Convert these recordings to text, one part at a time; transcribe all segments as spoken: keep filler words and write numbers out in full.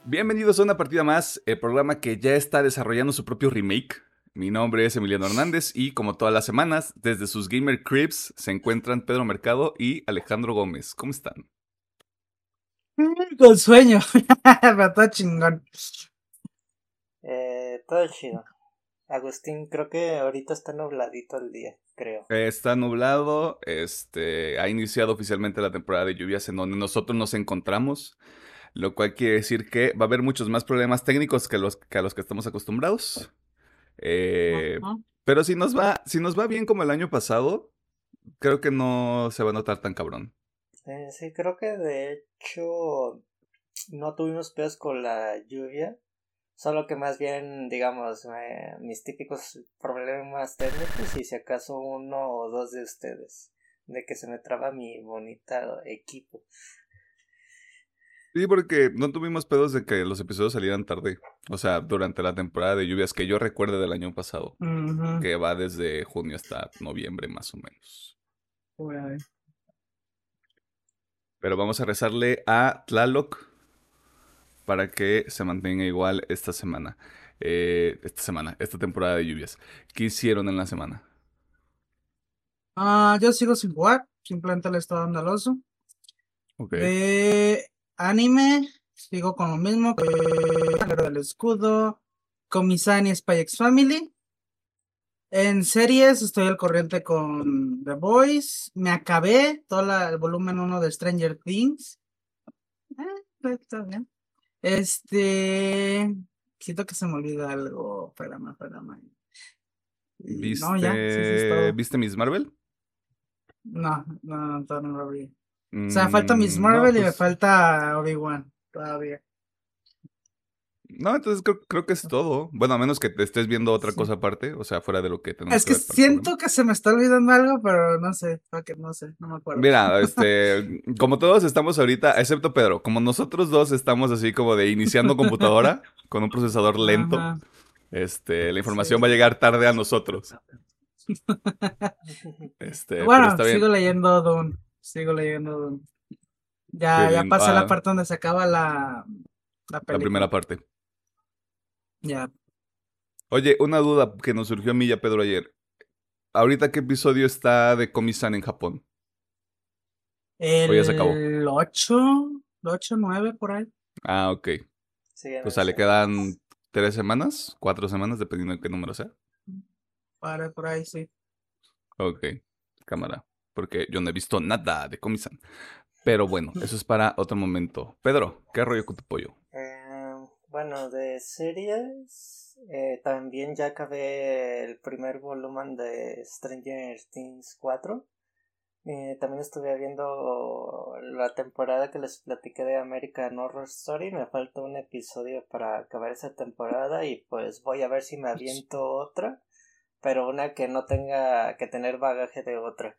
Bienvenidos a una partida más, el programa que ya está desarrollando su propio remake. Mi nombre es Emiliano Hernández y como todas las semanas, desde sus Gamer Cribs se encuentran Pedro Mercado y Alejandro Gómez. ¿Cómo están? Mm, Con sueño, pero todo chingón. Eh, todo chido. Agustín, creo que ahorita está nubladito el día, creo. Eh, Está nublado, este, ha iniciado oficialmente la temporada de lluvias en donde nosotros nos encontramos, lo cual quiere decir que va a haber muchos más problemas técnicos que, los, que a los que estamos acostumbrados. Eh, Ajá. pero si nos va, si nos va bien como el año pasado, creo que no se va a notar tan cabrón. Eh, sí, creo que de hecho no tuvimos pedos con la lluvia. Solo que más bien, digamos, eh, mis típicos problemas técnicos y si acaso uno o dos de ustedes. De que se me traba mi bonita equipo. Sí, porque no tuvimos pedos de que los episodios salieran tarde. O sea, durante la temporada de lluvias que yo recuerde del año pasado, Ujú. que va desde junio hasta noviembre más o menos. Güey. Pero vamos a rezarle a Tlaloc para que se mantenga igual esta semana. Eh, esta semana, esta temporada de lluvias. ¿Qué hicieron en la semana? Ah, yo sigo sin jugar, simplemente le estoy dando al oso. Ok. De anime, sigo con lo mismo, que Guerra del Escudo, Komi-san y Spy X Family. En series estoy al corriente con The Boys. Me acabé todo la- el volumen uno de Stranger Things. Eh, está bien. Este. Siento que se me olvida algo. Espérame, espérame. Y no, ya, sí, eso es ¿Viste, todo. ¿viste Miss Marvel? No, no, no, todavía no lo vi. O sea, falta Miss Mm, no, Marvel y me pues falta Obi-Wan todavía. no, entonces creo, creo que es todo. Bueno, a menos que te estés viendo otra Sí. cosa aparte, o sea, fuera de lo que tenemos Es que que ver para el programa. siento que se me está olvidando algo, pero no sé, para que no sé, no me acuerdo. Mira, este, como todos estamos ahorita, excepto Pedro, como nosotros dos estamos así como de iniciando computadora con un procesador lento, Ajá, este, la información va a sí. llegar tarde a nosotros. Este, pero Bueno, está sigo bien. leyendo Dune. Sigo leyendo Dune. Qué Ya, ya bien. pasé la Ah, parte donde se acaba la, la la primera película. parte. Ya. Oye, una duda que nos surgió a mí y a Pedro ayer. ¿Ahorita qué episodio está de Komi-san en Japón? ¿O ya se acabó? El ocho, ocho, nueve por ahí. Ah, ok. Sí, en O sea, le ese quedan mes. tres semanas, cuatro semanas, dependiendo de qué número sea. Para por ahí, sí. Ok, cámara. Porque yo no he visto nada de Komi-san. Pero bueno, eso es para otro momento. Pedro, ¿qué rollo con tu pollo? Eh, bueno, de series, eh, también ya acabé el primer volumen de Stranger Things cuatro. Eh, también estuve viendo la temporada que les platiqué de American Horror Story. Me falta un episodio para acabar esa temporada y pues voy a ver si me aviento otra, pero una que no tenga que tener bagaje de otra.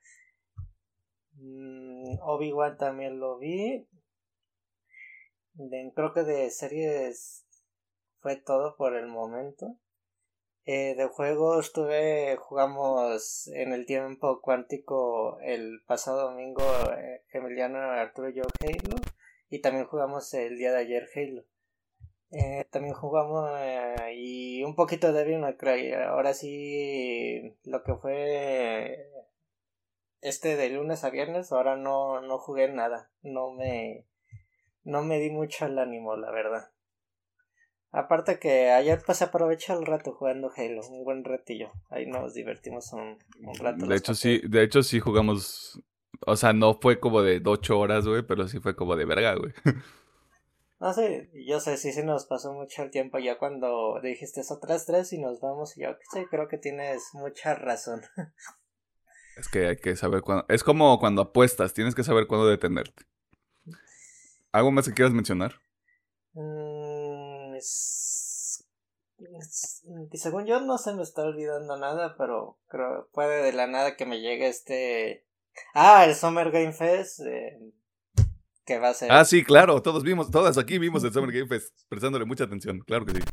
Mm, Obi-Wan también lo vi. De- creo que de series fue todo por el momento. Eh, de juegos tuve, jugamos en el tiempo cuántico el pasado domingo, eh, Emiliano, Arturo y yo Halo, y también jugamos el día de ayer Halo. Eh, también jugamos eh, y un poquito de Devil May Cry. Ahora sí, lo que fue este de lunes a viernes, ahora no, no jugué nada. No me, no me di mucho el ánimo, la verdad. Aparte que ayer pues aproveché el rato jugando Halo, un buen ratillo. Ahí nos divertimos un, un rato De los hecho, sí, cuatro. de hecho, sí jugamos. O sea, no fue como de ocho horas, güey, pero sí fue como de verga, güey. No sé, yo sé, sí se nos pasó mucho el tiempo ya cuando dijiste otras tres y nos vamos y yo sí, creo que tienes mucha razón. Es que hay que saber cuándo. Es como cuando apuestas, tienes que saber cuándo detenerte. ¿Algo más que quieras mencionar? Mm, es- es- y según yo no se me está olvidando nada, pero creo puede de la nada que me llegue este... Ah, el Summer Game Fest, eh, que va a Ah, ser... sí, claro, todos vimos, todas aquí vimos el Summer Game Fest, prestándole mucha atención, claro que sí.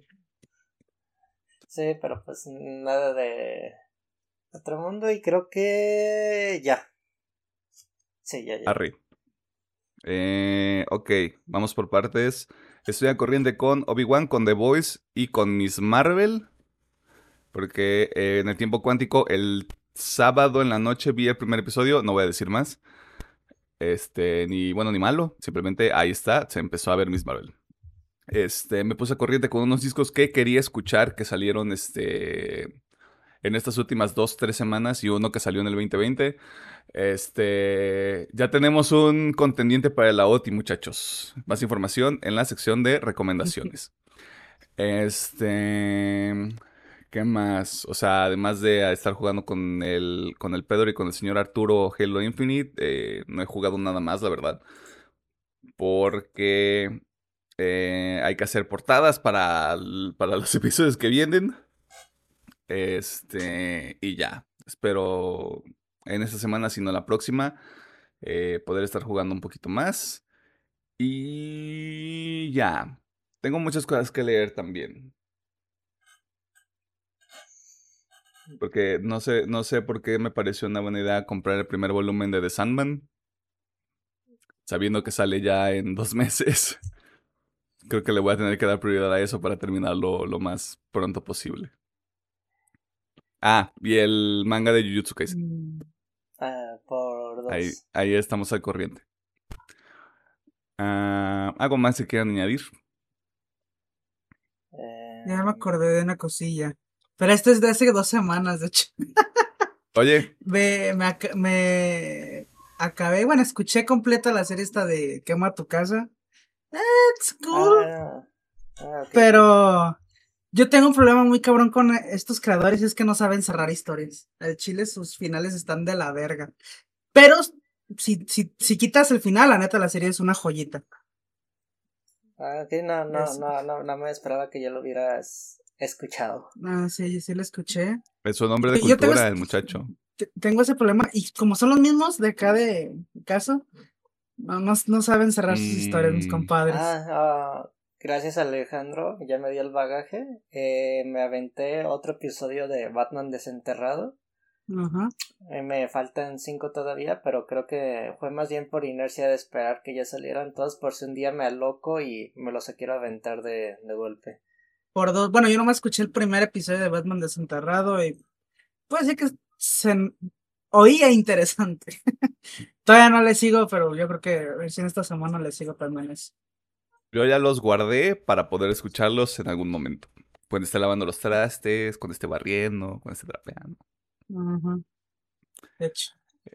Sí, pero pues nada de otro mundo y creo que ya. Sí, ya, ya. Arre. Eh, ok, vamos por partes. Estoy a corriente con Obi-Wan, con The Boys y con Miss Marvel. Porque eh, en el tiempo cuántico, el sábado en la noche vi el primer episodio. No voy a decir más. Este, ni bueno ni malo. Simplemente ahí está. Se empezó a ver Miss Marvel. Este, me puse a corriente con unos discos que quería escuchar que salieron este, en estas últimas dos, tres semanas y uno que salió en el veinte veinte. Este, ya tenemos un contendiente para la O T I, muchachos. Más información en la sección de recomendaciones. Este, ¿qué más? O sea, además de estar jugando con el, con el Pedro y con el señor Arturo Halo Infinite, eh, no he jugado nada más, la verdad. Porque eh, hay que hacer portadas para, l- para los episodios que vienen. Este, y ya. Espero en esta semana, si no la próxima, eh, poder estar jugando un poquito más. Y ya. Tengo muchas cosas que leer también. Porque no sé, no sé por qué me pareció una buena idea comprar el primer volumen de The Sandman, sabiendo que sale ya en dos meses. Creo que le voy a tener que dar prioridad a eso para terminarlo lo más pronto posible. Ah, y el manga de Jujutsu Kaisen. Mm, Ah, por Ahí, dos. ahí estamos al corriente. Ah, ¿algo más que quieran añadir? Ya me Eh, acordé de una cosilla. Pero esto es de hace dos semanas, de hecho. Oye, Me, me, aca- me acabé, bueno, escuché completa la serie esta de Quema tu casa. It's cool. ah, ah, ok. Pero yo tengo un problema muy cabrón con estos creadores, es que no saben cerrar historias. Al chile sus finales están de la verga. Pero si, si, si quitas el final, la neta, la serie es una joyita. Ah, ok, no, no, Es, no, no, no me esperaba que ya lo hubieras escuchado. ah, sí, sí la escuché. es un hombre de Yo yo tengo, cultura, es- el muchacho. te- tengo ese problema, y como son los mismos de acá de caso, no, no, no saben cerrar sus historias, mis Mm, compadres. Ah, ah, gracias Alejandro, ya me dio el bagaje. Eh, me aventé otro episodio de Batman Desenterrado. Ajá. Eh, me faltan cinco todavía, pero creo que fue más bien por inercia de esperar que ya salieran todos, por si un día me aloco y me los quiero aventar de, de golpe. Por dos, bueno, yo nomás escuché el primer episodio de Batman Desenterrado y puede ser que se m- oía interesante. Todavía no le sigo, pero yo creo que recién esta semana le sigo también eso. yo ya los guardé para poder escucharlos en algún momento. Cuando esté lavando los trastes, cuando esté barriendo, cuando esté trapeando. Ajá. De hecho.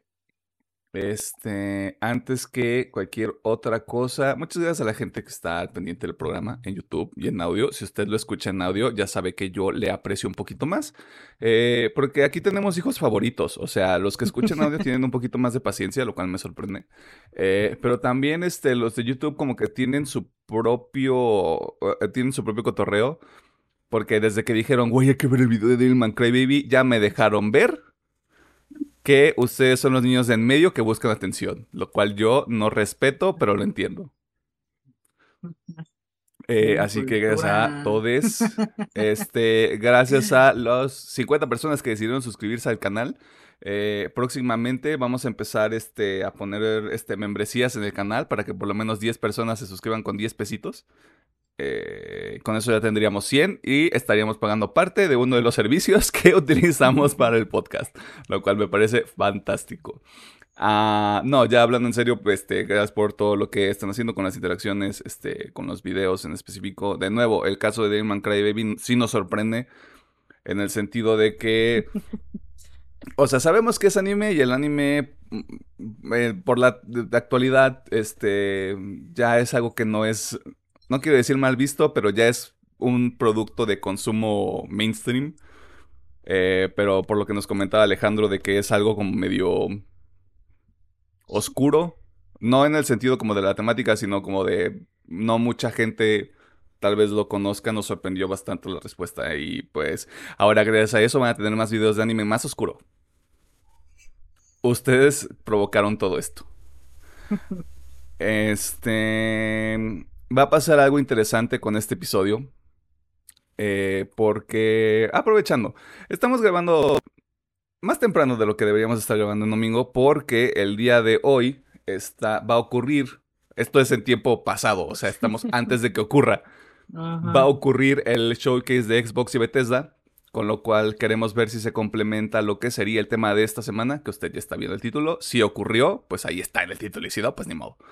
Este, antes que cualquier otra cosa, muchas gracias a la gente que está al pendiente del programa en YouTube y en audio. Si usted lo escucha en audio, ya sabe que yo le aprecio un poquito más, eh, porque aquí tenemos hijos favoritos. O sea, los que escuchan audio tienen un poquito más de paciencia, lo cual me sorprende. Eh, pero también este, los de YouTube como que tienen su propio, eh, tienen su propio cotorreo, porque desde que dijeron, güey, hay que ver el video de Devilman Crybaby, ya me dejaron ver que ustedes son los niños de en medio que buscan atención, lo cual yo no respeto, pero lo entiendo. Eh, Tienen así que gracias a cultura. todos, este, gracias a las cincuenta personas que decidieron suscribirse al canal. Eh, próximamente vamos a empezar este, a poner este, membresías en el canal para que por lo menos diez personas se suscriban con diez pesitos. Eh, con eso ya tendríamos cien y estaríamos pagando parte de uno de los servicios que utilizamos para el podcast, lo cual me parece fantástico. Ah, no, ya hablando en serio, pues, este, gracias por todo lo que están haciendo con las interacciones, este, con los videos en específico. De nuevo, el caso de Devilman Crybaby sí nos sorprende en el sentido de que, o sea, sabemos que es anime y el anime, mm, eh, por la de- de actualidad, este, ya es algo que no es, no quiero decir mal visto, pero ya es un producto de consumo mainstream. Eh, pero por lo que nos comentaba Alejandro de que es algo como medio oscuro, no en el sentido como de la temática, sino como de no mucha gente tal vez lo conozca, nos sorprendió bastante la respuesta y pues ahora gracias a eso van a tener más videos de anime más oscuro. Ustedes provocaron todo esto. Este, va a pasar algo interesante con este episodio, eh, porque aprovechando, estamos grabando más temprano de lo que deberíamos estar grabando en domingo porque el día de hoy está, va a ocurrir esto es en tiempo pasado, o sea, estamos antes de que ocurra. Ajá. Va a ocurrir el showcase de Xbox y Bethesda, con lo cual queremos ver si se complementa lo que sería el tema de esta semana, que usted ya está viendo el título. Si ocurrió, pues ahí está en el título, y si no, pues ni modo.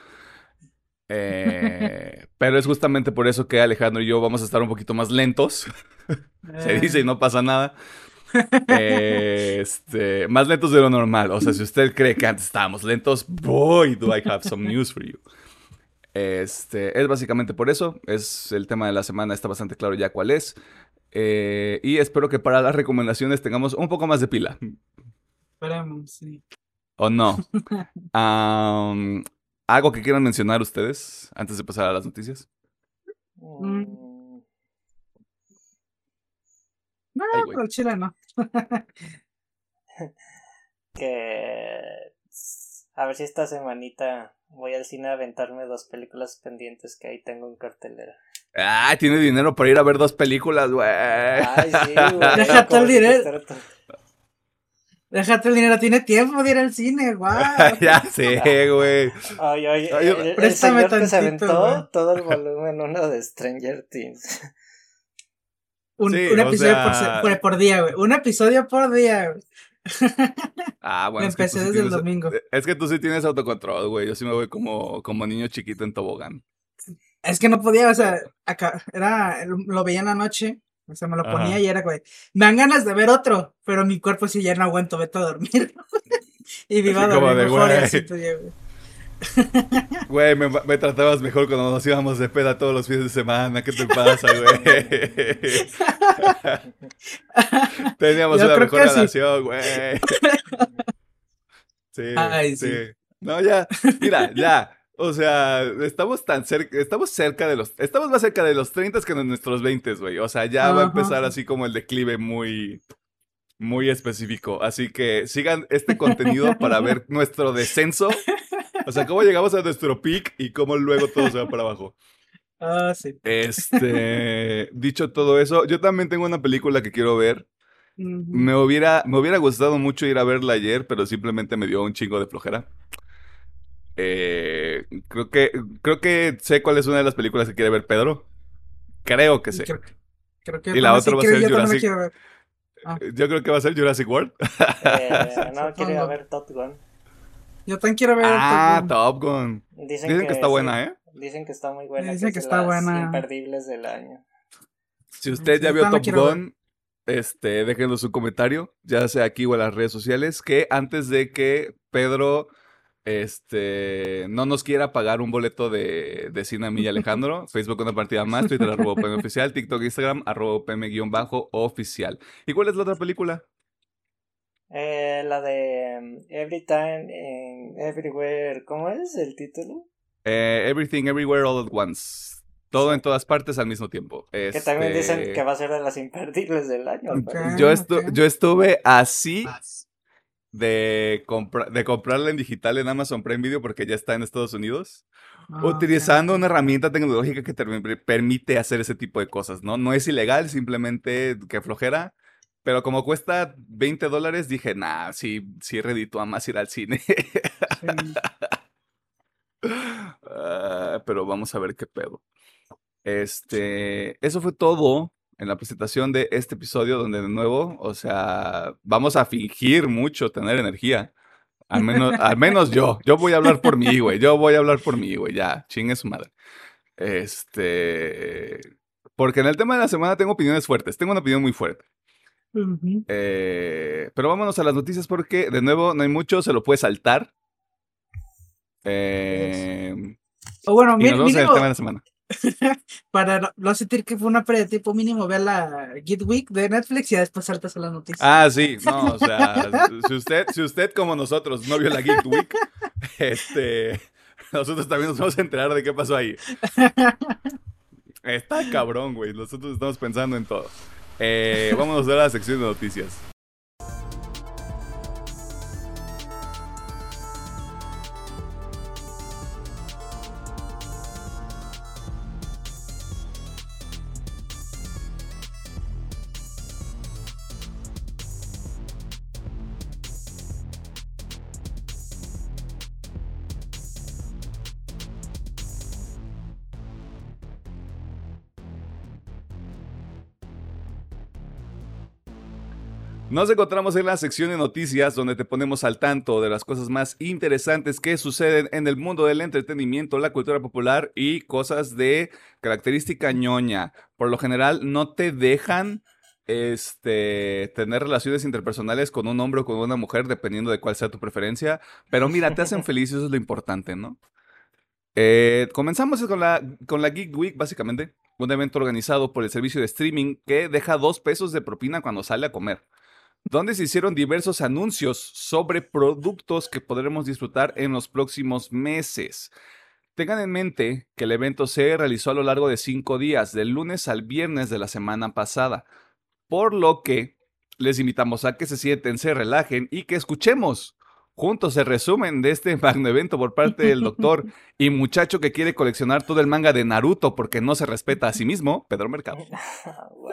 Eh, pero es justamente por eso que Alejandro y yo vamos a estar un poquito más lentos. Se Eh, dice y no pasa nada. Eh, este, más lentos de lo normal. O sea, si usted cree que antes estábamos lentos, boy, do I have some news for you. Este, es básicamente por eso. Es el tema de la semana, está bastante claro ya cuál es. Eh, y espero que para las recomendaciones tengamos un poco más de pila. Esperemos, sí. ¿O no? Um, ¿Algo que quieran mencionar ustedes antes de pasar a las noticias? Mm. Mm, No, Ay, güey. pero el chile no. que a ver si esta semanita voy al cine a aventarme dos películas pendientes que ahí tengo en cartelera. Ah, tiene dinero para ir a ver dos películas, güey. Ay, sí, güey. Déjate como el si dinero. te trato- Déjate el dinero, tiene tiempo de ir al cine, guau. Ya sé, güey. Ay, ay, Ay, el, el préstame señor que se tantito, aventó güey. todo el volumen uno de Stranger Things. Un, Sí, un o episodio sea- por, se- por, por día, güey. Un episodio por día, güey. Ah, bueno, Lo es que, tú empecé sí desde el tienes, domingo. es que tú sí tienes autocontrol, güey. Yo sí me voy como, como niño chiquito en tobogán. Es que no podía, o sea, acá, era, lo veía en la noche, o sea, me lo ponía Ajá. y era, güey, me dan ganas de ver otro, pero mi cuerpo sí ya no aguanto, vete a dormir. Y me iba a Así como dormir de, mejor y güey. así, pues, ya, güey. Güey, me, me tratabas mejor cuando nos íbamos de peda todos los fines de semana. ¿Qué te pasa, güey? Teníamos Yo una creo mejor que sí. relación, güey. Sí, Ay, sí. sí. No, ya, mira, ya. O sea, estamos tan cerca, estamos cerca de los, estamos más cerca de los treinta que de nuestros veinte, güey. O sea, ya va a Ajá. empezar así como el declive muy, muy específico. Así que sigan este contenido para ver nuestro descenso. O sea, cómo llegamos a nuestro peak y cómo luego todo se va para abajo. Ah, sí. Este, dicho todo eso, yo también tengo una película que quiero ver. Ujú. Me hubiera, me hubiera gustado mucho ir a verla ayer, pero simplemente me dio un chingo de flojera. Eh, creo que, creo que sé cuál es una de las películas que quiere ver Pedro. Creo que sé. Creo, creo que Y yo la también otra sí va a creo, ser yo también la Jurassic. quiero ver. Ah. Yo creo que va a ser Jurassic World. Eh, no, quiero ir a Supongo. ver Top Gun. Yo también quiero ver Ah, Top Gun. Top Gun. Dicen, Dicen que está sí, buena, ¿eh? Dicen que está muy buena. Dicen que que es de está las buena. imperdibles del año. Si usted Sí, ya yo vio también Top quiero ver. Gun, este, déjenos un comentario, ya sea aquí o en las redes sociales, que antes de que Pedro, este, no nos quiera pagar un boleto de, de cine a mí y Alejandro, Facebook una partida más, Twitter arroba P M oficial, TikTok, Instagram arroba P M guión bajo oficial. ¿Y cuál es la otra película? Eh, la de um, Every Time, and Everywhere, ¿cómo es el título? Eh, Everything, Everywhere, All at Once. Todo Sí. en todas partes al mismo tiempo. Que también dicen Este, que va a ser de las imperdibles del año. al Ok. parecer. Yo, estu- ok. yo estuve así de, compra- de comprarla en digital en Amazon Prime Video porque ya está en Estados Unidos, Ah, utilizando ok, ok. una herramienta tecnológica que te perm- permite hacer ese tipo de cosas, ¿no? No es ilegal, simplemente que flojera. Pero como cuesta veinte dólares, dije, nah, sí, sí reditúa más ir al cine. Sí. Ah, pero vamos a ver qué pedo. Este, eso fue todo en la presentación de este episodio, donde de nuevo, o sea, vamos a fingir mucho tener energía. Al menos, al menos yo. Yo voy a hablar por mí, güey. Yo voy a hablar por mí, güey. Ya, chingue su madre. Este. Porque en el tema de la semana tengo opiniones fuertes. Tengo una opinión muy fuerte. Ujú. Eh, pero vámonos a las noticias porque, de nuevo, no hay mucho. Se lo puede saltar. Eh, O bueno, y mi- nos vamos en el mínimo, tema de la semana. para no, no sentir que fue una pérdida de tiempo, mínimo ver la Geek Week de Netflix y ya después saltas a la noticia. Ah, sí, no, o sea, si usted, si usted como nosotros no vio la Geek Week, este, nosotros también nos vamos a enterar de qué pasó ahí. Está cabrón, güey, nosotros estamos pensando en todo. Eh, vámonos a la sección de noticias. Nos encontramos en la sección de noticias donde te ponemos al tanto de las cosas más interesantes que suceden en el mundo del entretenimiento, la cultura popular y cosas de característica ñoña. Por lo general no te dejan este, tener relaciones interpersonales con un hombre o con una mujer dependiendo de cuál sea tu preferencia, pero mira, te hacen feliz y eso es lo importante, ¿no? Eh, comenzamos con la, con la Geek Week, básicamente, un evento organizado por el servicio de streaming que deja dos pesos de propina cuando sale a comer, donde se hicieron diversos anuncios sobre productos que podremos disfrutar en los próximos meses. Tengan en mente que el evento se realizó a lo largo de cinco días, del lunes al viernes de la semana pasada, por lo que les invitamos a que se sienten, se relajen y que escuchemos juntos el resumen de este magno evento por parte del doctor y muchacho que quiere coleccionar todo el manga de Naruto porque no se respeta a sí mismo, Pedro Mercado. Wow.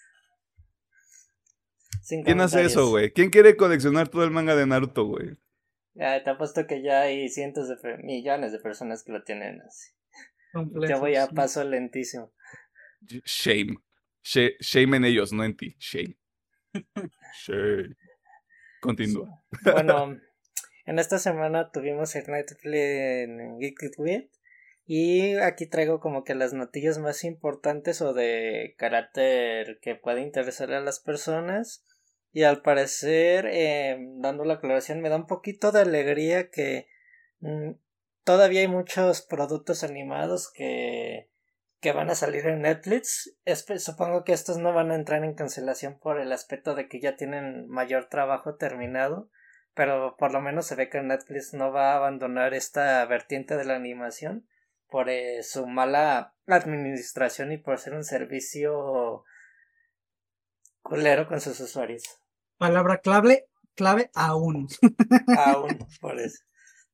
Sin ¿Quién hace comentarios. eso, güey? ¿Quién quiere coleccionar todo el manga de Naruto, güey? Ya, te apuesto que ya hay cientos de pe- millones de personas que lo tienen así. Completo, Yo voy a sí. paso lentísimo. Shame. Sh- shame en ellos, no en ti. Shame. Shame. Continúa. Bueno, en esta semana tuvimos el Netflix en Geek Week y aquí traigo como que las noticias más importantes o de carácter que puede interesar a las personas. Y al parecer, eh, dando la aclaración, me da un poquito de alegría que mm, todavía hay muchos productos animados que, que van a salir en Netflix. Espe- supongo que estos no van a entrar en cancelación por el aspecto de que ya tienen mayor trabajo terminado, pero por lo menos se ve que Netflix no va a abandonar esta vertiente de la animación por eh, su mala administración y por ser un servicio culero con sus usuarios. Palabra clave, clave aún. Aún, por eso.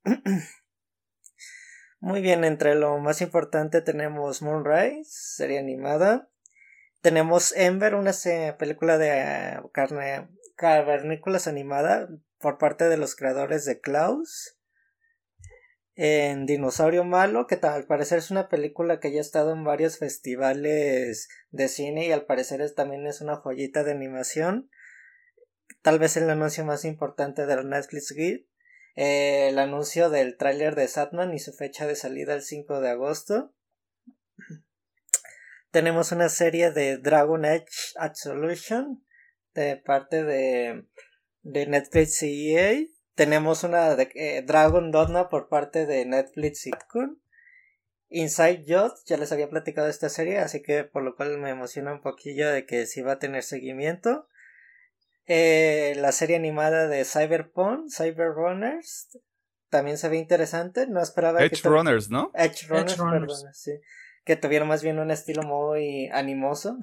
Muy bien, entre lo más importante tenemos Moonrise, serie animada. Tenemos Ember, una se- película de uh, carne, cavernícolas animada por parte de los creadores de Klaus. En Dinosaurio Malo, que tal, al parecer es una película que ya ha estado en varios festivales de cine y al parecer es, también es una joyita de animación. Tal vez el anuncio más importante del Netflix Guide. Eh, el anuncio del tráiler de Satman y su fecha de salida el cinco de agosto. Tenemos una serie de Dragon Age Absolution de parte de, de Netflix y E A. Tenemos una de eh, Dragon Dogma por parte de Netflix y Capcom. Inside Job, ya les había platicado de esta serie, así que por lo cual me emociona un poquillo de que sí va a tener seguimiento. Eh, la serie animada de Cyberpunk, Cyberrunners, también se ve interesante. No esperaba Edge que Runners, ¿no? Edge Runners, Edge Runners. perdón, sí, que tuviera más bien un estilo muy animoso.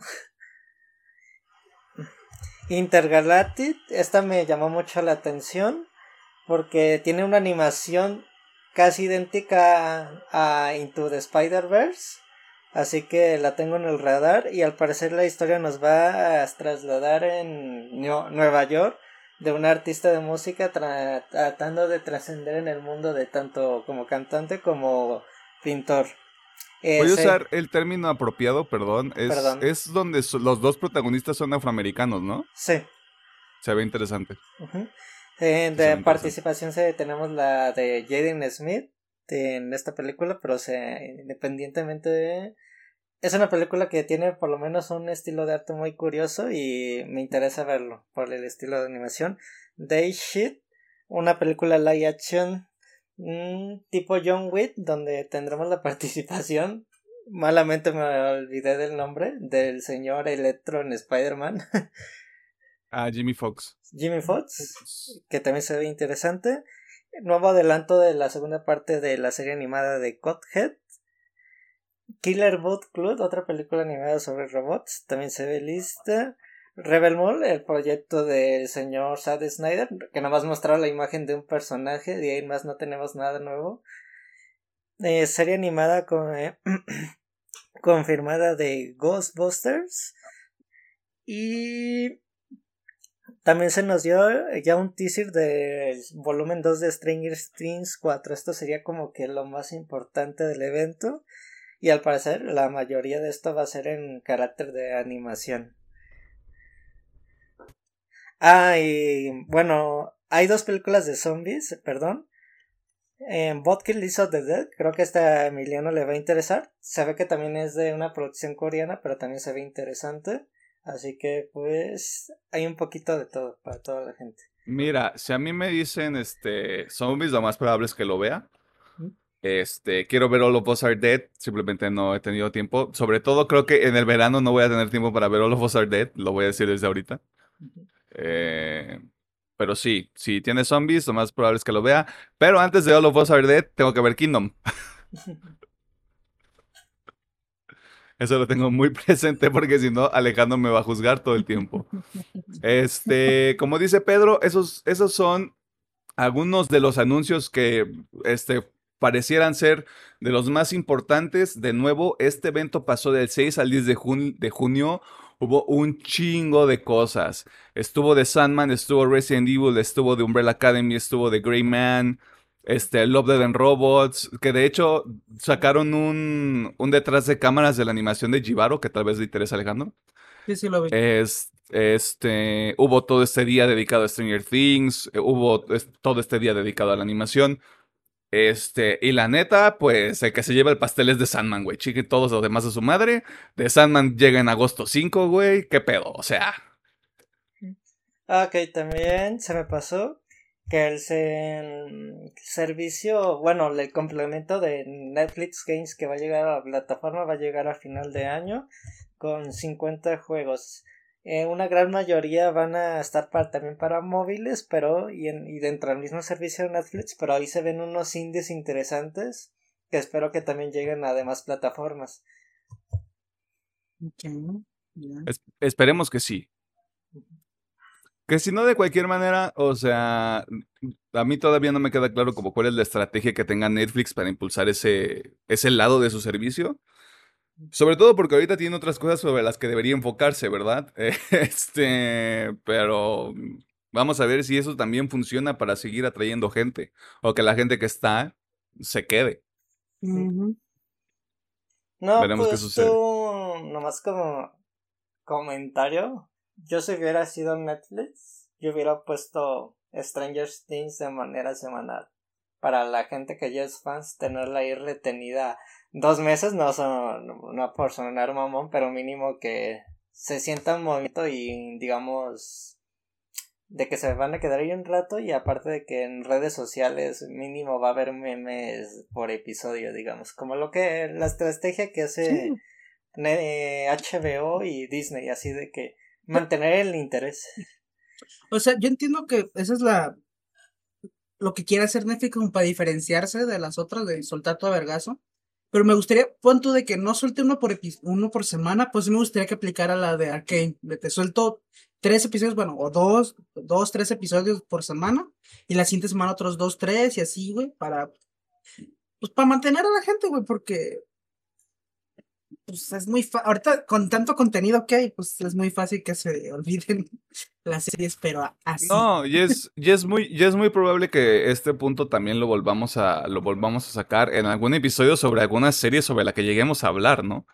Intergalactic, esta me llamó mucho la atención porque tiene una animación casi idéntica a, a Into the Spider-Verse. Así que la tengo en el radar y al parecer la historia nos va a trasladar en Nueva York de un artista de música tra- tratando de trascender en el mundo de tanto como cantante como pintor. Eh, Voy a se- usar el término apropiado, perdón. Es, Perdón. es donde so- los dos protagonistas son afroamericanos, ¿no? Sí. Se ve interesante. Uh-huh. Eh, Sí, se de ve participación se, tenemos la de Jaden Smith de- en esta película, pero se, independientemente de... Es una película que tiene por lo menos un estilo de arte muy curioso y me interesa verlo por el estilo de animación. Day Shit, una película live action mm, tipo John Wick, donde tendremos la participación, malamente me olvidé del nombre, del señor Electro en Spider-Man. Ah, Jimmy Fox. Jimmy Fox, que también se ve interesante. Nuevo adelanto de la segunda parte de la serie animada de Cuphead. Killer Bot Club, otra película animada sobre robots, también se ve lista. Rebel Mall, el proyecto del señor Zack Snyder, que nada más mostraba la imagen de un personaje, de ahí más no tenemos nada nuevo. Eh, serie animada con, eh, confirmada de Ghostbusters. Y también se nos dio ya un teaser del volumen dos de Stranger Things cuatro. Esto sería como que lo más importante del evento. Y al parecer la mayoría de esto va a ser en carácter de animación. Ah, y bueno, hay dos películas de zombies, perdón. En Vodkill List of the Dead, creo que esta a Emiliano le va a interesar. Se ve que también es de una producción coreana, pero también se ve interesante. Así que pues hay un poquito de todo para toda la gente. Mira, si a mí me dicen este zombies, lo más probable es que lo vea. Este, quiero ver All of Us Are Dead, simplemente no he tenido tiempo. Sobre todo creo que en el verano no voy a tener tiempo para ver All of Us Are Dead, lo voy a decir desde ahorita. Eh, pero sí, si tiene zombies, lo más probable es que lo vea. Pero antes de All of Us Are Dead, tengo que ver Kingdom. Eso lo tengo muy presente porque si no, Alejandro me va a juzgar todo el tiempo. Este, como dice Pedro, esos, esos son algunos de los anuncios que este, parecieran ser de los más importantes. De nuevo, este evento pasó del seis al diez de, jun de junio. Hubo un chingo de cosas. Estuvo de Sandman, estuvo Resident Evil, estuvo de Umbrella Academy, estuvo de Grey Man, este, Love, Death and Robots, que de hecho sacaron un, un detrás de cámaras de la animación de Jibaro, que tal vez le interesa a Alejandro. Sí, sí lo vi. Es, este, hubo todo este día dedicado a Stranger Things, eh, hubo es- todo este día dedicado a la animación. Este, y la neta, pues el que se lleva el pastel es de Sandman, güey. Chique todos los demás a su madre. De Sandman llega en agosto cinco, güey. ¿Qué pedo? O sea, Ok, también se me pasó que el se- servicio, bueno, el complemento de Netflix Games que va a llegar a la plataforma va a llegar a final de año con cincuenta juegos. Eh, una gran mayoría van a estar para, también para móviles, pero y, en, y dentro del mismo servicio de Netflix, pero ahí se ven unos indies interesantes que espero que también lleguen a demás plataformas. Ok, ya. es- esperemos que sí. Que si no, de cualquier manera, o sea, a mí todavía no me queda claro como cuál es la estrategia que tenga Netflix para impulsar ese, ese lado de su servicio. Sobre todo porque ahorita tiene otras cosas sobre las que debería enfocarse, ¿verdad? Este, pero vamos a ver si eso también funciona para seguir atrayendo gente o que la gente que está se quede. Ujú. No, Veremos qué pues tú, sucede. nomás como comentario, yo si hubiera sido Netflix, yo hubiera puesto Stranger Things de manera semanal. Para la gente que ya es fans, tenerla ahí retenida dos meses, no son, no por sonar mamón, pero mínimo que se sienta un movimiento y digamos de que se van a quedar ahí un rato y aparte de que en redes sociales mínimo va a haber memes por episodio, digamos, como lo que la estrategia que hace Sí. Ne- H B O y Disney, así de que mantener el interés. O sea, yo entiendo que esa es la lo que quiere hacer Netflix como para diferenciarse de las otras, de soltar todo a vergazo. Pero me gustaría, pon tú de que no suelte uno por epi- uno por semana, pues sí me gustaría que aplicara la de Arcane, de te suelto tres episodios, bueno, o dos, dos, tres episodios por semana, y la siguiente semana otros dos, tres, y así, güey, para, pues para mantener a la gente, güey, porque pues es muy fácil, ahorita con tanto contenido que hay, pues es muy fácil que se olviden las series, pero a- así. No, y es, y es muy, y es muy probable que este punto también lo volvamos a, lo volvamos a sacar en algún episodio sobre alguna serie sobre la que lleguemos a hablar, ¿no?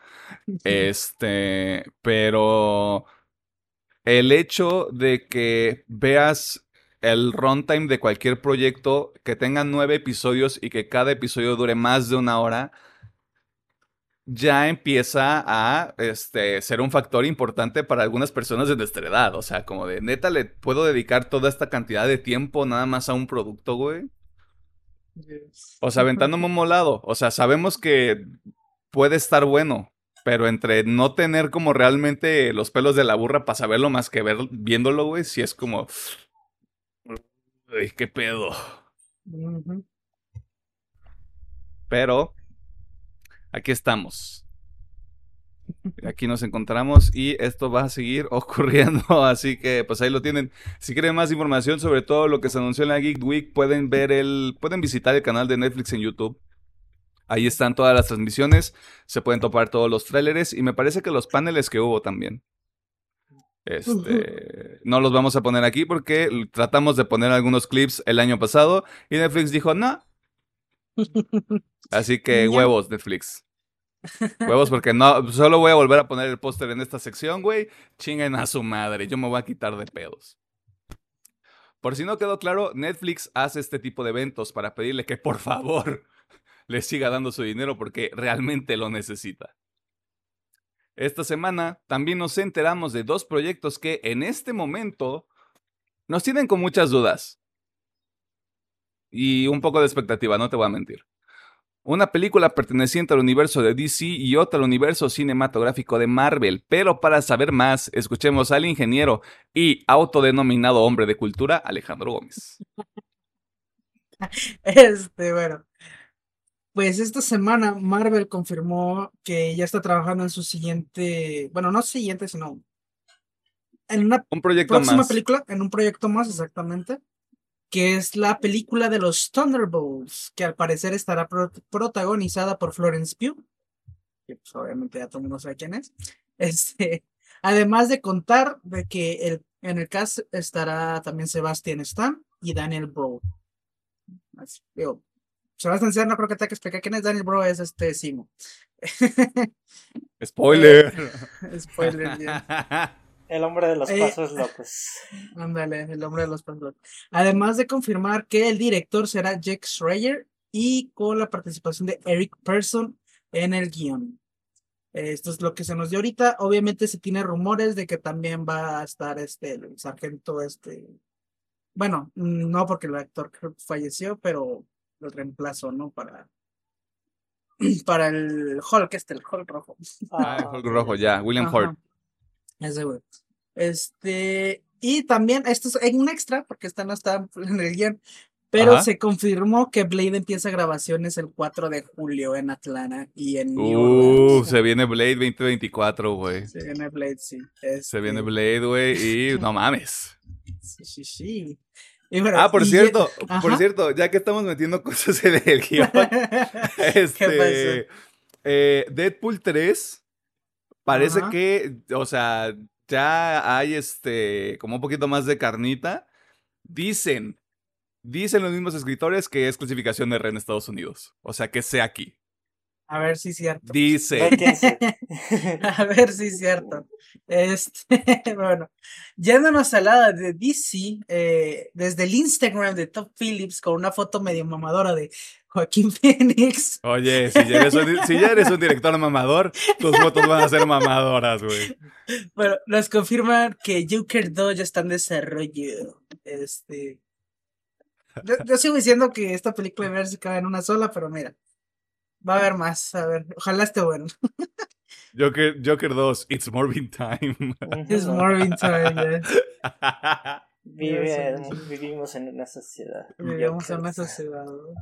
Este, pero el hecho de que veas el runtime de cualquier proyecto que tenga nueve episodios y que cada episodio dure más de una hora, ya empieza a este, ser un factor importante para algunas personas de nuestra edad. O sea, como de neta, le puedo dedicar toda esta cantidad de tiempo nada más a un producto, güey. Yes. O sea, aventándome un molado. O sea, sabemos que puede estar bueno, pero entre no tener como realmente los pelos de la burra para saberlo más que ver, viéndolo, güey, sí es como, uy, qué pedo. Ujú. Pero aquí estamos. Aquí nos encontramos y esto va a seguir ocurriendo, así que pues ahí lo tienen. Si quieren más información sobre todo lo que se anunció en la Geek Week, pueden ver el, pueden visitar el canal de Netflix en YouTube. Ahí están todas las transmisiones, se pueden topar todos los trailers y me parece que los paneles que hubo también. Este, no los vamos a poner aquí porque tratamos de poner algunos clips el año pasado y Netflix dijo, no. Así que Ñam. huevos, Netflix. Huevos porque no, solo voy a volver a poner el póster en esta sección, güey. Chinguen a su madre, yo me voy a quitar de pedos. Por si no quedó claro, Netflix hace este tipo de eventos para pedirle que por favor le siga dando su dinero porque realmente lo necesita. Esta semana también nos enteramos de dos proyectos que en este momento nos tienen con muchas dudas. Y un poco de expectativa, no te voy a mentir. Una película perteneciente al universo de D C y otra al universo cinematográfico de Marvel. Pero para saber más, escuchemos al ingeniero y autodenominado hombre de cultura, Alejandro Gómez. Este, bueno. Pues esta semana Marvel confirmó que ya está trabajando en su siguiente, bueno, no siguiente, sino en una Un proyecto próxima más. película, en un proyecto más exactamente, que es la película de los Thunderbolts, que al parecer estará pro- protagonizada por Florence Pugh, que pues obviamente ya todo el mundo sabe quién es. Este, además de contar de que el, en el cast estará también Sebastian Stan y Daniel Brühl. Así, digo, Sebastian Stan no creo que tenga que explicar quién es. Daniel Brühl, es este Simo. Spoiler. Eh, spoiler, ya. El hombre de los Eh, pasos locos. Ándale, el hombre de los pasos. Además de confirmar que el director será Jake Schreier y con la participación de Eric Persson en el guión. Esto es lo que se nos dio ahorita. Obviamente se tiene rumores de que también va a estar este el sargento este. Bueno, no porque el actor creo que falleció, pero lo reemplazó, ¿no? Para, para el Hulk, este, el Hulk rojo. Ah, el Ah, Hulk ok, rojo, ok. ya. William Hurt. Ajá, ese güey. Este, y también, esto es en un extra, porque esta no está en el guión, pero Ajá. se confirmó que Blade empieza grabaciones el cuatro de julio en Atlanta y en New Uh, Orleans. se viene Blade veinte veinticuatro, güey. Se viene Blade, sí. Se viene Este, Blade, güey, y no mames. sí, sí, sí. Y bueno, Ah, por y ye- cierto, por Ajá. cierto, ya que estamos metiendo cosas en el guión, ¿Qué pasó? este, eh, Deadpool tres parece Ajá. que, o sea, ya hay este, como un poquito más de carnita. Dicen, dicen los mismos escritores que es clasificación R en Estados Unidos. O sea, que sea aquí. A ver si es cierto. Dicen. Véquense. A ver si es cierto. Este, bueno, yéndonos al lado de D C, eh, desde el Instagram de Top Phillips con una foto medio mamadora de Joaquín Phoenix. Oye, si ya eres un, si ya eres un director mamador, tus fotos van a ser mamadoras, güey. Bueno, nos confirman que Joker dos ya está en desarrollo. Este, yo, yo sigo diciendo que esta película debe verse cada en una sola, pero mira, va a haber más. A ver, ojalá esté bueno. Joker, Joker dos, It's Morbin Time. Es Marvin time, ya. Vive- Eso, sí. vivimos en una sociedad. Vivimos en una Jokers. sociedad, ¿no?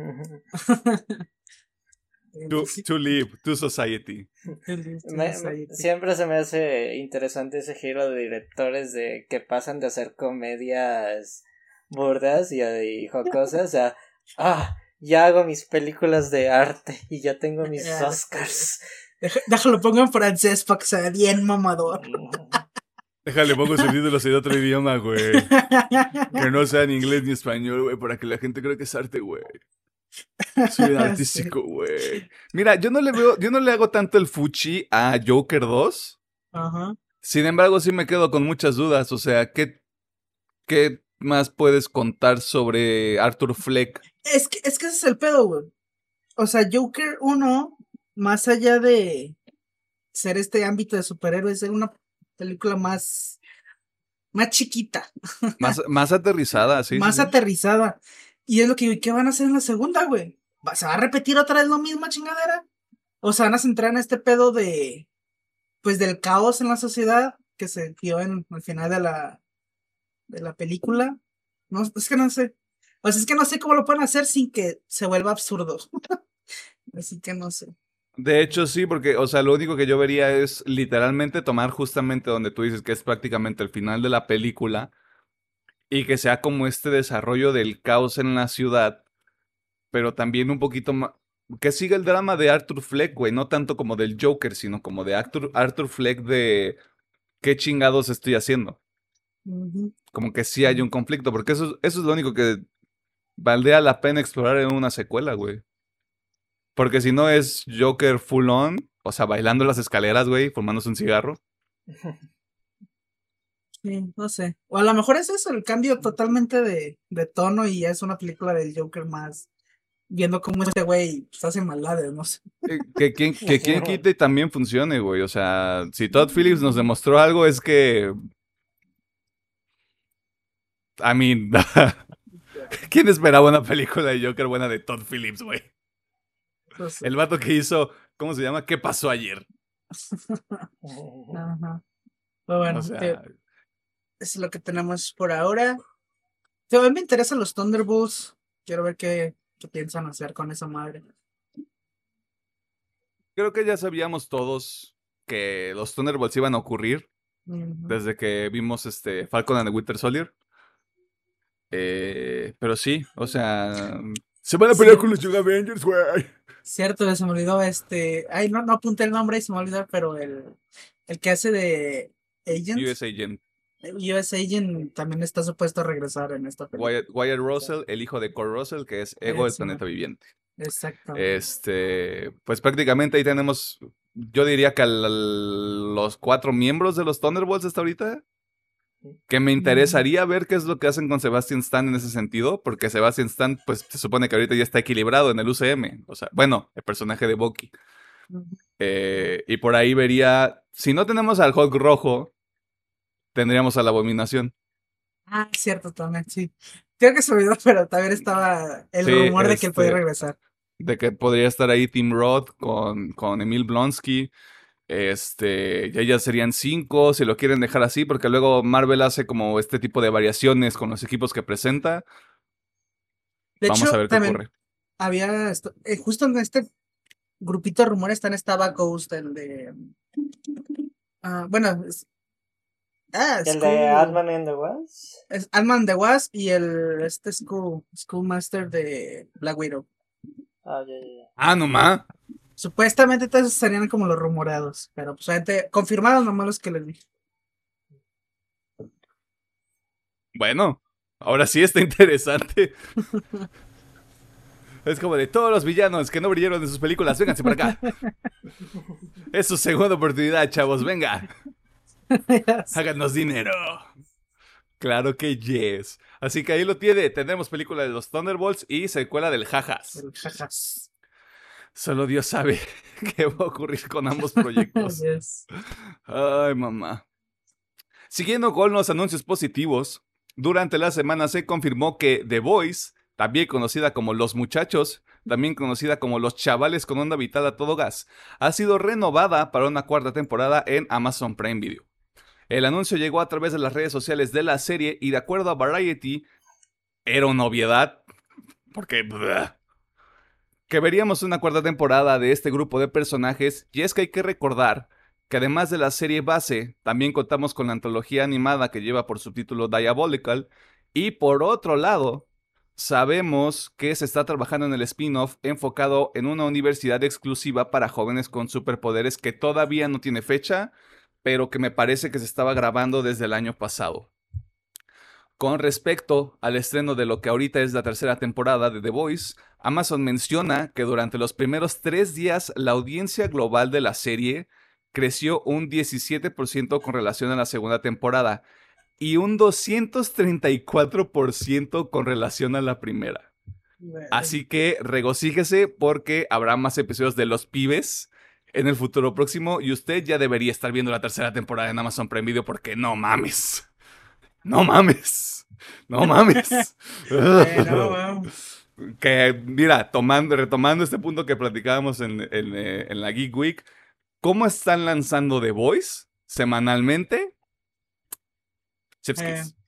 to, Entonces, to live, to society. Me- me- siempre se me hace interesante ese giro de directores de que pasan de hacer comedias burdas y, y jocosas a ah, ya hago mis películas de arte y ya tengo mis Ya, Oscars. Deja- Déjalo pongo en francés para que sea bien mamador. Déjale, pongo subtítulos en otro idioma, güey. Que no sea en inglés ni español, güey, para que la gente crea que es arte, güey. Soy un artístico, güey. Mira, yo no le veo, yo no le hago tanto el fuchi a Joker dos. Ajá. Sin embargo, sí me quedo con muchas dudas. O sea, ¿qué, qué más puedes contar sobre Arthur Fleck? Es que, es que ese es el pedo, güey. O sea, Joker uno, más allá de ser este ámbito de superhéroes, ser una película más, más chiquita, Más, más aterrizada, sí. más sí, sí. aterrizada. Y es lo que digo, ¿qué van a hacer en la segunda, güey? ¿Va- ¿Se va a repetir otra vez lo mismo, chingadera? O sea, van a centrar en este pedo de, pues, del caos en la sociedad que se dio en al final de la, de la película. No, es que no sé. O sea, es que no sé cómo lo pueden hacer sin que se vuelva absurdo. Así que no sé. De hecho, sí, porque, o sea, lo único que yo vería es literalmente tomar justamente donde tú dices que es prácticamente el final de la película y que sea como este desarrollo del caos en la ciudad, pero también un poquito más. Que siga el drama de Arthur Fleck, güey, no tanto como del Joker, sino como de Arthur, Arthur Fleck de qué chingados estoy haciendo. Ujú. Como que sí hay un conflicto, porque eso, eso es lo único que valdría la pena explorar en una secuela, güey. Porque si no es Joker full on, o sea, bailando las escaleras, güey, fumándose un cigarro. Sí, no sé. O a lo mejor es eso, el cambio totalmente de, de tono y ya es una película del Joker más, viendo cómo este güey pues, hace maldades, no sé. Eh, Que quien, que quien quite y también funcione, güey. O sea, si Todd Phillips nos demostró algo es que... I mean, ¿quién esperaba una película de Joker buena de Todd Phillips, güey? Entonces, El vato que hizo, ¿cómo se llama? ¿Qué pasó ayer? ajá. Pero O bueno, te- sea, eso es lo que tenemos por ahora. Te- A mí me interesan los Thunderbolts. Quiero ver qué, qué piensan hacer con esa madre. creo que ya sabíamos todos que los Thunderbolts iban a ocurrir Ujú. desde que vimos este Falcon and the Winter Soldier. Eh, pero sí, o sea, se van a pelear Cier- con los Young Avengers, güey. Cierto, se me olvidó este. Ay, no, no apunté el nombre y se me olvidó, pero el, el que hace de Agent, U S Agent U S Agent, también está supuesto a regresar en esta película. Wyatt, Wyatt Russell, el hijo de Kurt Russell, que es Ego Eh, del sí, planeta viviente. exactamente. Este, pues prácticamente ahí tenemos, yo diría que al- los cuatro miembros de los Thunderbolts hasta ahorita. Que me Ujú. interesaría ver qué es lo que hacen con Sebastian Stan en ese sentido, porque Sebastian Stan, pues se supone que ahorita ya está equilibrado en el U C M. O sea, bueno, el personaje de Bucky. Ujú. Eh, y por ahí vería, si no tenemos al Hulk rojo, tendríamos a la Abominación. Ah, cierto, también, sí. Creo que se olvidó, pero también estaba el Sí, rumor de que él podía este, regresar. de que podría estar ahí Tim Roth con, con Emil Blonsky. Este, ya ya serían cinco, si lo quieren dejar así, porque luego Marvel hace como este tipo de variaciones con los equipos que presenta. De Vamos a hecho, ver qué también ocurre. había, esto- eh, justo en este grupito de rumores también estaba Ghost, el de, ah, bueno, es- ah, El de Skull, Ant-Man and the Wasp. es Ant-Man de Wasp y el, este Skull, Master de Black Widow. Ah, ya, ya, ya. Ah, no ma. Supuestamente todos esos serían como los rumoreados, pero pues obviamente confirmados nomás los que les dije. Bueno, ahora sí está interesante. Es como de todos los villanos que no brillaron en sus películas, vénganse para acá. Es su segunda oportunidad, chavos, venga. Háganos dinero. Claro que yes. Así que ahí lo tiene. Tenemos película de los Thunderbolts y secuela del Jajas. El jajas. Solo Dios sabe qué va a ocurrir con ambos proyectos. Yes. Ay, mamá. Siguiendo con los anuncios positivos, durante la semana se confirmó que The Voice, también conocida como Los Muchachos, también conocida como Los Chavales con Onda Vital a Todo Gas, ha sido renovada para una cuarta temporada en Amazon Prime Video. El anuncio llegó a través de las redes sociales de la serie y de acuerdo a Variety, era una obviedad, porque... bleh, que veríamos una cuarta temporada de este grupo de personajes, y es que hay que recordar que además de la serie base, también contamos con la antología animada que lleva por subtítulo Diabolical, y por otro lado, sabemos que se está trabajando en el spin-off enfocado en una universidad exclusiva para jóvenes con superpoderes que todavía no tiene fecha, pero que me parece que se estaba grabando desde el año pasado. Con respecto al estreno de lo que ahorita es la tercera temporada de The Voice, Amazon menciona que durante los primeros tres días la audiencia global de la serie creció un diecisiete por ciento con relación a la segunda temporada y un doscientos treinta y cuatro por ciento con relación a la primera. Así que regocíjese porque habrá más episodios de Los Pibes en el futuro próximo y usted ya debería estar viendo la tercera temporada en Amazon Prime Video porque no mames. No mames. No mames. Eh, no, vamos. Que, mira, tomando, retomando este punto que platicábamos en, en, eh, en la Geek Week, ¿cómo están lanzando The Voice semanalmente? Chef's Eh, Kiss.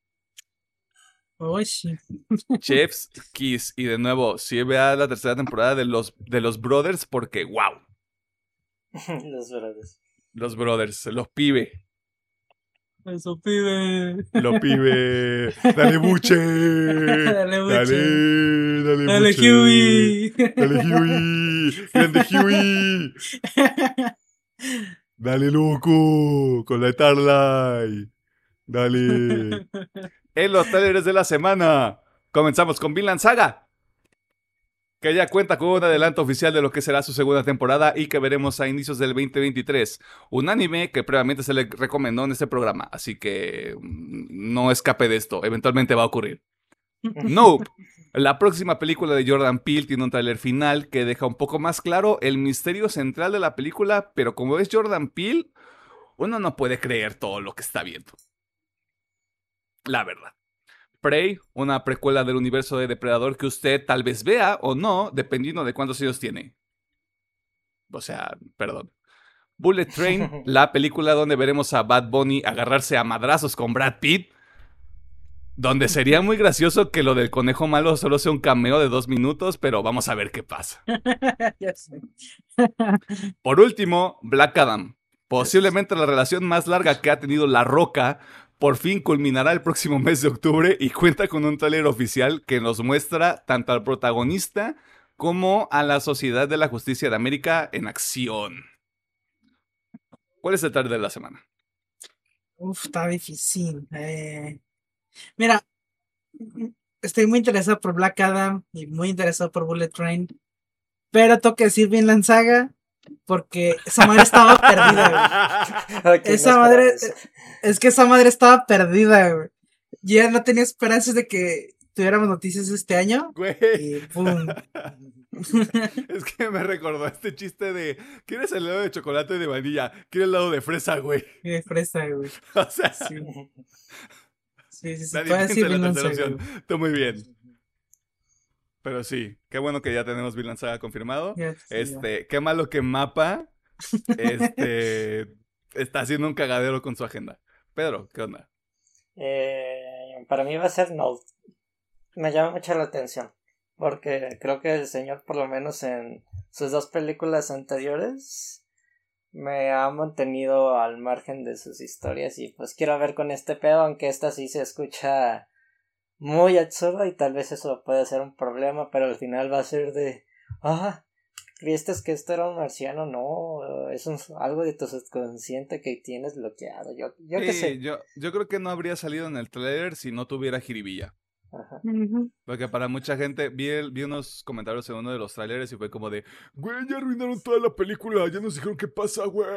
uy, sí. Chef's Kiss. Y de nuevo, sí vea la tercera temporada de los, de los Brothers porque, wow. Los brothers. Los Brothers, los pibe. Eso, pibe. Los pibe. Dale buche. Dale, Dale, buche. dale, Dale, buche. Huey. Dale, Huey. Grande Huey. Dale, loco. Con la Starlight. Dale. En los trailers de la semana. Comenzamos con Vinland Saga. que ya cuenta con un adelanto oficial de lo que será su segunda temporada y que veremos a inicios del veinte veintitrés. Un anime que previamente se le recomendó en este programa, así que mm, no escape de esto, eventualmente va a ocurrir. Nope. La próxima película de Jordan Peele tiene un tráiler final que deja un poco más claro el misterio central de la película, pero como es Jordan Peele, uno no puede creer todo lo que está viendo. La verdad. Prey, una precuela del universo de Depredador que usted tal vez vea o no, dependiendo de cuántos años tiene. O sea, perdón. Bullet Train, la película donde veremos a Bad Bunny agarrarse a madrazos con Brad Pitt. Donde sería muy gracioso que lo del conejo malo solo sea un cameo de dos minutos, pero vamos a ver qué pasa. Ya sé. Por último, Black Adam. Posiblemente la relación más larga que ha tenido La Roca, por fin culminará el próximo mes de octubre y cuenta con un tráiler oficial que nos muestra tanto al protagonista como a la Sociedad de la Justicia de América en acción. ¿Cuál es el tráiler de la semana? Uf, está difícil. Eh, mira, estoy muy interesado por Black Adam y muy interesado por Bullet Train, pero tengo que decir Vinland Saga porque esa madre estaba perdida, güey. Okay, Esa no madre, esperaba eso. es que esa madre estaba perdida, güey. Ya no tenía esperanzas de que tuviéramos noticias este año Güey. y pum. Es que me recordó este chiste de ¿quieres el helado de chocolate de vainilla? Quiero el helado de fresa, güey. Qué fresa, güey. O sea, Sí, sí, sí, sí. nadie Te voy a piensa decir en la Vinland tercera Saga, opción. güey. Está muy bien. Pero sí, qué bueno que ya tenemos Vinland Saga confirmado. Ya, sí, ya. Este, qué malo que Mapa este, está haciendo un cagadero con su agenda. Pedro, ¿qué onda? Eh, para mí va a ser Note. Me llama mucho la atención. Porque creo que el señor, por lo menos en sus dos películas anteriores, me ha mantenido al margen de sus historias. Y pues quiero ver con este pedo, aunque esta sí se escucha muy absurda y tal vez eso puede ser un problema, pero al final va a ser de... Ah, ¿creíste que esto era un marciano? No, es un, algo de tu subconsciente que tienes bloqueado. Yo, yo qué Sí, sé. yo, yo creo que no habría salido en el trailer si no tuviera jiribilla. Ajá. Ujú. Porque para mucha gente, vi, el- vi unos comentarios en uno de los trailers y fue como de, güey, ya arruinaron toda la película, ya nos dijeron qué pasa, güey.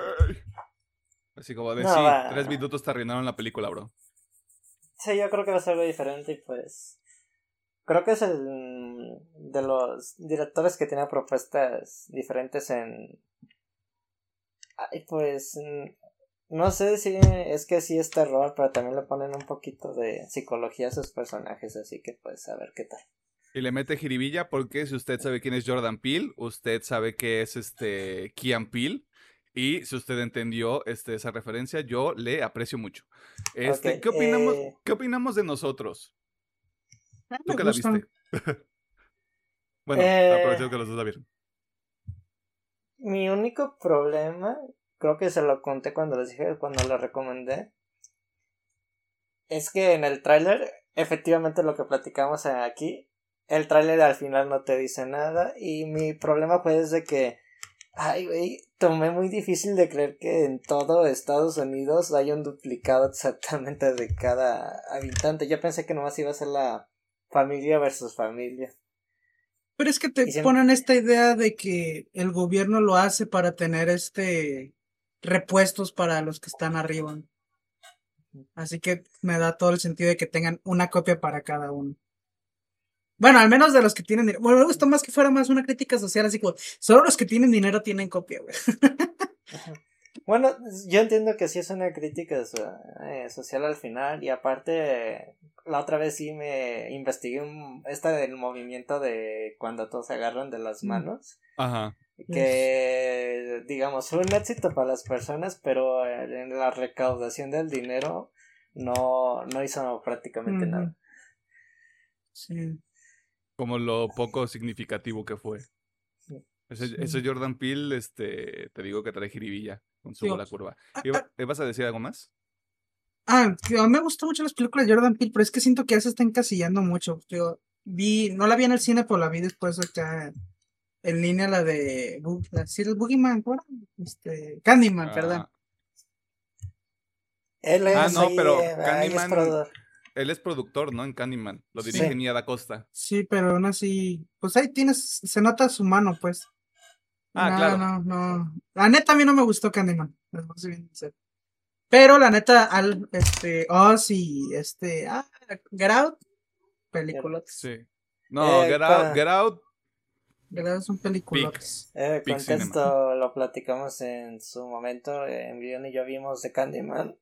Así como de, No, sí, va. tres minutos te arruinaron la película, bro. Sí, yo creo que va a ser algo diferente y pues... Creo que es el de los directores que tiene propuestas diferentes en... Ay, pues... No sé si es que sí es terror, pero también le ponen un poquito de psicología a sus personajes, así que pues a ver qué tal. Y le mete jiribilla porque si usted sabe quién es Jordan Peele, usted sabe que es este Key and Peele. Y si usted entendió este, esa referencia, yo le aprecio mucho. Este, Ok, ¿qué opinamos, eh, ¿qué opinamos de nosotros? Ah, ¿Tú me que la gustan. viste? Bueno, eh, aprovechando que los dos la vieron. mi único problema, creo que se lo conté cuando les dije, cuando lo recomendé, es que en el tráiler, efectivamente lo que platicamos aquí, el tráiler al final no te dice nada y mi problema fue desde que, ay güey, tomé muy difícil de creer que en todo Estados Unidos hay un duplicado exactamente de cada habitante. Yo pensé que nomás iba a ser la familia versus familia. Pero es que te Y si- ponen esta idea de que el gobierno lo hace para tener este repuestos para los que están arriba. Así que me da todo el sentido de que tengan una copia para cada uno. Bueno, al menos de los que tienen dinero. Bueno, me gusta más que fuera más una crítica social, así como solo los que tienen dinero tienen copia, güey. Bueno, yo entiendo que sí es una crítica so- eh, social al final y aparte la otra vez sí me investigué un, esta del movimiento de cuando todos se agarran de las Mm. manos, Ajá. que digamos fue un éxito para las personas, pero eh, en la recaudación del dinero no, no hizo prácticamente Ujú. nada. Sí. Como lo poco significativo que fue. Ese, Sí. ese Jordan Peele, este, te digo que trae jiribilla con su Digo, bola curva. ah, ¿Iba- ah, ¿Ibas a decir algo más? ah, digo, a mí me gustan mucho las películas de Jordan Peele, pero es que siento que ya se está encasillando mucho. Digo, vi, no la vi en el cine, pero la vi después acá en línea, la de Bu- la, sí, el Boogeyman, ¿cómo era? Este, Candyman, perdón. Ah, Él ah, es no, ahí, pero eh, ahí es Candyman productor. él es productor, ¿no? En Candyman. Lo dirige Sí. Nia Da Costa. Sí, pero aún así, pues ahí tienes, se nota su mano, pues. Ah, no, claro. no, no. La neta a mí no me gustó Candyman. les voy a ser bien sincero. Pero la neta, al, este, Oz y este, ah, Get Out, películas. Sí. No, Eh, Get cua- Out, Get Out, Get Out son películas. Eh, Big contexto, lo platicamos en su momento, en Vivian y yo vimos de Candyman.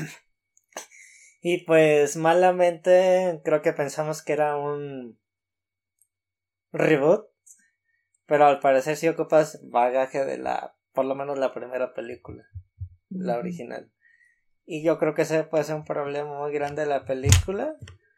Y pues malamente creo que pensamos que era un reboot, pero al parecer sí ocupas bagaje de la, por lo menos la primera película, la Ujú. original. Y yo creo que ese puede ser un problema muy grande de la película.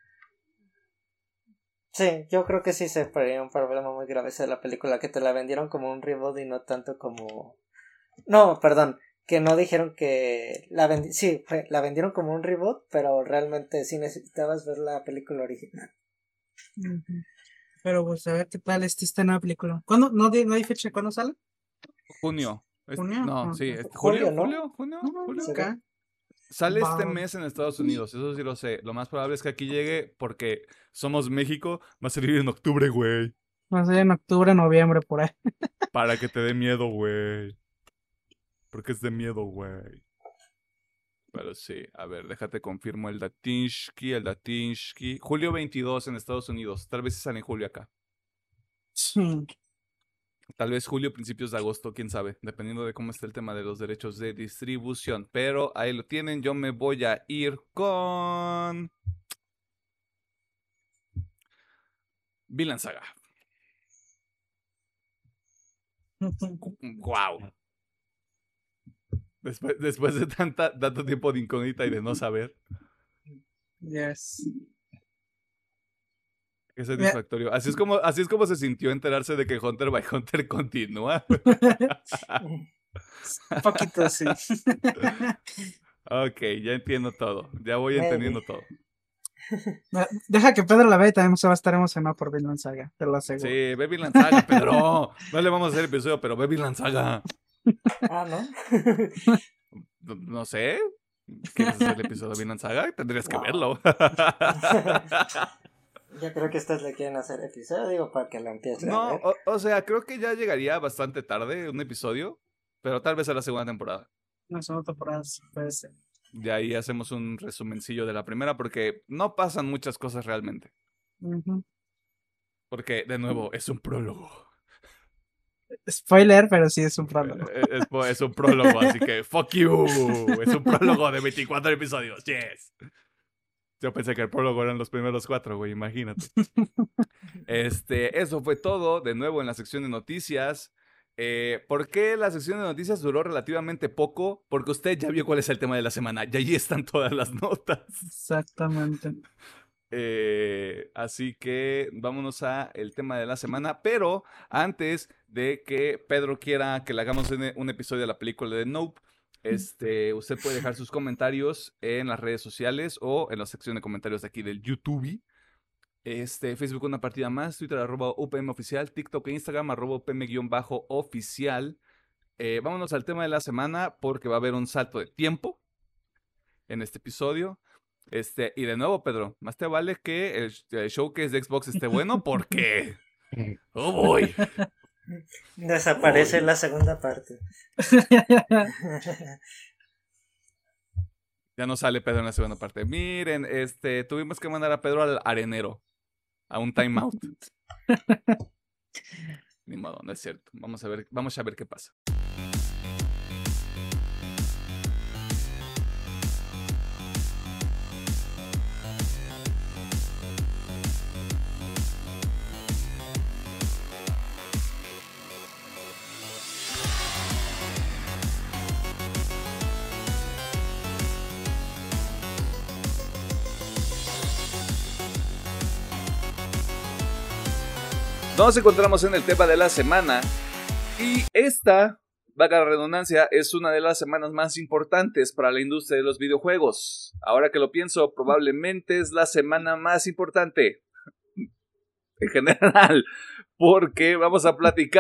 Sí, yo creo que sí se sería un problema muy grave ese de la película, que te la vendieron como un reboot y no tanto como... No, perdón, que no dijeron que la vendi... sí, fue, la vendieron como un reboot, pero realmente sí necesitabas ver la película original. Ujú. Pero pues a ver qué tal este está en la película. ¿Cuándo? ¿No, di- no hay fecha de cuándo sale? junio. Es- ¿Junio? no, Ah, sí, ok. este- Julio, ¿julio? ¿no? ¿Julio? ¿Junio? No, ¿Julio? Sí. acá. Sale este Va. mes en Estados Unidos, eso sí lo sé. Lo más probable es que aquí llegue porque somos México. Va a salir en octubre, güey. Va a ser en octubre, noviembre, por ahí. Para que te dé miedo, güey. Porque es de miedo, güey. Pero sí, a ver, déjate confirmo el Datinshki, el Datinshki. Julio veintidós en Estados Unidos. Tal vez sí sale en julio acá. Sí. Tal vez julio, principios de agosto, quién sabe. Dependiendo de cómo esté el tema de los derechos de distribución. Pero ahí lo tienen. Yo me voy a ir con... Vinland Saga. Wow. Después, después de tanta, tanto tiempo de incógnita y de no saber, Yes. qué satisfactorio. Así es como, así es como se sintió enterarse de que Hunter by Hunter continúa. Un poquito, sí. Ok, ya entiendo todo. Ya voy Maybe. entendiendo todo. Deja que Pedro la vea y también se va a estar emocionado por Vinland Saga, te lo aseguro. Sí, ve Vinland Saga, Pedro. No le vamos a hacer episodio, pero ve Vinland Saga. Ah, ¿no? No, no sé. ¿Quieres hacer el episodio de Vinland Saga? Tendrías que No. verlo. Yo creo que ustedes le quieren hacer episodio, digo, para que lo empiecen a No, ver. o, o sea, creo que ya llegaría bastante tarde un episodio, pero tal vez a la segunda temporada. No son temporadas, puede ser. Y ahí hacemos un resumencillo de la primera porque no pasan muchas cosas realmente. Ujú. Porque, de nuevo, es un prólogo. Spoiler, pero sí es un prólogo. Eh, Es, es un prólogo, así que fuck you. Es un prólogo de veinticuatro episodios. Yes. Yo pensé que el prólogo eran los primeros cuatro, güey, imagínate. Este, eso fue todo. De nuevo en la sección de noticias. Eh, ¿Por qué la sección de noticias duró relativamente poco? Porque usted ya vio cuál es el tema de la semana. Y ahí están todas las notas. Exactamente. Eh, así que vámonos a el tema de la semana. Pero antes de que Pedro quiera que le hagamos un, un episodio de la película de Nope, este, usted puede dejar sus comentarios en las redes sociales o en la sección de comentarios de aquí del YouTube. Este, Facebook una partida más, Twitter arroba U P M oficial, TikTok e Instagram arroba U P M-oficial. Eh, vámonos al tema de la semana porque va a haber un salto de tiempo en este episodio. Este, y de nuevo, Pedro, más te vale que el, el showcase de Xbox esté bueno porque... ¡Oh, boy! Desaparece Uy. la segunda parte. Ya no sale Pedro en la segunda parte. Miren, este, tuvimos que mandar a Pedro al arenero, a un timeout. Ni modo, no es cierto. Vamos a ver, vamos a ver qué pasa. Nos encontramos en el tema de la semana y esta, vaga la redundancia, es una de las semanas más importantes para la industria de los videojuegos. Ahora que lo pienso, probablemente es la semana más importante en general, porque vamos a platicar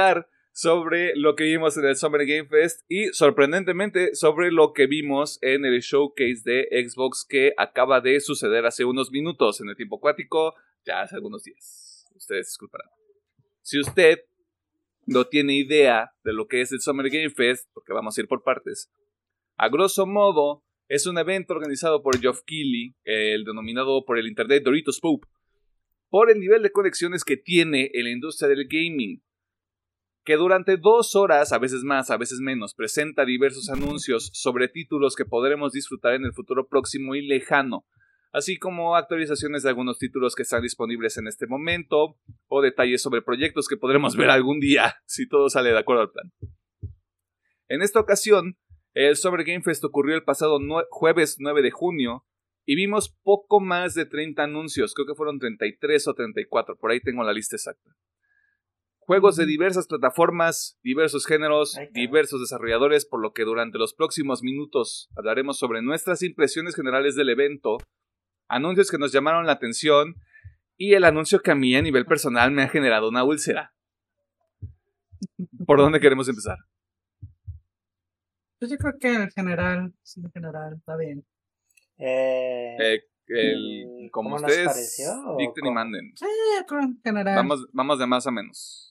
sobre lo que vimos en el Summer Game Fest y, sorprendentemente, sobre lo que vimos en el showcase de Xbox que acaba de suceder hace unos minutos en el tiempo acuático, ya hace algunos días. Ustedes disculparán. Si usted no tiene idea de lo que es el Summer Game Fest, porque vamos a ir por partes, a grosso modo, es un evento organizado por Geoff Keighley, el denominado por el internet Doritos Pope, por el nivel de conexiones que tiene en la industria del gaming, que durante dos horas, a veces más, a veces menos, presenta diversos anuncios sobre títulos que podremos disfrutar en el futuro próximo y lejano, así como actualizaciones de algunos títulos que están disponibles en este momento, o detalles sobre proyectos que podremos ver algún día, si todo sale de acuerdo al plan. En esta ocasión, el Summer Game Fest ocurrió el pasado nue- jueves nueve de junio, y vimos poco más de treinta anuncios, creo que fueron treinta y tres o treinta y cuatro, por ahí tengo la lista exacta. Juegos de diversas plataformas, diversos géneros, diversos desarrolladores, por lo que durante los próximos minutos hablaremos sobre nuestras impresiones generales del evento, anuncios que nos llamaron la atención y el anuncio que a mí a nivel personal me ha generado una úlcera. ¿Por dónde queremos empezar? Pues yo creo que en general, sí, en general, está bien. Eh, Eh, el, como ¿Cómo nos ustedes pareció, o dicten y cómo? manden. Sí, yo creo en general. Vamos, vamos de más a menos.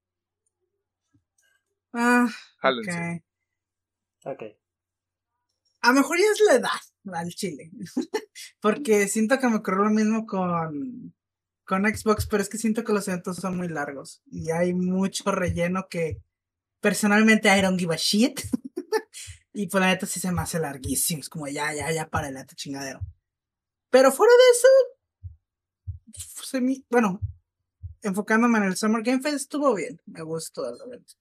Ah, Jálense. ok. Ok. A lo mejor ya es la edad al chile. Porque siento que me ocurrió lo mismo con, con Xbox, pero es que siento que los eventos son muy largos. Y hay mucho relleno que personalmente I don't give a shit. Y por la neta sí se me hace larguísimo. Es como ya, ya, ya, para el neta chingadero. Pero fuera de eso, se me- bueno, enfocándome en el Summer Game Fest, estuvo bien. Me gustó el evento.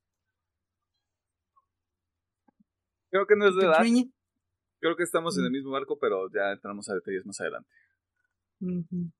Creo que no es de ¿Tú, edad. Chuñi? Creo que estamos en el Mm. mismo barco, pero ya entramos a detalles más adelante. Ujú.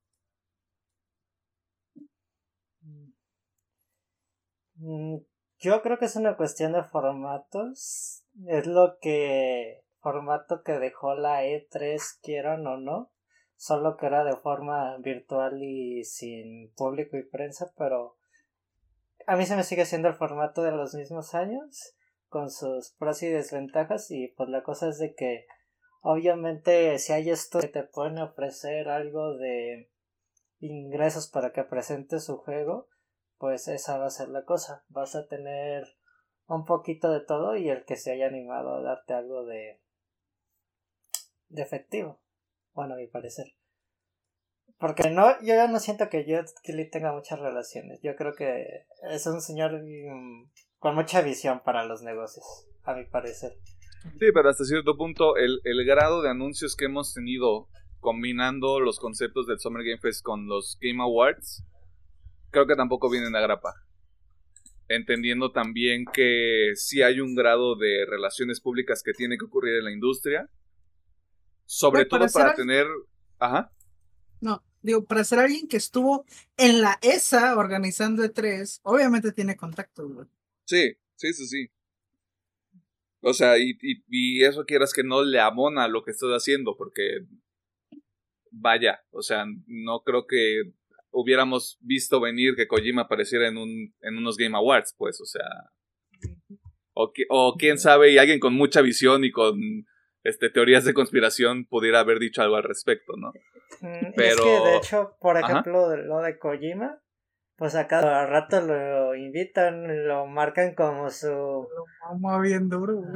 Mm, Yo creo que es una cuestión de formatos. Es lo que formato que dejó la E tres, quieran o no. Solo que era de forma virtual y sin público y prensa, pero a mí se me sigue siendo el formato de los mismos años, con sus pros y desventajas. Y pues la cosa es de que obviamente si hay esto que te pueden ofrecer algo de ingresos para que presentes su juego, pues esa va a ser la cosa. Vas a tener un poquito de todo y el que se haya animado a darte algo de de efectivo, bueno, a mi parecer. Porque no, yo ya no siento que Geoff Keighley tenga muchas relaciones. Yo creo que es un señor um, con mucha visión para los negocios, a mi parecer. Sí, pero hasta cierto punto el, el grado de anuncios que hemos tenido combinando los conceptos del Summer Game Fest con los Game Awards, creo que tampoco vienen a grapa. Entendiendo también que sí hay un grado de relaciones públicas que tiene que ocurrir en la industria. Sobre Bueno, todo para para ser al- tener... Ajá. No, digo, para ser alguien que estuvo en la E S A organizando E tres, obviamente tiene contactos, güey. Sí, sí, sí, sí. O sea, y, y, y eso quieras que no le abona lo que estás haciendo, porque vaya, o sea, no creo que hubiéramos visto venir que Kojima apareciera en un en unos Game Awards, pues, o sea, o, que, o quién sabe, y alguien con mucha visión y con este teorías de conspiración pudiera haber dicho algo al respecto, ¿no? Mm, Pero... Y es que de hecho, por Ajá. ejemplo, lo de Kojima, pues a cada rato lo invitan, lo marcan como su Lo vamos bien duro, güey.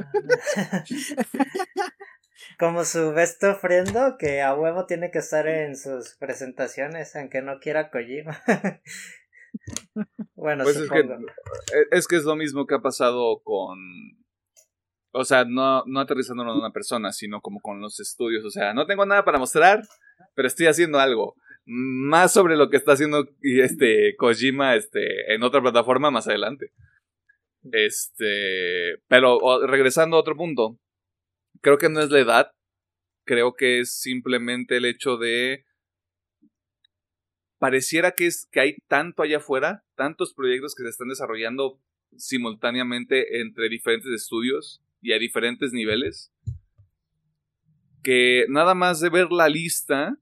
como su best ofrendo, que a huevo tiene que estar en sus presentaciones, aunque no quiera Kojima. Bueno, Pues es que, supongo. es que es lo mismo que ha pasado con... O sea, no, no aterrizándolo en una persona, sino como con los estudios. O sea, no tengo nada para mostrar, pero estoy haciendo algo. Más sobre lo que está haciendo este Kojima este, en otra plataforma más adelante. Este, pero o, regresando a otro punto, creo que no es la edad, creo que es simplemente el hecho de pareciera que es que hay tanto allá afuera, tantos proyectos que se están desarrollando simultáneamente entre diferentes estudios y a diferentes niveles, que nada más de ver la lista,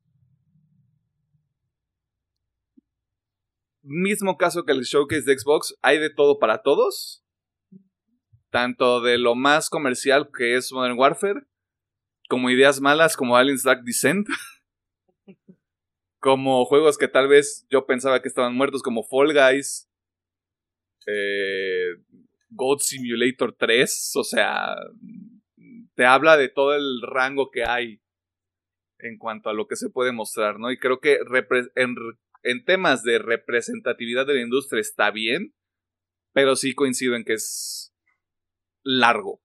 mismo caso que el showcase de Xbox, hay de todo para todos, Tanto de lo más comercial que es Modern Warfare, como ideas malas como Aliens Dark Descent, como juegos que tal vez yo pensaba que estaban muertos, como Fall Guys, eh, Goat Simulator tres, o sea, te habla de todo el rango que hay en cuanto a lo que se puede mostrar, ¿no? Y creo que repre- en, en temas de representatividad de la industria está bien, pero sí coincido en que es largo.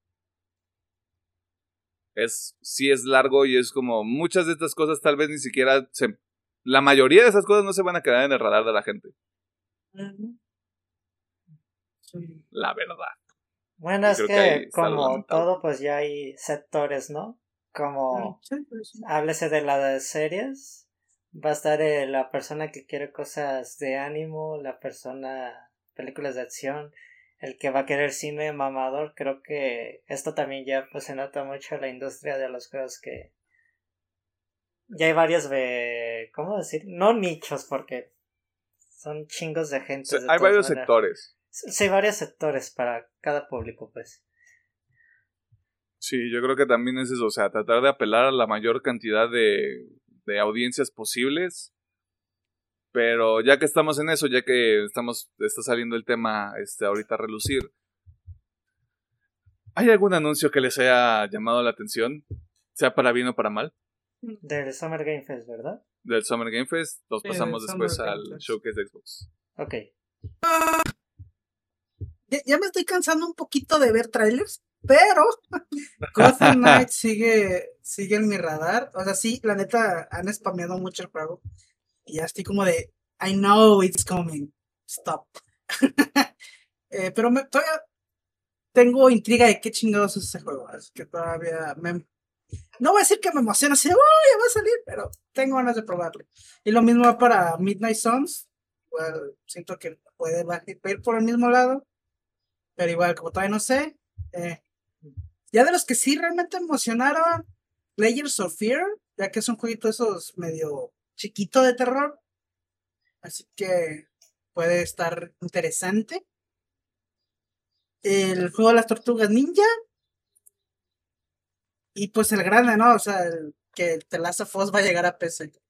Es, sí es largo y es como muchas de estas cosas tal vez ni siquiera se, la mayoría de esas cosas no se van a quedar en el radar de la gente. Ujú. Sí. La verdad. Bueno, Y es creo que, que ahí está algo como lamentable. todo, pues ya hay sectores, ¿no? Como Sí, pues sí. háblese de las series, va a estar eh, la persona que quiere cosas de ánimo, la persona, películas de acción, el que va a querer cine mamador. Creo que esto también ya pues se nota mucho en la industria de los juegos, que ya hay varios de, ¿cómo decir? No nichos, porque son chingos de O gente sea, de hay todas varios maneras. sectores. Sí, hay varios sectores para cada público, pues. Sí, yo creo que también es eso, o sea, tratar de apelar a la mayor cantidad de, de audiencias posibles. Pero ya que estamos en eso, ya que estamos está saliendo el tema este, ahorita a relucir, ¿hay algún anuncio que les haya llamado la atención? Sea para bien o para mal. Del Summer Game Fest, ¿verdad? Del Summer Game Fest, nos Sí, pasamos del después Summer al Game Fest. showcase de Xbox. Ok. Ya, ya me estoy cansando un poquito de ver trailers, pero Gotham Knights sigue, sigue en mi radar. O sea, sí, la neta han spameado mucho el juego. Y ya estoy como de, I know it's coming. Stop. Eh, pero me, todavía tengo intriga de qué chingados es ese juego. Así que todavía me, no voy a decir que me emociona así, oh, ya va a salir, pero tengo ganas de probarlo. Y lo mismo va para Midnight Suns. Igual siento que puede va- ir por el mismo lado. Pero igual, como todavía no sé. eh, ya de los que sí realmente emocionaron, Layers of Fear, ya que es un jueguito de esos medio chiquito de terror. Así que puede estar interesante. El juego de las tortugas ninja. Y pues el grande, ¿no? O sea, el, que The Last of Us va a llegar a P C.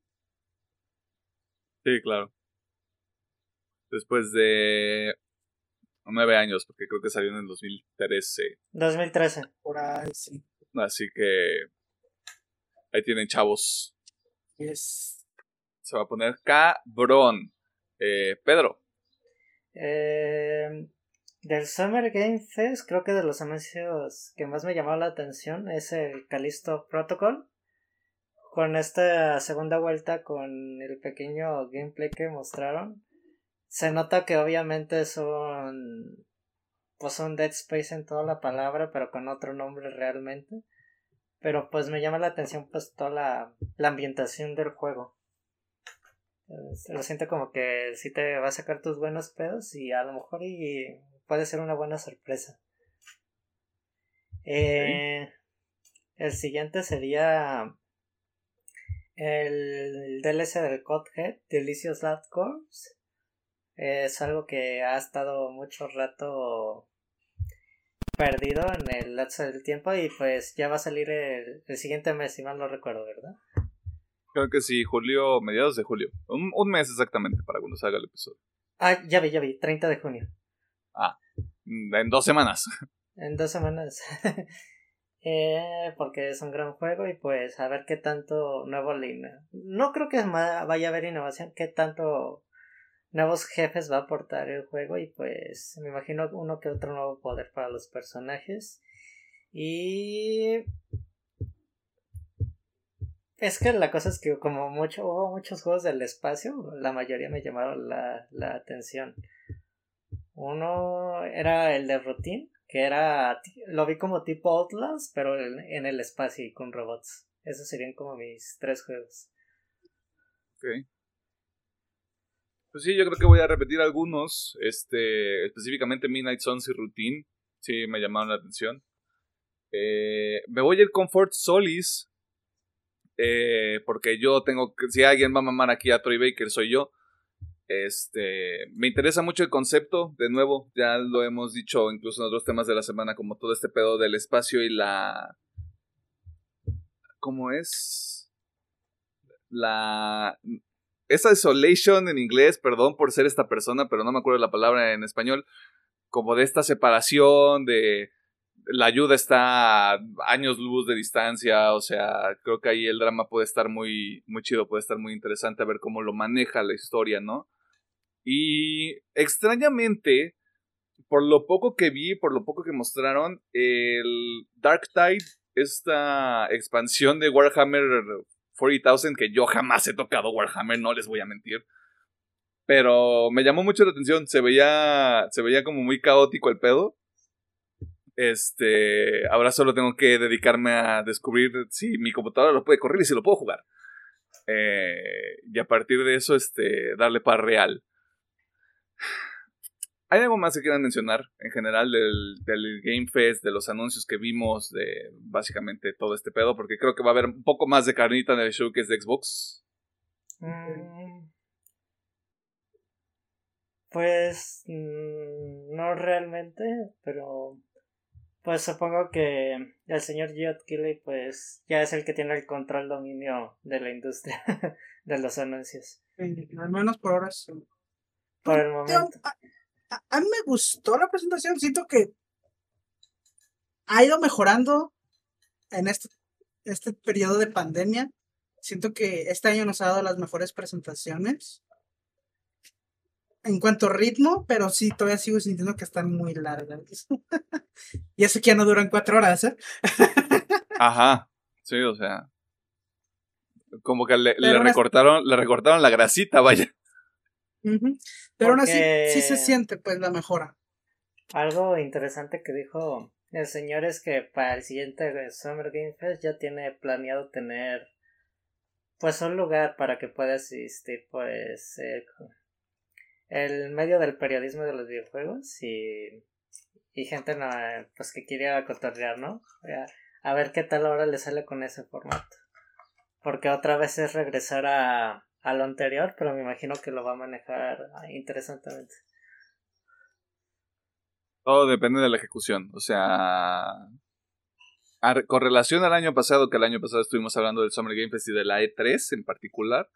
Sí, claro. Después de nueve años, porque creo que salió en el dos mil trece. dos mil trece. Por ahí sí. Así que ahí tienen, chavos. Es... Se va a poner cabrón. Eh, Pedro. Eh, del Summer Game Fest, creo que de los anuncios que más me llamó la atención es el Callisto Protocol. Con esta segunda vuelta, con el pequeño gameplay que mostraron, se nota que obviamente son pues un Dead Space en toda la palabra, pero con otro nombre realmente. Pero pues me llama la atención pues toda la, la ambientación del juego. Eh, Lo siento como que sí te va a sacar tus buenos pedos y a lo mejor y puede ser una buena sorpresa. Eh, el siguiente sería el D L C del Cuphead, Delicious Last Course. Es algo que ha estado mucho rato perdido en el lapso del tiempo y pues ya va a salir el, el siguiente mes, si mal no recuerdo, ¿verdad? Creo que sí, julio, mediados de julio. Un, un mes exactamente para cuando salga el episodio. Ah, ya vi, ya vi, treinta de junio. Ah, en dos semanas. En dos semanas. eh, porque es un gran juego y pues a ver qué tanto nuevo línea. No creo que vaya a haber innovación, qué tanto nuevos jefes va a aportar el juego y pues me imagino uno que otro nuevo poder para los personajes. Y es que la cosa es que como mucho hubo muchos juegos del espacio, la mayoría me llamaron la, la atención. Uno era el de Routine, que era, lo vi como tipo Outlast, pero en, en el espacio y con robots. Esos serían como mis tres juegos. Ok. Pues sí, yo creo que voy a repetir algunos. Este, específicamente Midnight Suns y Routine. Sí, me llamaron la atención. Eh, me voy a ir con Fort Solis. Eh, porque yo tengo que, si alguien va a mamar aquí a Troy Baker, soy yo. Este, me interesa mucho el concepto, de nuevo, ya lo hemos dicho incluso en otros temas de la semana, como todo este pedo del espacio y la... ¿Cómo es? La... Esa isolation en inglés, perdón por ser esta persona, pero no me acuerdo la palabra en español, como de esta separación, de... La ayuda está a años luz de distancia, o sea, creo que ahí el drama puede estar muy, muy chido, puede estar muy interesante a ver cómo lo maneja la historia, ¿no? Y extrañamente, por lo poco que vi, por lo poco que mostraron, el Darktide, esta expansión de Warhammer cuarenta mil, que yo jamás he tocado Warhammer, no les voy a mentir, pero me llamó mucho la atención, se veía, se veía como muy caótico el pedo. Este, ahora solo tengo que dedicarme a descubrir si mi computadora lo puede correr y si lo puedo jugar. Eh, y a partir de eso, este, darle para real. ¿Hay algo más que quieran mencionar en general del, del Game Fest, de los anuncios que vimos, de básicamente todo este pedo? Porque creo que va a haber un poco más de carnita en el showcase de Xbox. Mm, pues mm, no realmente, pero pues supongo que el señor Geoff Keighley pues ya es el que tiene el control dominio de la industria de los anuncios. Eh, al menos por ahora sí. Por el Yo- momento. a, a- a mí me gustó la presentación. Siento que ha ido mejorando en este, este periodo de pandemia. Siento que este año nos ha dado las mejores presentaciones en cuanto a ritmo, pero sí, todavía sigo sintiendo que están muy largas. Y eso que ya no duran cuatro horas, ¿eh? Ajá, sí, o sea, como que le, le Pero aún así- recortaron, le recortaron la grasita, vaya. Ujú. Pero aún así, Porque- sí se siente pues la mejora. Algo interesante que dijo el señor es que para el siguiente Summer Game Fest ya tiene planeado tener pues un lugar para que pueda asistir pues eh, el medio del periodismo de los videojuegos y, y gente no, pues que quiera cotorrear, ¿no? A, a ver qué tal ahora le sale con ese formato. Porque otra vez es regresar a, a lo anterior, pero me imagino que lo va a manejar interesantemente. Todo depende de la ejecución, o sea, a- con relación al año pasado, que el año pasado estuvimos hablando del Summer Game Fest y de la E tres en particular,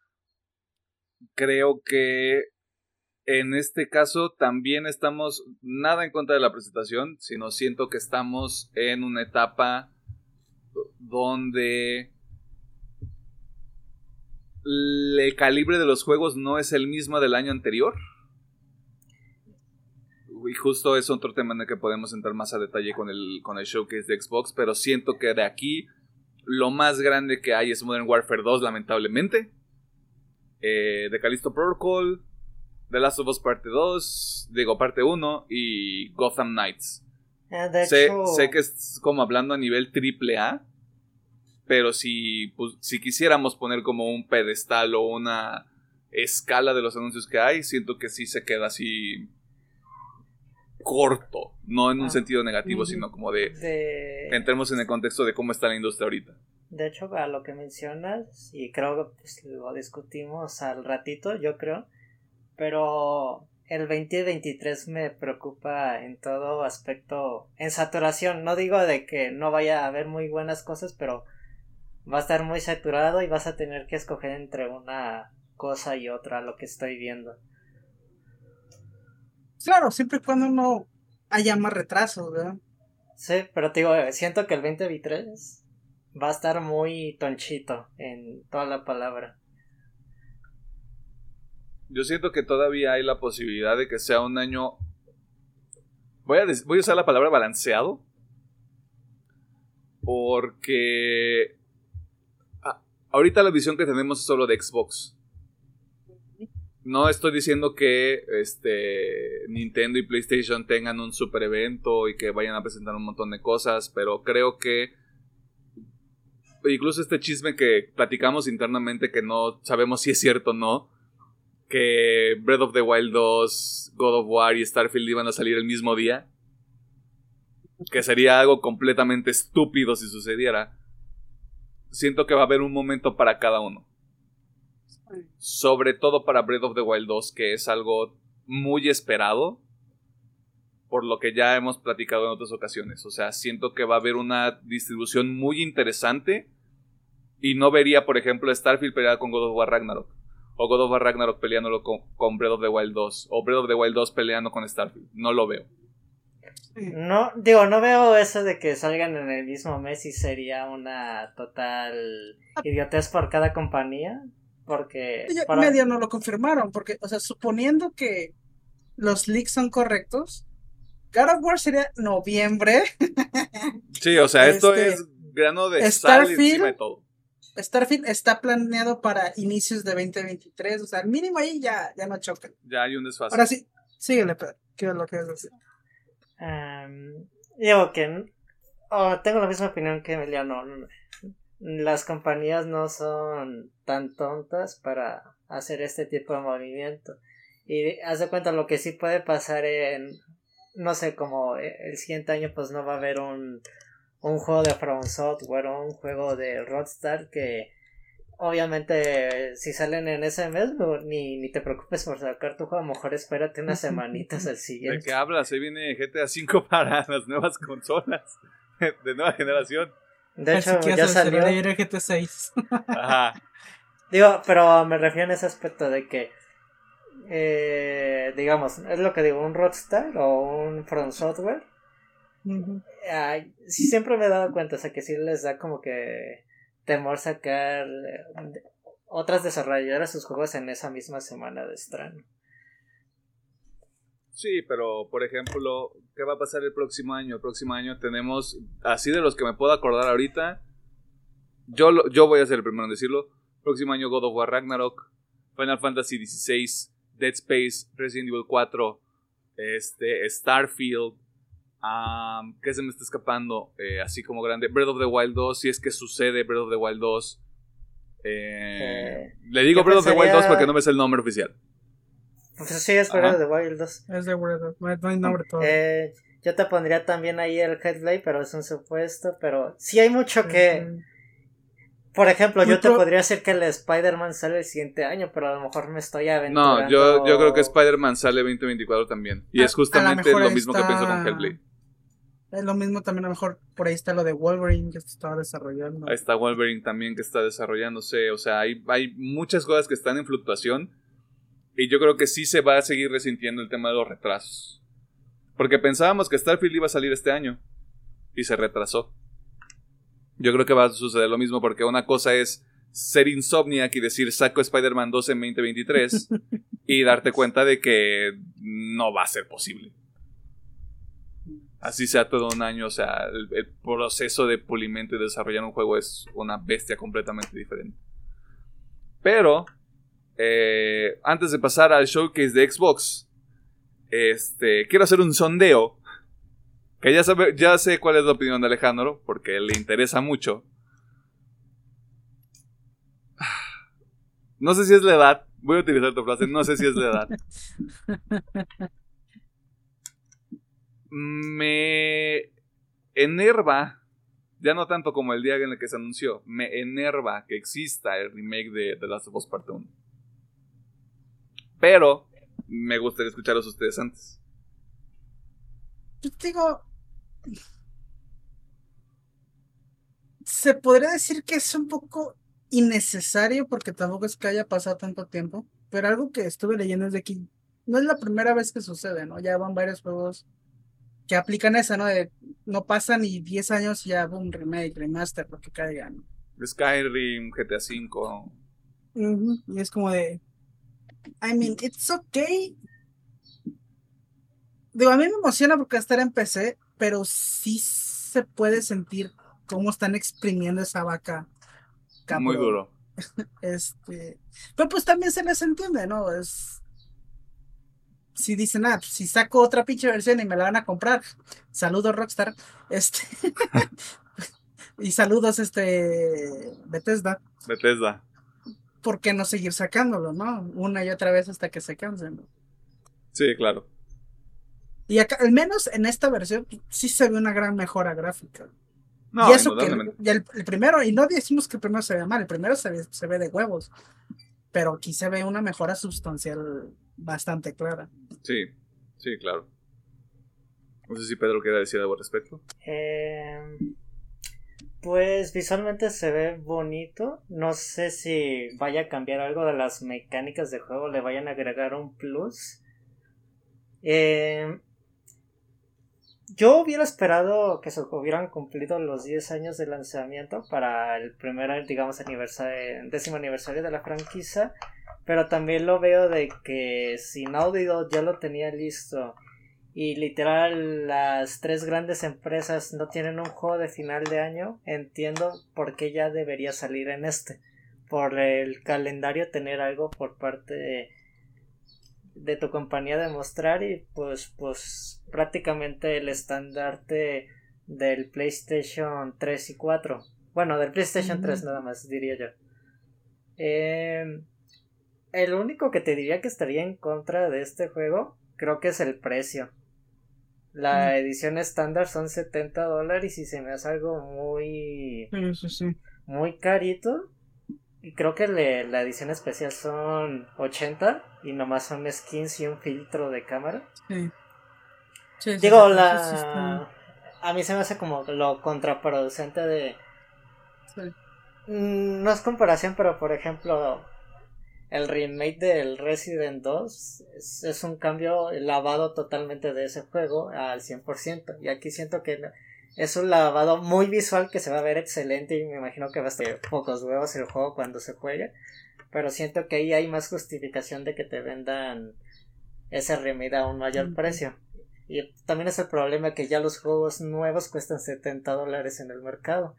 creo que en este caso también estamos nada en contra de la presentación, sino siento que estamos en una etapa donde el calibre de los juegos no es el mismo del año anterior. Y justo es otro tema en el que podemos entrar más a detalle con el, con el showcase de Xbox, pero siento que de aquí lo más grande que hay es Modern Warfare dos, lamentablemente. Eh, The Callisto Protocol, The Last of Us Parte dos, digo Parte uno y Gotham Knights. Eh, de Sé, hecho, sé que es como hablando a nivel triple A, pero si, pues, si quisiéramos poner como un pedestal o una escala de los anuncios que hay, siento que sí se queda así corto, no en un Ah. sentido negativo, Ujú. sino como de de, entremos en el contexto de cómo está la industria ahorita. de hecho, a lo que mencionas, y creo que pues, lo discutimos al ratito, yo creo, pero el veinte veintitrés me preocupa en todo aspecto, en saturación. No digo de que no vaya a haber muy buenas cosas, pero va a estar muy saturado y vas a tener que escoger entre una cosa y otra, lo que estoy viendo. Claro, siempre y cuando no haya más retrasos, ¿verdad? Sí, pero te digo, siento que el veinte veintitrés va a estar muy tonchito en toda la palabra. Yo siento que todavía hay la posibilidad de que sea un año, voy a, des- voy a usar la palabra balanceado, porque ah, ahorita la visión que tenemos es solo de Xbox. No estoy diciendo que este Nintendo y PlayStation tengan un super evento y que vayan a presentar un montón de cosas, pero creo que incluso este chisme que platicamos internamente, que no sabemos si es cierto o no, que Breath of the Wild dos, God of War y Starfield iban a salir el mismo día, que sería algo completamente estúpido si sucediera. Siento que va a haber un momento para cada uno. Sobre todo para Breath of the Wild dos, que es algo muy esperado, por lo que ya hemos platicado en otras ocasiones. O sea, siento que va a haber una distribución muy interesante y no vería, por ejemplo, Starfield pelear con God of War Ragnarok, o God of War Ragnarok peleándolo con, con Breath of the Wild dos, o Breath of the Wild dos peleando con Starfield. No lo veo. No, digo, no veo eso de que salgan en el mismo mes y sería una total idiotez por cada compañía, porque... Ya para... medio no lo confirmaron, porque, o sea, suponiendo que los leaks son correctos, God of War sería noviembre. Sí, o sea, esto Este, es grano de sal Starfield, encima de todo. Starfield está planeado para inicios de veinte veintitrés, o sea, al mínimo ahí ya, ya no chocan. Ya hay un desfase. Ahora sí, síguele, Pedro, ¿qué es lo que es decir? Um, digo que oh, tengo la misma opinión que Emiliano. Las compañías no son tan tontas para hacer este tipo de movimiento. Y haz de cuenta, lo que sí puede pasar en, no sé, como el siguiente año pues no va a haber un, un juego de From Software o un juego de Rockstar, que obviamente si salen en ese mes no, ni, ni te preocupes por sacar tu juego, a lo mejor espérate unas semanitas al siguiente. ¿De qué hablas? Ahí viene G T A cinco para las nuevas consolas de nueva generación. De hecho, ya salió el G T A seis. Ajá. Digo, pero me refiero en ese aspecto de que eh, digamos, es lo que digo, un Rockstar o un From Software. Uh-huh. Ay, sí, siempre me he dado cuenta, o sea, que sí les da como que temor sacar eh, otras desarrolladoras sus juegos en esa misma semana de estreno. Sí, pero por ejemplo, ¿qué va a pasar el próximo año? El próximo año tenemos, así de los que me puedo acordar ahorita, yo, lo, yo voy a ser el primero en decirlo. Próximo año God of War Ragnarok, Final Fantasy dieciséis, Dead Space, Resident Evil cuatro, este, Starfield, um, ¿qué se me está escapando? Eh, así como grande, Breath of the Wild dos, si es que sucede Breath of the Wild dos. Eh, eh, le digo Breath pensaría... of the Wild dos porque no me sé el nombre oficial. Pues sí, es Breath of the Wild dos. Es de Breath of the Wild, no hay nombre todo. Eh, yo te pondría también ahí el Hellblade, pero es un supuesto, pero sí hay mucho que... Uh-huh. Por ejemplo, yo te pro... podría decir que el Spider-Man sale el siguiente año, pero a lo mejor me estoy aventurando. No, yo, yo creo que Spider-Man sale veinte veinticuatro también. Y a, es justamente lo mismo está... que pienso con Hellblade. Es lo mismo también, a lo mejor por ahí está lo de Wolverine que se estaba desarrollando. Ahí está Wolverine también que está desarrollándose. O sea, hay, hay muchas cosas que están en fluctuación. Y yo creo que sí se va a seguir resintiendo el tema de los retrasos. Porque pensábamos que Starfield iba a salir este año. Y se retrasó. Yo creo que va a suceder lo mismo, porque una cosa es ser Insomniac y decir saco Spider-Man dos en veinte veintitrés y darte cuenta de que no va a ser posible. Así sea todo un año, o sea, el, el proceso de pulimento y desarrollar un juego es una bestia completamente diferente. Pero, eh, antes de pasar al showcase de Xbox, este, quiero hacer un sondeo. Que ya, sabe, ya sé cuál es la opinión de Alejandro, porque le interesa mucho. No sé si es la edad. Voy a utilizar tu frase. No sé si es la edad. Me enerva, ya no tanto como el día en el que se anunció, me enerva que exista el remake de The Last of Us Parte uno. Pero me gustaría escucharlos ustedes antes. Yo digo... Se podría decir que es un poco innecesario porque tampoco es que haya pasado tanto tiempo, pero algo que estuve leyendo es de que no es la primera vez que sucede, ¿no? Ya van varios juegos que aplican esa, ¿no? De no pasan ni diez años y ya boom, remake, remaster, lo que caiga, ¿no? Skyrim, G T A cinco. Uh-huh. Y es como de I mean, it's okay. Digo, a mí me emociona porque va a estar en P C, pero sí se puede sentir cómo están exprimiendo esa vaca. Cabrón. Muy duro. Este, pero pues también se les entiende, ¿no? Es si dicen, ah, si saco otra pinche versión y me la van a comprar, saludos Rockstar, este y saludos este Bethesda. Bethesda. ¿Por qué no seguir sacándolo, no? Una y otra vez hasta que se cansen, ¿no? Sí, claro. Y acá, al menos en esta versión, sí se ve una gran mejora gráfica. No, y eso que el, y el, el primero, y no decimos que el primero se ve mal, el primero se ve, se ve de huevos. pero aquí se ve una mejora sustancial bastante clara. Sí, sí, claro. No sé si Pedro quiere decir algo al respecto. Eh, pues visualmente se ve bonito. No sé si vaya a cambiar algo de las mecánicas de juego, le vayan a agregar un plus. Eh, yo hubiera esperado que se hubieran cumplido los diez años de lanzamiento para el primer, digamos, aniversario, décimo aniversario de la franquicia. Pero también lo veo de que si Naughty Dog ya lo tenía listo y literal las tres grandes empresas no tienen un juego de final de año, entiendo por qué ya debería salir en este. Por el calendario tener algo por parte de, de tu compañía de mostrar y pues, pues prácticamente el estandarte del PlayStation tres y cuatro. Bueno, del PlayStation mm. tres nada más diría yo. Eh... El único que te diría que estaría en contra de este juego, creo que es el precio. La mm. edición estándar son setenta dólares y se me hace algo muy... Sí, sí, sí. Muy carito. Y creo que le, la edición especial son ochenta y nomás son skins y un filtro de cámara. Sí. Sí, Digo, sí, la... sí, sí, sí. A mí se me hace como lo contraproducente de... Sí. Mm, no es comparación, pero por ejemplo... El remake del Resident dos es, es un cambio lavado totalmente de ese juego al cien por ciento. Y aquí siento que es un lavado muy visual que se va a ver excelente y me imagino que va a estar pocos huevos el juego cuando se juegue. Pero siento que ahí hay más justificación de que te vendan ese remake a un mayor mm-hmm. precio. Y también es el problema que ya los juegos nuevos cuestan setenta dólares en el mercado.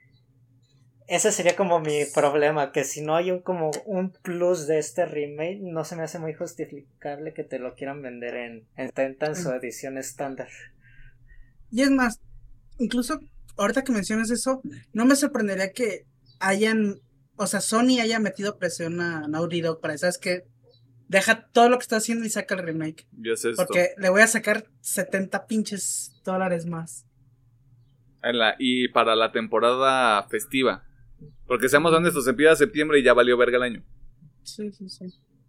Ese sería como mi problema, que si no hay un como un plus de este remake, no se me hace muy justificable que te lo quieran vender en, en setenta en su edición estándar. Y es más, incluso ahorita que mencionas eso, no me sorprendería que hayan, o sea, Sony haya metido presión a Naughty Dog para, ¿sabes qué? Deja todo lo que está haciendo y saca el remake. ¿Y es esto? Porque le voy a sacar setenta pinches dólares más. En la, y para la temporada festiva. Porque seamos honestos, empieza septiembre y ya valió verga el año. Sí, sí, sí.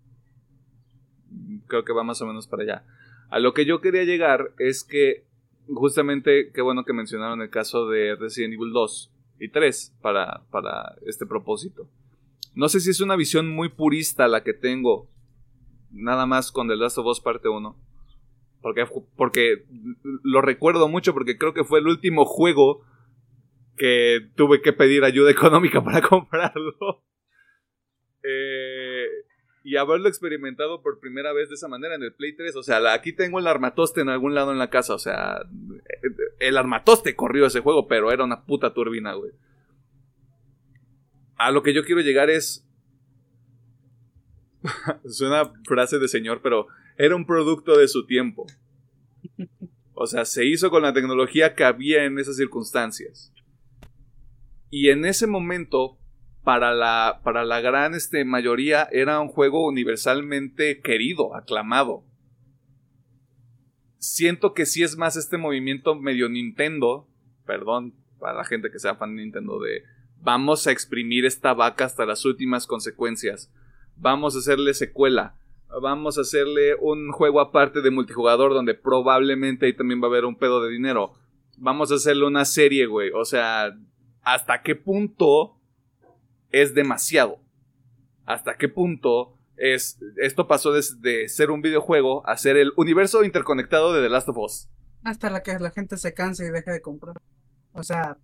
Creo que va más o menos para allá. A lo que yo quería llegar es que, justamente, qué bueno que mencionaron el caso de Resident Evil dos y tres para, para este propósito. No sé si es una visión muy purista la que tengo, nada más con The Last of Us parte uno. Porque, porque lo recuerdo mucho porque creo que fue el último juego que tuve que pedir ayuda económica para comprarlo. Eh, y haberlo experimentado por primera vez de esa manera en el Play tres. O sea, aquí tengo el armatoste en algún lado en la casa. O sea, el armatoste corrió ese juego, pero era una puta turbina, güey. A lo que yo quiero llegar es... es una frase de señor, pero era un producto de su tiempo. O sea, se hizo con la tecnología que había en esas circunstancias. Y en ese momento, para la, para la gran este, mayoría, era un juego universalmente querido, aclamado. Siento que sí es más este movimiento medio Nintendo, perdón, para la gente que sea fan de Nintendo, de vamos a exprimir esta vaca hasta las últimas consecuencias. Vamos a hacerle secuela. Vamos a hacerle un juego aparte de multijugador donde probablemente ahí también va a haber un pedo de dinero. Vamos a hacerle una serie, güey. O sea... ¿hasta qué punto es demasiado? ¿Hasta qué punto es esto pasó de, de ser un videojuego a ser el universo interconectado de The Last of Us? Hasta la que la gente se canse y deje de comprar. O sea...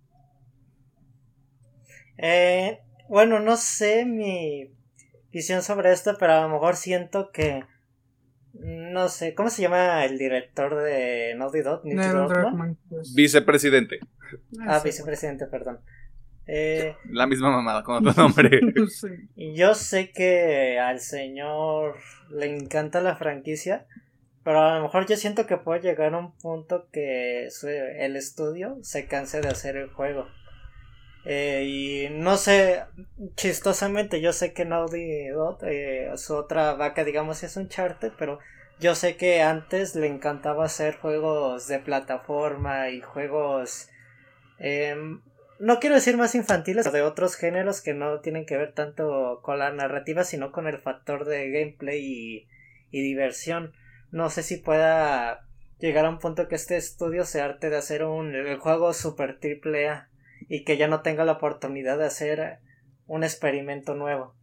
Eh, bueno, no sé mi visión sobre esto, pero a lo mejor siento que... No sé, ¿cómo se llama el director de Naughty Dog? Neil Druckmann, pues. Vicepresidente. Ah, ah vicepresidente, perdón. Eh, La misma mamada con otro nombre. Sí. Y yo sé que al señor le encanta la franquicia, pero a lo mejor yo siento que puede llegar a un punto que su, el estudio se canse de hacer el juego. Eh, y no sé, chistosamente yo sé que Naughty Dog, eh, su otra vaca digamos es Uncharted, pero yo sé que antes le encantaba hacer juegos de plataforma y juegos eh, no quiero decir más infantiles, de otros géneros que no tienen que ver tanto con la narrativa, sino con el factor de gameplay y, y diversión. No sé si pueda llegar a un punto que este estudio se harte de hacer un el juego super triple A y que ya no tenga la oportunidad de hacer un experimento nuevo.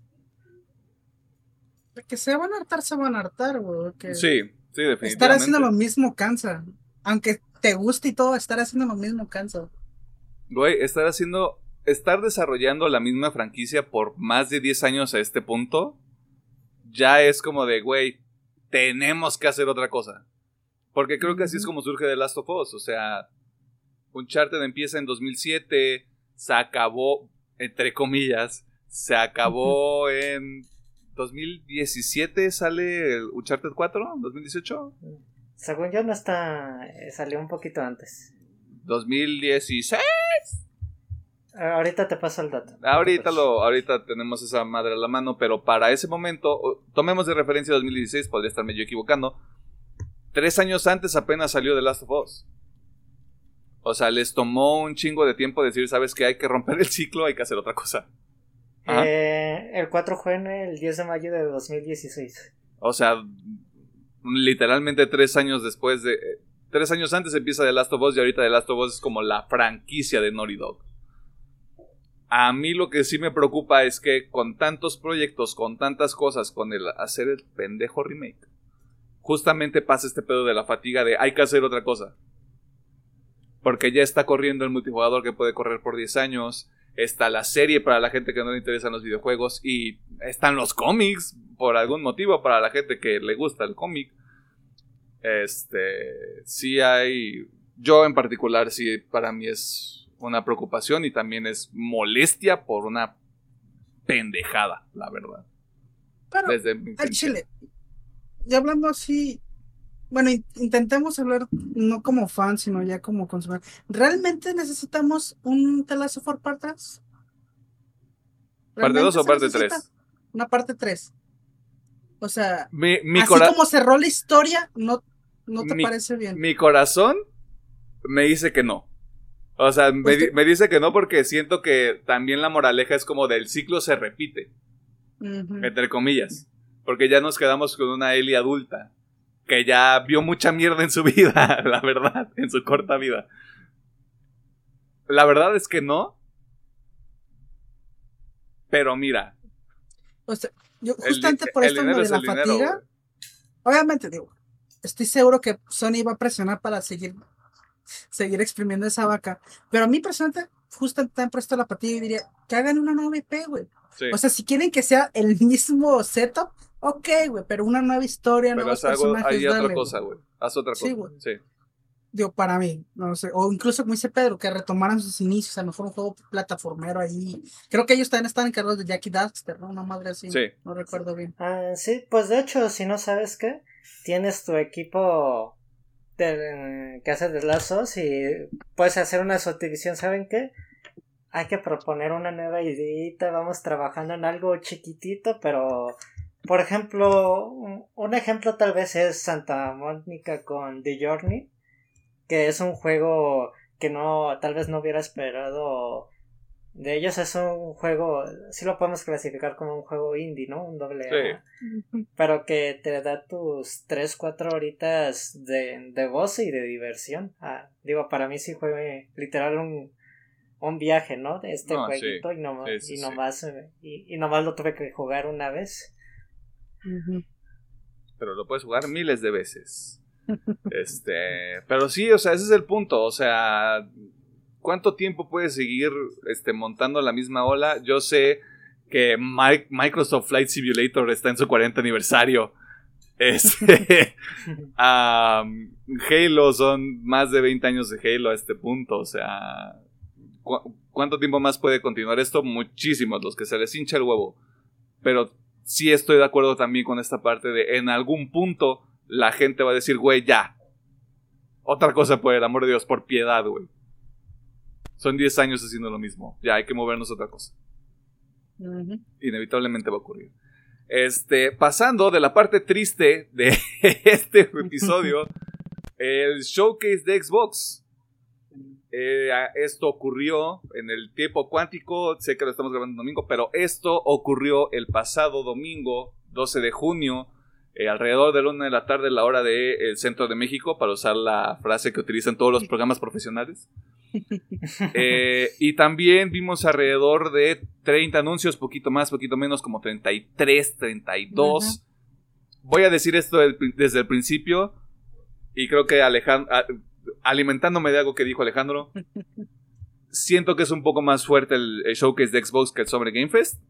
Que se van a hartar, se van a hartar, güey. Que Sí, sí, definitivamente. estar haciendo lo mismo cansa. Aunque te guste y todo, estar haciendo lo mismo cansa. Güey, estar haciendo, estar desarrollando la misma franquicia por más de diez años a este punto, ya es como de, güey, tenemos que hacer otra cosa. Porque creo que así es como surge The Last of Us. O sea, Uncharted empieza en dos mil siete, se acabó, entre comillas, se acabó en dos mil diecisiete, sale el Uncharted cuatro, dos mil dieciocho. Según yo no está, salió un poquito antes. dos mil dieciséis. Ahorita te paso el dato. Ahorita lo, ahorita tenemos esa madre a la mano, pero para ese momento, tomemos de referencia dos mil dieciséis, podría estarme yo equivocando. Tres años antes apenas salió The Last of Us. O sea, les tomó un chingo de tiempo decir, ¿sabes qué? Hay que romper el ciclo, hay que hacer otra cosa. Eh, el cuatro fue en el diez de mayo de dos mil dieciséis. O sea, literalmente tres años después de... Tres años antes empieza The Last of Us y ahorita The Last of Us es como la franquicia de Naughty Dog. A mí lo que sí me preocupa es que con tantos proyectos, con tantas cosas, con el hacer el pendejo remake, justamente pasa este pedo de la fatiga de hay que hacer otra cosa. Porque ya está corriendo el multijugador que puede correr por diez años, está la serie para la gente que no le interesan los videojuegos y están los cómics por algún motivo para la gente que le gusta el cómic. Este, sí hay, yo en particular sí para mí es una preocupación y también es molestia por una pendejada, la verdad. Pero Desde mi al chile, y hablando así, bueno, in- intentemos hablar no como fan, sino ya como consumidor. ¿Realmente necesitamos un The Last of Us Part tres? ¿Parte dos ¿Realmente o se parte necesita? tres? Una parte tres. O sea, Mi, mi, así cora- como cerró la historia, ¿no, no te mi- parece bien? mi corazón me dice que no. O sea, me, Pues di- que- me dice que no porque siento que también la moraleja es como del ciclo se repite, Ujú. entre comillas. Porque ya nos quedamos con una Ellie adulta que ya vio mucha mierda en su vida, la verdad, en su corta vida. La verdad es que no. Pero mira, O sea, yo el, justamente di- por el esto dinero lo de es la el dinero, fatiga, güey. obviamente digo, estoy seguro que Sony va a presionar para seguir, seguir exprimiendo esa vaca. Pero a mí personalmente, justamente también por esto la fatiga y diría que hagan una nueva I P, güey. Sí. O sea, si quieren que sea el mismo setup, ok, güey, pero una nueva historia, Pero nuevos haz algo, personajes, hay otra dale, cosa, güey. güey. Haz otra Sí, cosa. güey. Sí. Digo, para mí, no sé, o incluso como dice Pedro, que retomaran sus inicios, a lo mejor un juego plataformero ahí. Creo que ellos también están encargados de Jackie Daxter, ¿no? Una madre así, Sí. no recuerdo bien. Ah, sí, pues de hecho, si no sabes qué, tienes tu equipo de, que hace de lazos y puedes hacer una subdivisión, ¿saben qué? Hay que proponer una nueva ideita, vamos trabajando en algo chiquitito, pero por ejemplo, un, un ejemplo tal vez es Santa Mónica con The Journey, que es un juego que no, tal vez no hubiera esperado de ellos. Es un juego, sí lo podemos clasificar como un juego indie, ¿no? Un doble A. Sí. Pero que te da tus tres cuatro horitas de, de goce y de diversión. Ah, digo, para mí sí fue literal un, un viaje, ¿no? De este No, jueguito sí. y, nomás, Sí, sí, y, sí. nomás, eh, y, y nomás lo tuve que jugar una vez. Ujú. Pero lo puedes jugar miles de veces. Este, pero sí, o sea, ese es el punto. O sea, ¿cuánto tiempo puedes seguir este, montando la misma ola? Yo sé que Mi- Microsoft Flight Simulator está en su cuarenta aniversario. Este, um, Halo son más de veinte años de Halo a este punto. O sea, ¿cu- ¿cuánto tiempo más puede continuar esto? Muchísimos, los que se les hincha el huevo. Pero sí estoy de acuerdo también con esta parte de en algún punto la gente va a decir, güey, ya. Otra cosa, por el amor de Dios, por piedad, güey. Son diez años haciendo lo mismo. Ya hay que movernos a otra cosa. Ujú. Inevitablemente va a ocurrir. Este, pasando de la parte triste de este episodio, el showcase de Xbox. Eh, esto ocurrió en el tiempo cuántico, sé que lo estamos grabando el domingo, pero esto ocurrió el pasado domingo, doce de junio, eh, alrededor de la una de la tarde, la hora del centro de México, para usar la frase que utilizan todos los programas profesionales. Eh, y también vimos alrededor de treinta anuncios, poquito más, poquito menos, como treinta y tres, treinta y dos. Uh-huh. Voy a decir esto del, desde el principio, y creo que Alejandro, alimentándome de algo que dijo Alejandro, siento que es un poco más fuerte el, el showcase de Xbox que el Summer Game Fest,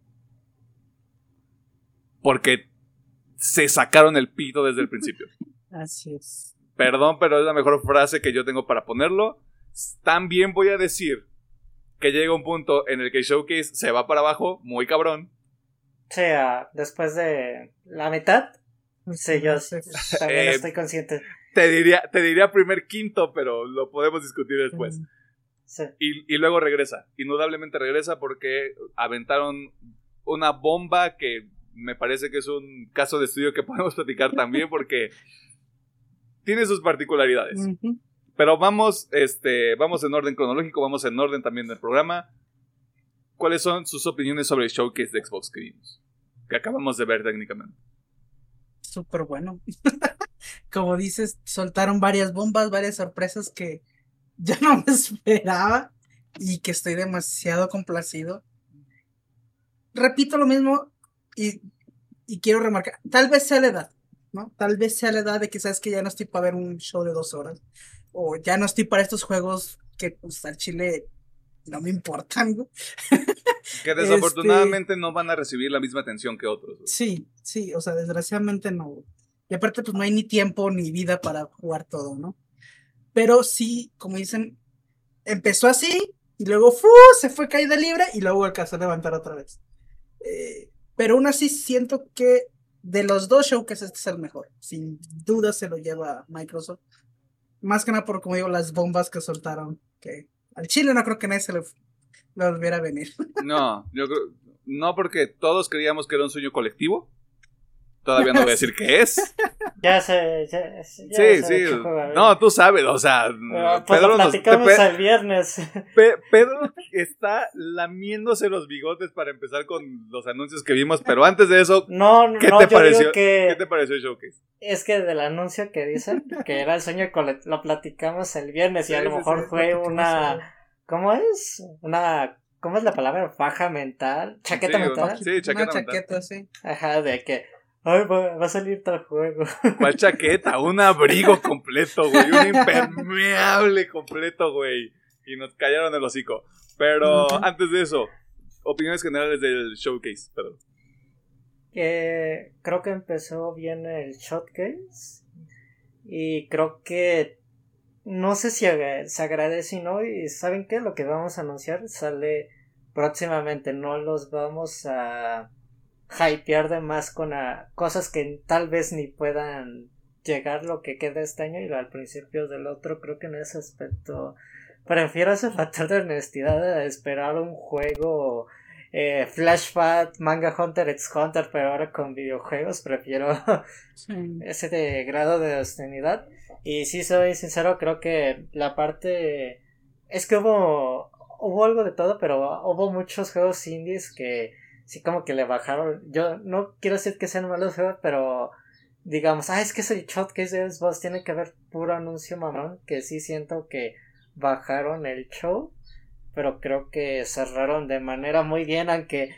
porque se sacaron el pito desde el principio. Así es. Perdón, pero es la mejor frase que yo tengo para ponerlo. También voy a decir que llega un punto en el que el showcase se va para abajo, muy cabrón. Sí, uh, después de la mitad, sí, yo también eh, estoy consciente. Te diría, te diría primer quinto, pero lo podemos discutir después. Sí. Y, y luego regresa, indudablemente regresa porque aventaron una bomba que me parece que es un caso de estudio que podemos platicar también porque tiene sus particularidades. Uh-huh. Pero vamos, este, vamos en orden cronológico, vamos en orden también del programa. ¿Cuáles son sus opiniones sobre el showcase de Xbox que vimos? Que acabamos de ver técnicamente. Súper bueno. Como dices, soltaron varias bombas, varias sorpresas que yo no me esperaba y que estoy demasiado complacido. Repito lo mismo y, y quiero remarcar, tal vez sea la edad, ¿no? Tal vez sea la edad de que sabes que ya no estoy para ver un show de dos horas. O ya no estoy para estos juegos que pues al chile no me importan, ¿no? Que desafortunadamente este... no van a recibir la misma atención que otros, ¿no? Sí, sí, o sea, desgraciadamente no. Y aparte pues no hay ni tiempo ni vida para jugar todo, ¿no? Pero sí, como dicen, empezó así y luego ¡fu! Se fue caída libre y luego alcanzó a levantar otra vez. Eh, pero aún así siento que de los dos showcases este es el mejor. Sin duda se lo lleva Microsoft. Más que nada por, como digo, las bombas que soltaron. Que al chile no creo que nadie se lo, lo volviera a venir. No, yo creo, no porque todos creíamos que era un sueño colectivo. Todavía no voy a decir qué es. Ya sé, ya, ya sí, sé sí. No, tú sabes, o sea, uh, pues Pedro lo platicamos nos, pe, el viernes. Pe, Pedro está lamiéndose los bigotes para empezar con los anuncios que vimos, pero antes de eso, no, ¿qué no, te yo pareció? Digo que ¿Qué te pareció el showcase? Es que del anuncio que dicen que era el sueño colet- lo platicamos el viernes y sí, a lo mejor sí, fue una, ¿cómo es? Una, ¿cómo es la palabra? Faja mental, chaqueta sí, mental. Sí, chaqueta una chaqueta, mental. Sí. Ajá, de que ay, va, va a salir tal juego. ¿Cuál chaqueta? Un abrigo completo, güey. Un impermeable completo, güey. Y nos callaron el hocico. Pero uh-huh. Antes de eso, opiniones generales del showcase, perdón. Que creo que empezó bien el showcase. Y creo que no sé si ag- se agradece o no. Y ¿saben qué? Lo que vamos a anunciar sale próximamente. No los vamos a hypear de más con a cosas que tal vez ni puedan llegar lo que queda este año y al principio del otro. Creo que en ese aspecto prefiero ese factor de honestidad de esperar un juego eh, Flash Fat, Manga Hunter x Hunter, pero ahora con videojuegos. Prefiero sí. ese de grado de honestidad. Y si soy sincero, creo que la parte es que hubo hubo algo de todo, pero hubo muchos juegos indies que sí como que le bajaron. Yo no quiero decir que sean malos juegos, pero digamos, ah, es que ese showcase de Xbox tiene que ver puro anuncio mamón, que sí siento que bajaron el show, pero creo que cerraron de manera muy bien, aunque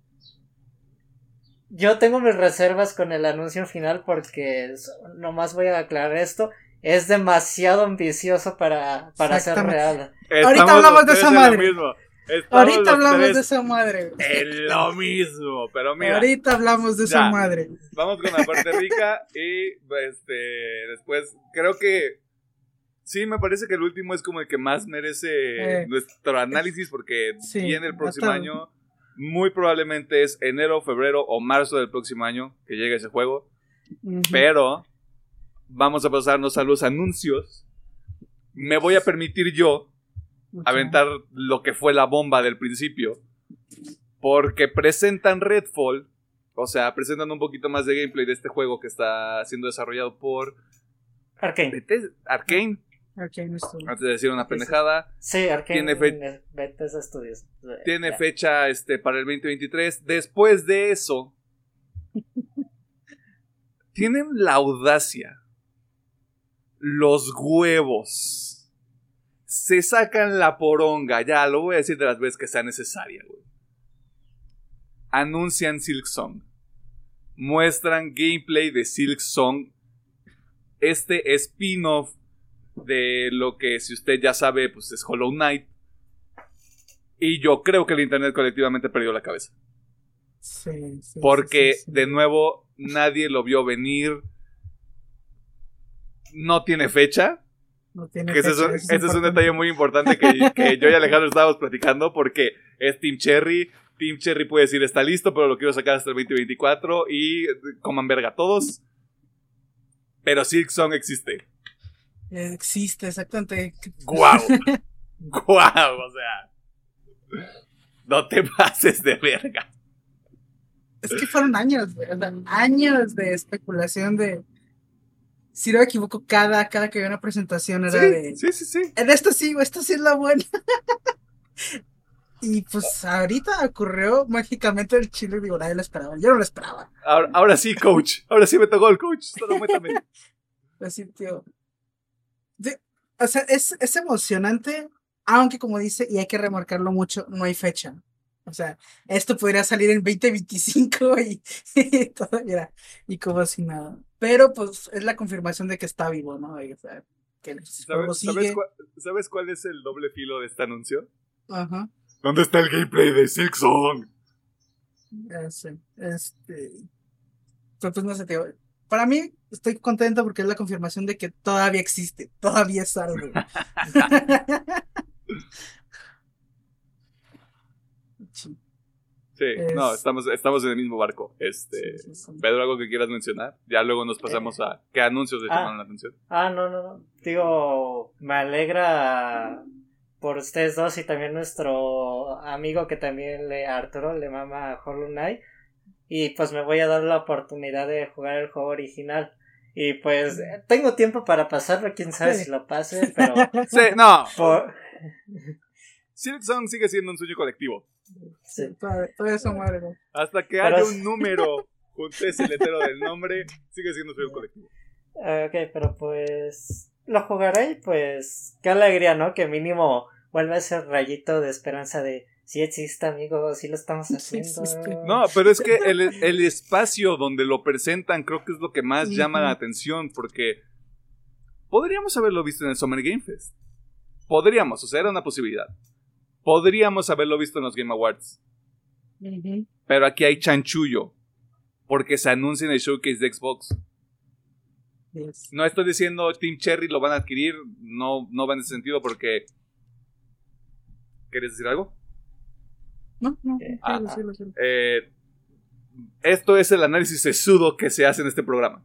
yo tengo mis reservas con el anuncio final porque nomás voy a aclarar esto. Es demasiado ambicioso para, para ser real. Estamos ahorita hablamos de esa madre. Estamos Ahorita hablamos de esa madre. Es lo mismo, pero mira. Ahorita hablamos de esa ya, madre. Vamos con la parte rica y este después creo que sí, me parece que el último es como el que más merece eh, nuestro análisis porque sí, viene el próximo hasta... año. Muy probablemente es enero, febrero o marzo del próximo año que llegue ese juego. Uh-huh. Pero vamos a pasarnos a los anuncios. Me voy a permitir yo aventar lo que fue la bomba del principio, porque presentan Redfall, o sea, presentan un poquito más de gameplay de este juego que está siendo desarrollado por Arkane. Arkane, Arcane Studios. Antes de decir una pendejada. Sí, Arcane Tiene fe- Bethesda Studios. Tiene Ya. fecha este, para el veinte veintitrés. Después de eso, tienen la audacia, los huevos, se sacan la poronga, ya lo voy a decir de las veces que sea necesaria, güey. Anuncian Silksong, muestran gameplay de Silksong, este spin-off de lo que, si usted ya sabe, pues es Hollow Knight. Y yo creo que el internet colectivamente perdió la cabeza. Sí, sí, Porque, sí, sí, sí. de nuevo, nadie lo vio venir. No tiene fecha. No tiene Que ese es, fecha, un, eso es ese es un importante. detalle muy importante que, que yo y Alejandro estábamos platicando. Porque es Team Cherry. Team Cherry puede decir está listo, pero lo quiero sacar hasta el veinte veinticuatro. Y coman verga todos. Pero Silksong existe. Eh, Existe, exactamente. ¡Guau! ¡Guau! O sea, no te pases de verga. Es que fueron años, güey, o sea, años de especulación de. Si no me equivoco, cada, cada que había una presentación era Sí, de. sí, sí, sí. En esto sí, güey, esto sí es la buena. Y pues ahorita ocurrió mágicamente el chile, digo, nadie lo esperaba. Yo no lo esperaba. Ahora, ahora sí, coach. Ahora sí me tocó el coach. Solo métame. Así, tío. De- o sea, es, es emocionante, aunque como dice, y hay que remarcarlo mucho, no hay fecha. O sea, esto podría salir en veinte veinticinco y, y todavía, y como si nada. Pero pues es la confirmación de que está vivo, ¿no? Y, o sea, que el juego ¿Sabes, ¿sabes, sigue. cuál, ¿Sabes cuál es el doble filo de este anuncio? Ajá. ¿Dónde está el gameplay de Silksong? Ya sé, este. Pero pues no sé, tío. Para mí, estoy contento porque es la confirmación de que todavía existe, todavía es algo. Sí, Sí, Es- no, estamos, estamos en el mismo barco. Este, sí, sí, sí. Pedro, ¿algo que quieras mencionar? Ya luego nos pasamos a qué anuncios le Ah. llamaron la atención. Ah, no, no, no. Digo, me alegra por ustedes dos y también nuestro amigo que también le, Arturo, le mama Hollow Knight. Y pues me voy a dar la oportunidad de jugar el juego original. Y pues eh, tengo tiempo para pasarlo, quién sabe Sí. si lo pase, pero Sí, no. por... Silksong sigue siendo un sueño colectivo. sí. Todavía, todavía son madre, güey. Hasta que Pero haya es- un número junto a ese letrero del nombre, sigue siendo un sueño colectivo. Ah, ok, pero pues lo jugaré y pues qué alegría, ¿no? Que mínimo vuelva ese rayito de esperanza de sí existe, amigo, sí lo estamos Sí haciendo. existe. No, pero es que el, el espacio donde lo presentan creo que es lo que más llama la Ujú. atención, porque podríamos haberlo visto en el Summer Game Fest. Podríamos, o sea, era una posibilidad. Podríamos haberlo visto en los Game Awards. Ujú. Pero aquí hay chanchullo, porque se anuncia en el showcase de Xbox. Yes. No estoy diciendo Team Cherry lo van a adquirir, no, no va en ese sentido porque... ¿Quieres decir algo? No, no, Eh, ah, sí, sí, sí, sí. Eh, esto es el análisis sesudo que se hace en este programa.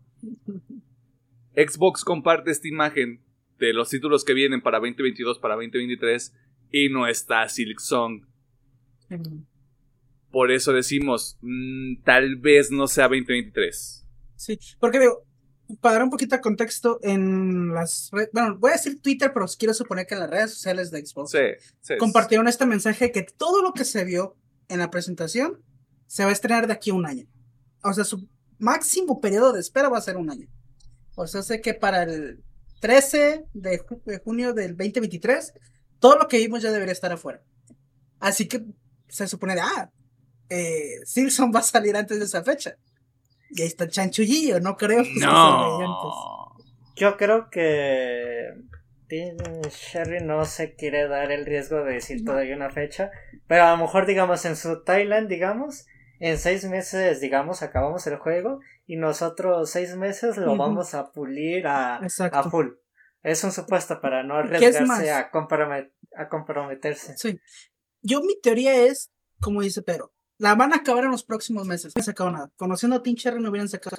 Xbox comparte esta imagen de los títulos que vienen para veinte veintidós, para veinte veintitrés y no está Silksong. Ujú. Por eso decimos, mmm, tal vez no sea veinte veintitrés. Sí, porque digo, para dar un poquito de contexto en las redes, bueno, voy a decir Twitter, pero quiero suponer que en las redes sociales de Xbox Sí, sí. compartieron este mensaje que todo lo que se vio en la presentación se va a estrenar de aquí a un año. O sea, su máximo periodo de espera va a ser un año. O sea, sé que para el trece de, ju- de junio del veinte veintitrés, todo lo que vimos ya debería estar afuera. Así que se supone, de, ah, eh, Silson va a salir antes de esa fecha. Y ahí está el chanchullillo, no creo que salga ahí antes. No. Yo creo que Team Sherry no se quiere dar el riesgo de decir No. todavía una fecha, pero a lo mejor digamos en su Thailand, digamos, en seis meses, digamos, acabamos el juego y nosotros seis meses lo Ujú. vamos a pulir a, Exacto. a full. Es un supuesto para no ¿Qué es arriesgarse más? a, compromet- a comprometerse. Sí. Yo, mi teoría es, como dice Pedro, la van a acabar en los próximos meses. No han sacado nada. Conociendo a Team Cherry no hubieran sacado.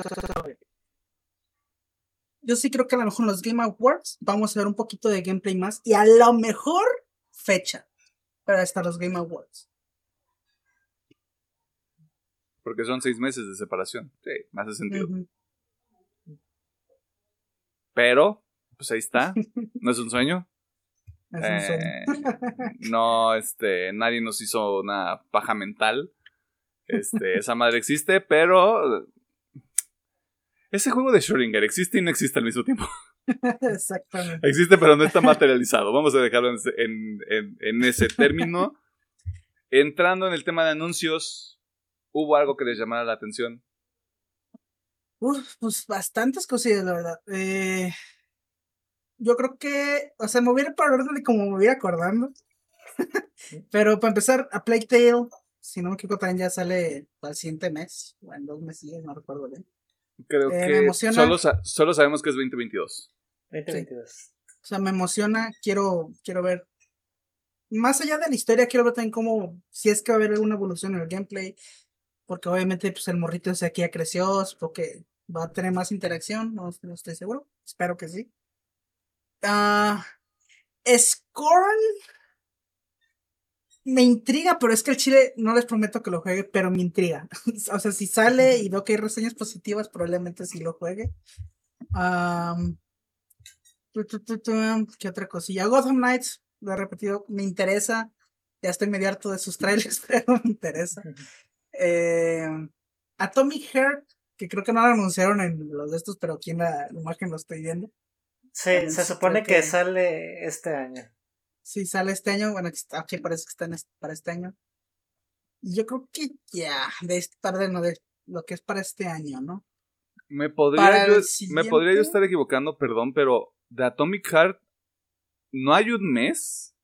Yo sí creo que a lo mejor en los Game Awards vamos a ver un poquito de gameplay más y a lo mejor fecha para hasta los Game Awards. Porque son seis meses de separación. Sí, me hace sentido. Ujú. Pero Pues ahí está. No es un sueño. Es un sueño. Eh, no, este, nadie nos hizo una paja mental. Este, esa madre existe, pero ese juego de Schrödinger existe y no existe al mismo tiempo. Exactamente. Existe, pero no está materializado. Vamos a dejarlo en, ese- en, en- en ese término. Entrando en el tema de anuncios, ¿hubo algo que les llamara la atención? Uf, pues bastantes cosillas, la verdad. Eh, yo creo que, o sea, me hubiera por orden de como me hubiera acordando. Pero para empezar, a Plague Tale, si no me equivoco, también ya sale al siguiente mes, o en dos meses, no recuerdo bien. Creo Eh, me que emociona. solo, sa- solo sabemos que es veinte veintidós. veinte veintidós. O sea, me emociona, quiero, quiero ver. Más allá de la historia, quiero ver también cómo, si es que va a haber alguna evolución en el gameplay. Porque obviamente, pues el morrito ese aquí ya creció, porque va a tener más interacción, no, no estoy seguro. Espero que sí. Ah, Scorn me intriga, pero es que el chile no les prometo que lo juegue, pero me intriga. O sea, si sale y veo que hay reseñas positivas, probablemente sí lo juegue. Am, tu, tu, tu, tu, ¿qué otra cosilla? Gotham Knights, lo he repetido, me interesa. Ya estoy medio harto de sus trailers, pero me interesa. Eh, Atomic Heart, que creo que no lo anunciaron en los de estos, pero aquí en la imagen lo estoy viendo. Sí, También se sí supone creo que que- sale este año. Sí, sale este año. Bueno, aquí, está- aquí parece que está en este- para este año. Y yo creo que ya, de este tarde, no de lo que es para este año, ¿no? Me podría, Para yo, el me podría yo siguiente- estar equivocando, perdón, pero de Atomic Heart no hay un mes,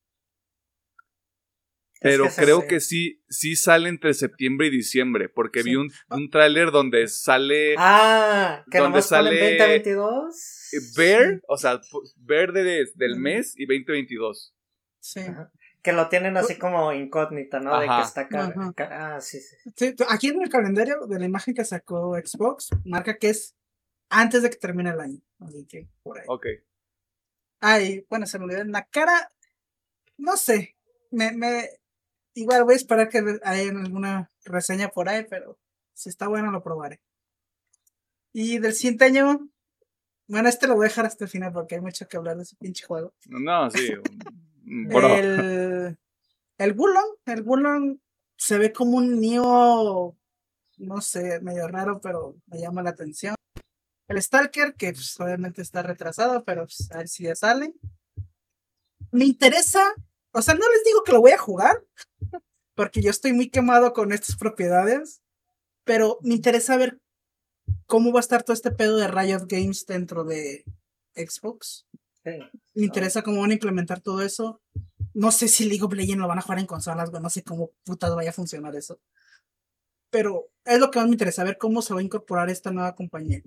pero Es que creo se- que sí, sí sale entre septiembre y diciembre, porque Sí. vi un, un tráiler donde sale Ah, que ¿Dónde nomás ponen sale- veinte veintidós. eh, Bear, Sí. o sea, pu- verde de- del Ujú. mes y veinte veintidós. Sí. Ajá. Que lo tienen así como incógnita, ¿no? De que Ajá. está ca- Ajá. ca- Ah, sí, sí. Sí, tú- aquí en el calendario de la imagen que sacó Xbox, marca que es antes de que termine el año. Así que por ahí. Ok. Ay, bueno, se me olvidó en la cara. No sé. Me, me, igual voy a esperar que haya alguna reseña por ahí, pero si está bueno lo probaré. Y del siguiente año, bueno, este lo voy a dejar hasta el final porque hay mucho que hablar de ese pinche juego. No, sí. un- Bro. El, el Wulong, el Wulong se ve como un Neo, no sé, medio raro, pero me llama la atención. El Stalker, que pues, obviamente está retrasado, pero pues, a ver si ya sale. Me interesa, o sea, no les digo que lo voy a jugar, porque yo estoy muy quemado con estas propiedades, pero me interesa ver cómo va a estar todo este pedo de Riot Games dentro de Xbox. Sí. Me interesa cómo van a implementar todo eso. No sé si League of Legends lo van a jugar en consolas, güey. No sé cómo putas vaya a funcionar eso. Pero es lo que más me interesa, ver cómo se va a incorporar esta nueva compañía.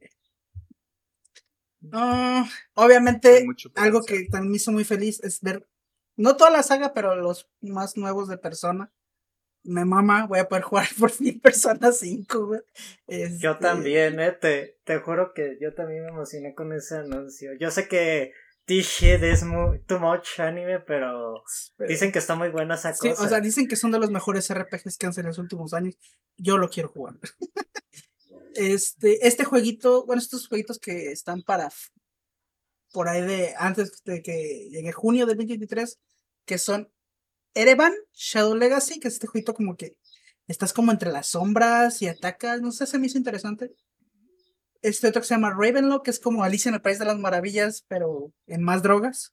Ah, Hay obviamente, mucho algo potencial. que también me hizo muy feliz es ver, no toda la saga, pero los más nuevos de Persona. Me mama, voy a poder jugar por fin Persona cinco, güey. Yo Este, también, eh, te, te juro que yo también me emocioné con ese anuncio. Yo sé que this shit es muy, too much anime, pero pero- dicen que está muy buena esa Sí, cosa. o sea, dicen que son de los mejores R P Gs que han salido en los últimos años. Yo lo quiero jugar. Este, este jueguito, bueno, estos jueguitos que están para f- por ahí de antes de que llegue junio del dos mil veintitrés, que son Ereban, Shadow Legacy, que es este jueguito como que estás como entre las sombras y atacas, no sé, se me hizo interesante. Este otro que se llama Ravenlock, que es como Alicia en el País de las Maravillas, pero en más drogas.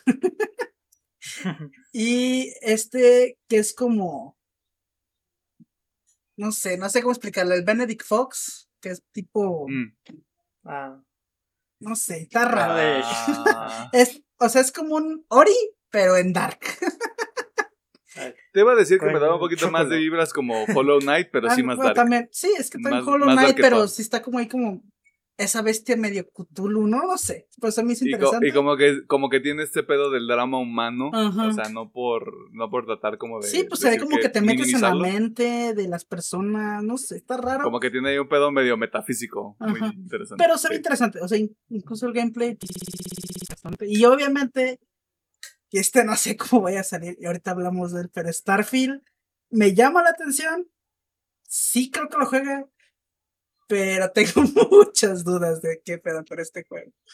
Y este que es como, no sé, no sé cómo explicarlo, el Benedict Fox, que es tipo, Mm. Ah, no sé, está raro. Ah, Es, o sea, es como un Ori, pero en Dark. ah, te iba a decir que me Con daba un poquito más de chocolate. vibras como Hollow Knight, pero sí Ah, más bueno, dark. también, sí, es que también Más- Hollow más Knight, pero darketón. sí está como ahí como esa bestia medio Cthulhu, ¿no? No sé, pues a mí es Y, co- interesante. y como que como que tiene este pedo del drama humano, Ajá. o sea, no por no por tratar como de Sí, pues se ve decir como que te metes en la minimizarlo, mente de las personas, no sé, está raro. como que tiene ahí un pedo medio metafísico, muy Ajá. interesante. Pero se ve Sí. interesante, o sea, in- incluso el gameplay sí, bastante. Y obviamente, y este no sé cómo vaya a salir, y ahorita hablamos de él, pero Starfield me llama la atención. Sí creo que lo juega, pero tengo muchas dudas de qué pedo por este juego.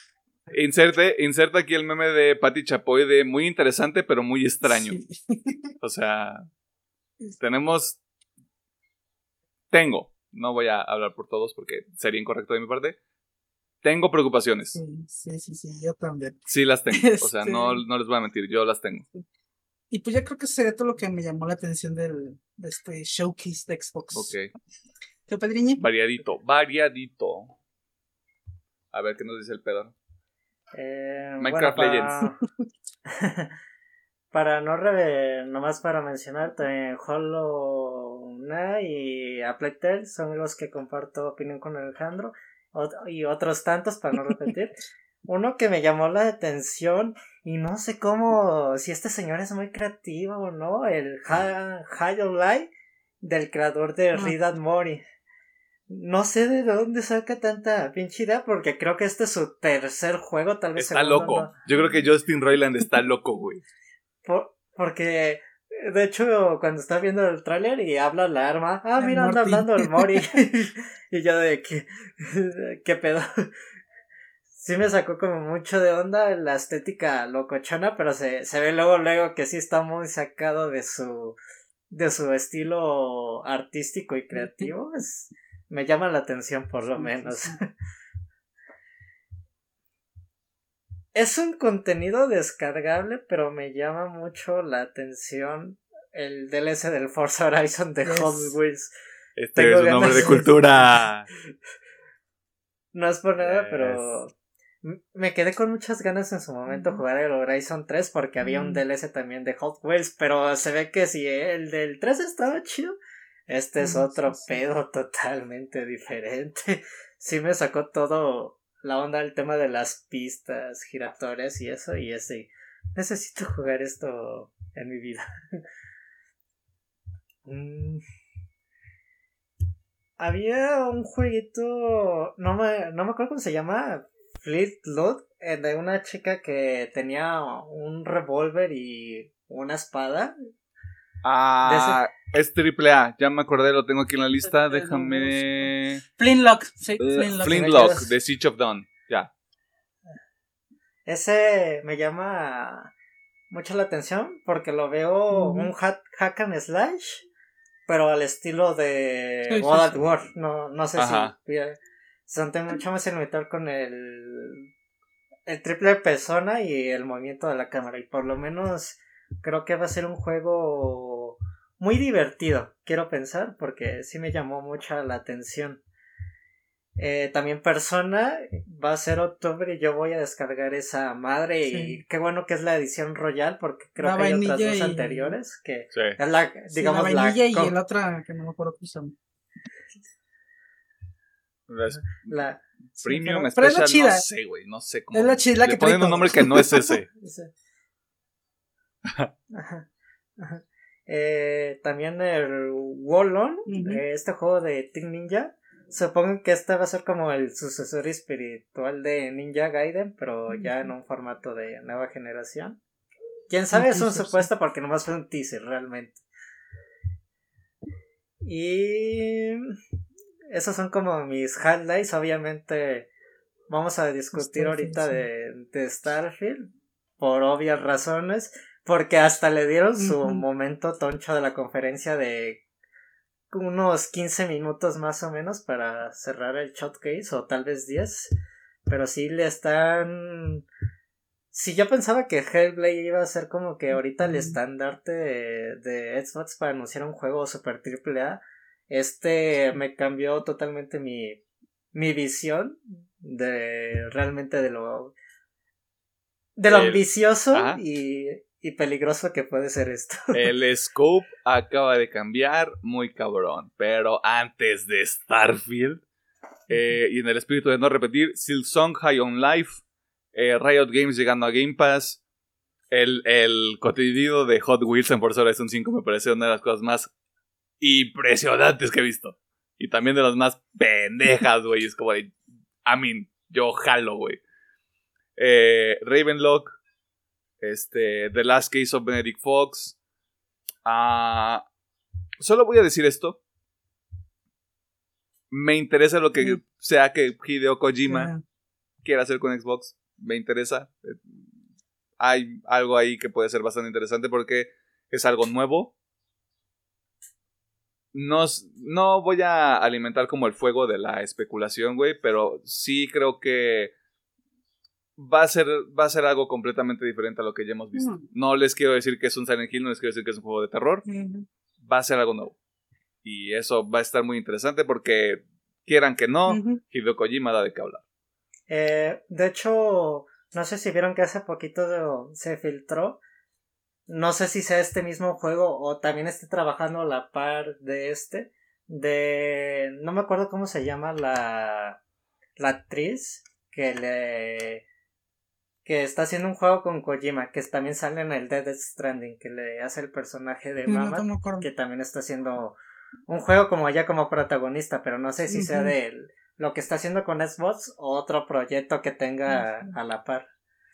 Inserte, inserta aquí el meme de Pati Chapoy de muy interesante, pero muy extraño. Sí. O sea, tenemos... Tengo, no voy a hablar por todos porque sería incorrecto de mi parte. Tengo preocupaciones. Sí, sí, sí, sí, yo también. Sí las tengo. O sea, Este- no, no les voy a mentir, yo las tengo. Y pues ya creo que eso sería todo lo que me llamó la atención del, de este showcase de Xbox. Ok. ¿Qué, Pedriñe? Variadito, variadito. A ver qué nos dice el pedo. Eh, Minecraft bueno, Legends. para... para no re... nomás para mencionar, también Hollow Knight y A Plague Tale son los que comparto opinión con Alejandro. Ot- y otros tantos para no repetir. Uno que me llamó la atención y no sé cómo, si este señor es muy creativo o no, el Ha- Hollow Knight del creador de Ah. Rick and Morty. No sé de dónde saca tanta pinche idea porque creo que este es su tercer juego, tal vez Está segundo, loco. no. Yo creo que Justin Roiland está loco, güey. Por, porque, de hecho, cuando estaba viendo el tráiler y habla la arma, ah, El mira, anda Morty. hablando el Mori. Y yo de que, qué pedo. Sí me sacó como mucho de onda la estética locochona, pero se, se ve luego, luego que sí está muy sacado de su, de su estilo artístico y creativo. Es, me llama la atención por lo Sí, sí, menos. sí. Es un contenido descargable, pero me llama mucho la atención el D L C del Forza Horizon de Yes. Hot Wheels. Este Tengo es un hombre ganas de de- cultura. No es por nada, Yes. pero m- me quedé con muchas ganas en su momento Ujú. jugar el Horizon tres porque había un Mm. D L C también de Hot Wheels, pero se ve que si el del tres estaba chido, este es Mm, otro sí, sí. pedo totalmente diferente. Sí me sacó todo la onda del tema de las pistas giratorias y eso, y ese, necesito jugar esto en mi vida. Mm. Había un jueguito, no me, no me acuerdo cómo se llama, Fleet Load, eh, de una chica que tenía un revólver y una espada. Ah, es triple A. Ya me acordé, lo tengo aquí en la lista. Eh, lo Déjame. Flintlock, sí, Eh, Flintlock. Flintlock, de Siege of Dawn. Ya. Ese me llama mucho la atención porque lo veo Ujú. un hack, hack and slash, pero al estilo de Sí, sí, God at sí. War. No, no sé Ajá. si senté mucho más en meter con el el triple persona y el movimiento de la cámara, y por lo menos creo que va a ser un juego muy divertido, quiero pensar, porque sí me llamó mucha la atención. Eh, también Persona va a ser octubre y yo voy a descargar esa madre. Sí. Y qué bueno que es la edición Royal, porque creo La que hay otras vainilla dos y- anteriores que Sí. es la, Sí, digamos, la la, vainilla y co- el otra que no me acuerdo qué son. Es la- Sí, Premium, pero- pero es la Special, no chida. sé, güey. No sé cómo. Es la chida Le que ponen trae un todo. nombre que no es ese. ese. Ajá, ajá. Eh, también el Wallon, Ujú. eh, este juego de Team Ninja. Supongo que este va a ser como el sucesor espiritual de Ninja Gaiden, pero ya en un formato de nueva generación. Quién sabe, es un teaser, supuesto porque nomás fue un teaser realmente. Y esos son como mis highlights. Obviamente vamos a discutir Starfield, ahorita sí. de, de Starfield por obvias razones, porque hasta le dieron su Ujú. momento toncho de la conferencia de unos quince minutos más o menos para cerrar el showcase, o tal vez diez, pero sí le están... Si yo pensaba que Hellblade iba a ser como que ahorita el Ujú. estandarte de, de Xbox para anunciar un juego super triple A, este me cambió totalmente mi, mi visión de realmente de lo de lo El- ambicioso Ajá. y, y peligroso que puede ser esto. El scope acaba de cambiar muy cabrón. Pero antes de Starfield, eh, y en el espíritu de no repetir, Silksong High on Life, eh, Riot Games llegando a Game Pass, el, el contenido de Hot Wheels en Forza Horizon cinco me parece una de las cosas más impresionantes que he visto. Y también de las más pendejas, güey. Es como de, I mean, yo jalo, güey. Eh, Ravenlock, este, The Last Case of Benedict Fox. Ah, solo voy a decir esto. Me interesa lo que Mm. sea que Hideo Kojima Ajá. quiera hacer con Xbox. me interesa. Hay algo ahí que puede ser bastante interesante porque es algo nuevo. No, no voy a alimentar como el fuego de la especulación, güey, pero sí creo que va a ser, va a ser algo completamente diferente a lo que ya hemos visto. Mm. No les quiero decir que es un Silent Hill, no les quiero decir que es un juego de terror. Mm. Va a ser algo nuevo. Y eso va a estar muy interesante porque, quieran que no, uh-huh. Hideo Kojima da de qué hablar. Eh, de hecho, no sé si vieron que hace poquito se filtró. No sé si sea este mismo juego o también esté trabajando a la par de este. De... No me acuerdo cómo se llama la, la actriz que le... que está haciendo un juego con Kojima, que también sale en el Death Stranding, que le hace el personaje de Mama, no, no que también está haciendo un juego como ella como protagonista, pero no sé si uh-huh. sea de lo que está haciendo con Xbox o otro proyecto que tenga uh-huh. a la par.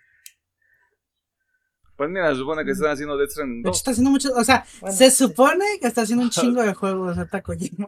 Pues mira, se supone que están haciendo Death Stranding dos. Está haciendo mucho, o sea, bueno, se supone que está haciendo un chingo de juegos hasta Kojima.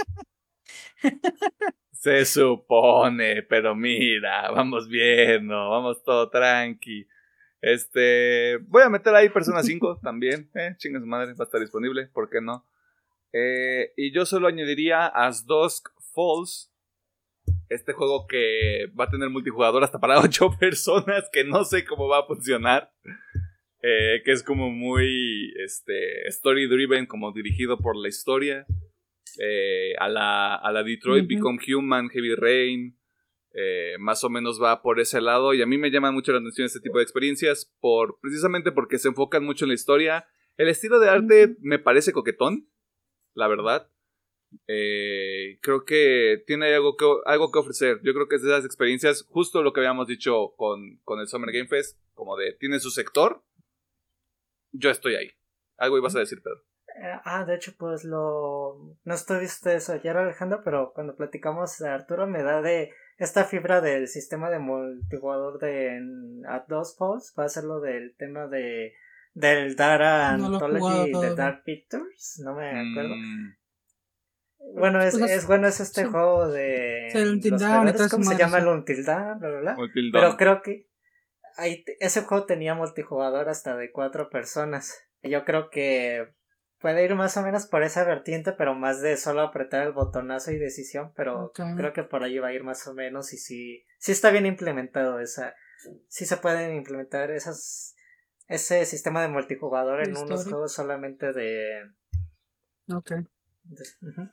Se supone, pero mira, vamos viendo, vamos todo tranqui. Este, voy a meter ahí Persona cinco también, eh, chinga su madre, va a estar disponible, ¿por qué no? Eh, y yo solo añadiría As Dusk Falls, este juego que va a tener multijugador hasta para ocho personas, que no sé cómo va a funcionar. Eh, que es como muy este, story driven, como dirigido por la historia. Eh, a, la, a la Detroit uh-huh. Become Human, Heavy Rain. Eh, más o menos va por ese lado. Y a mí me llama mucho la atención este tipo de experiencias. Por, precisamente porque se enfocan mucho en la historia. El estilo de arte uh-huh. me parece coquetón, la verdad. Eh, creo que tiene algo que, algo que ofrecer. Yo creo que es de esas experiencias, justo lo que habíamos dicho con, con el Summer Game Fest, como de tiene su sector. Yo estoy ahí. Algo ibas a decir, Pedro. Eh, ah, de hecho, pues lo... No estuviste eso ayer, Alejandro, pero cuando platicamos de Arturo me da de esta fibra del sistema de multijugador de At Dusk Falls. Va a ser lo del tema de del Dark no Anthology de Dark Pictures. No me acuerdo. Mm. Bueno, es, pues es bueno, es este sí. juego de... Los Dawn, ¿Cómo se llama? El Until Dawn, bla, bla, bla. Until Dawn. Pero creo que ahí, ese juego tenía multijugador hasta de cuatro personas. Yo creo que puede ir más o menos por esa vertiente, pero más de solo apretar el botonazo y decisión, pero okay. creo que por ahí va a ir más o menos y sí, sí está bien implementado esa, sí se pueden implementar esas, ese sistema de multijugador en unos juegos solamente de... Ok. De, uh-huh.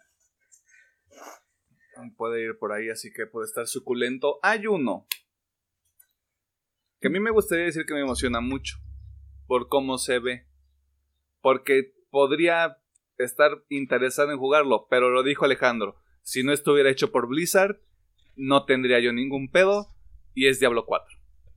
Puede ir por ahí, así que puede estar suculento. Hay uno que a mí me gustaría decir que me emociona mucho por cómo se ve, porque podría estar interesado en jugarlo, pero lo dijo Alejandro, si no estuviera hecho por Blizzard no tendría yo ningún pedo, y es Diablo cuatro.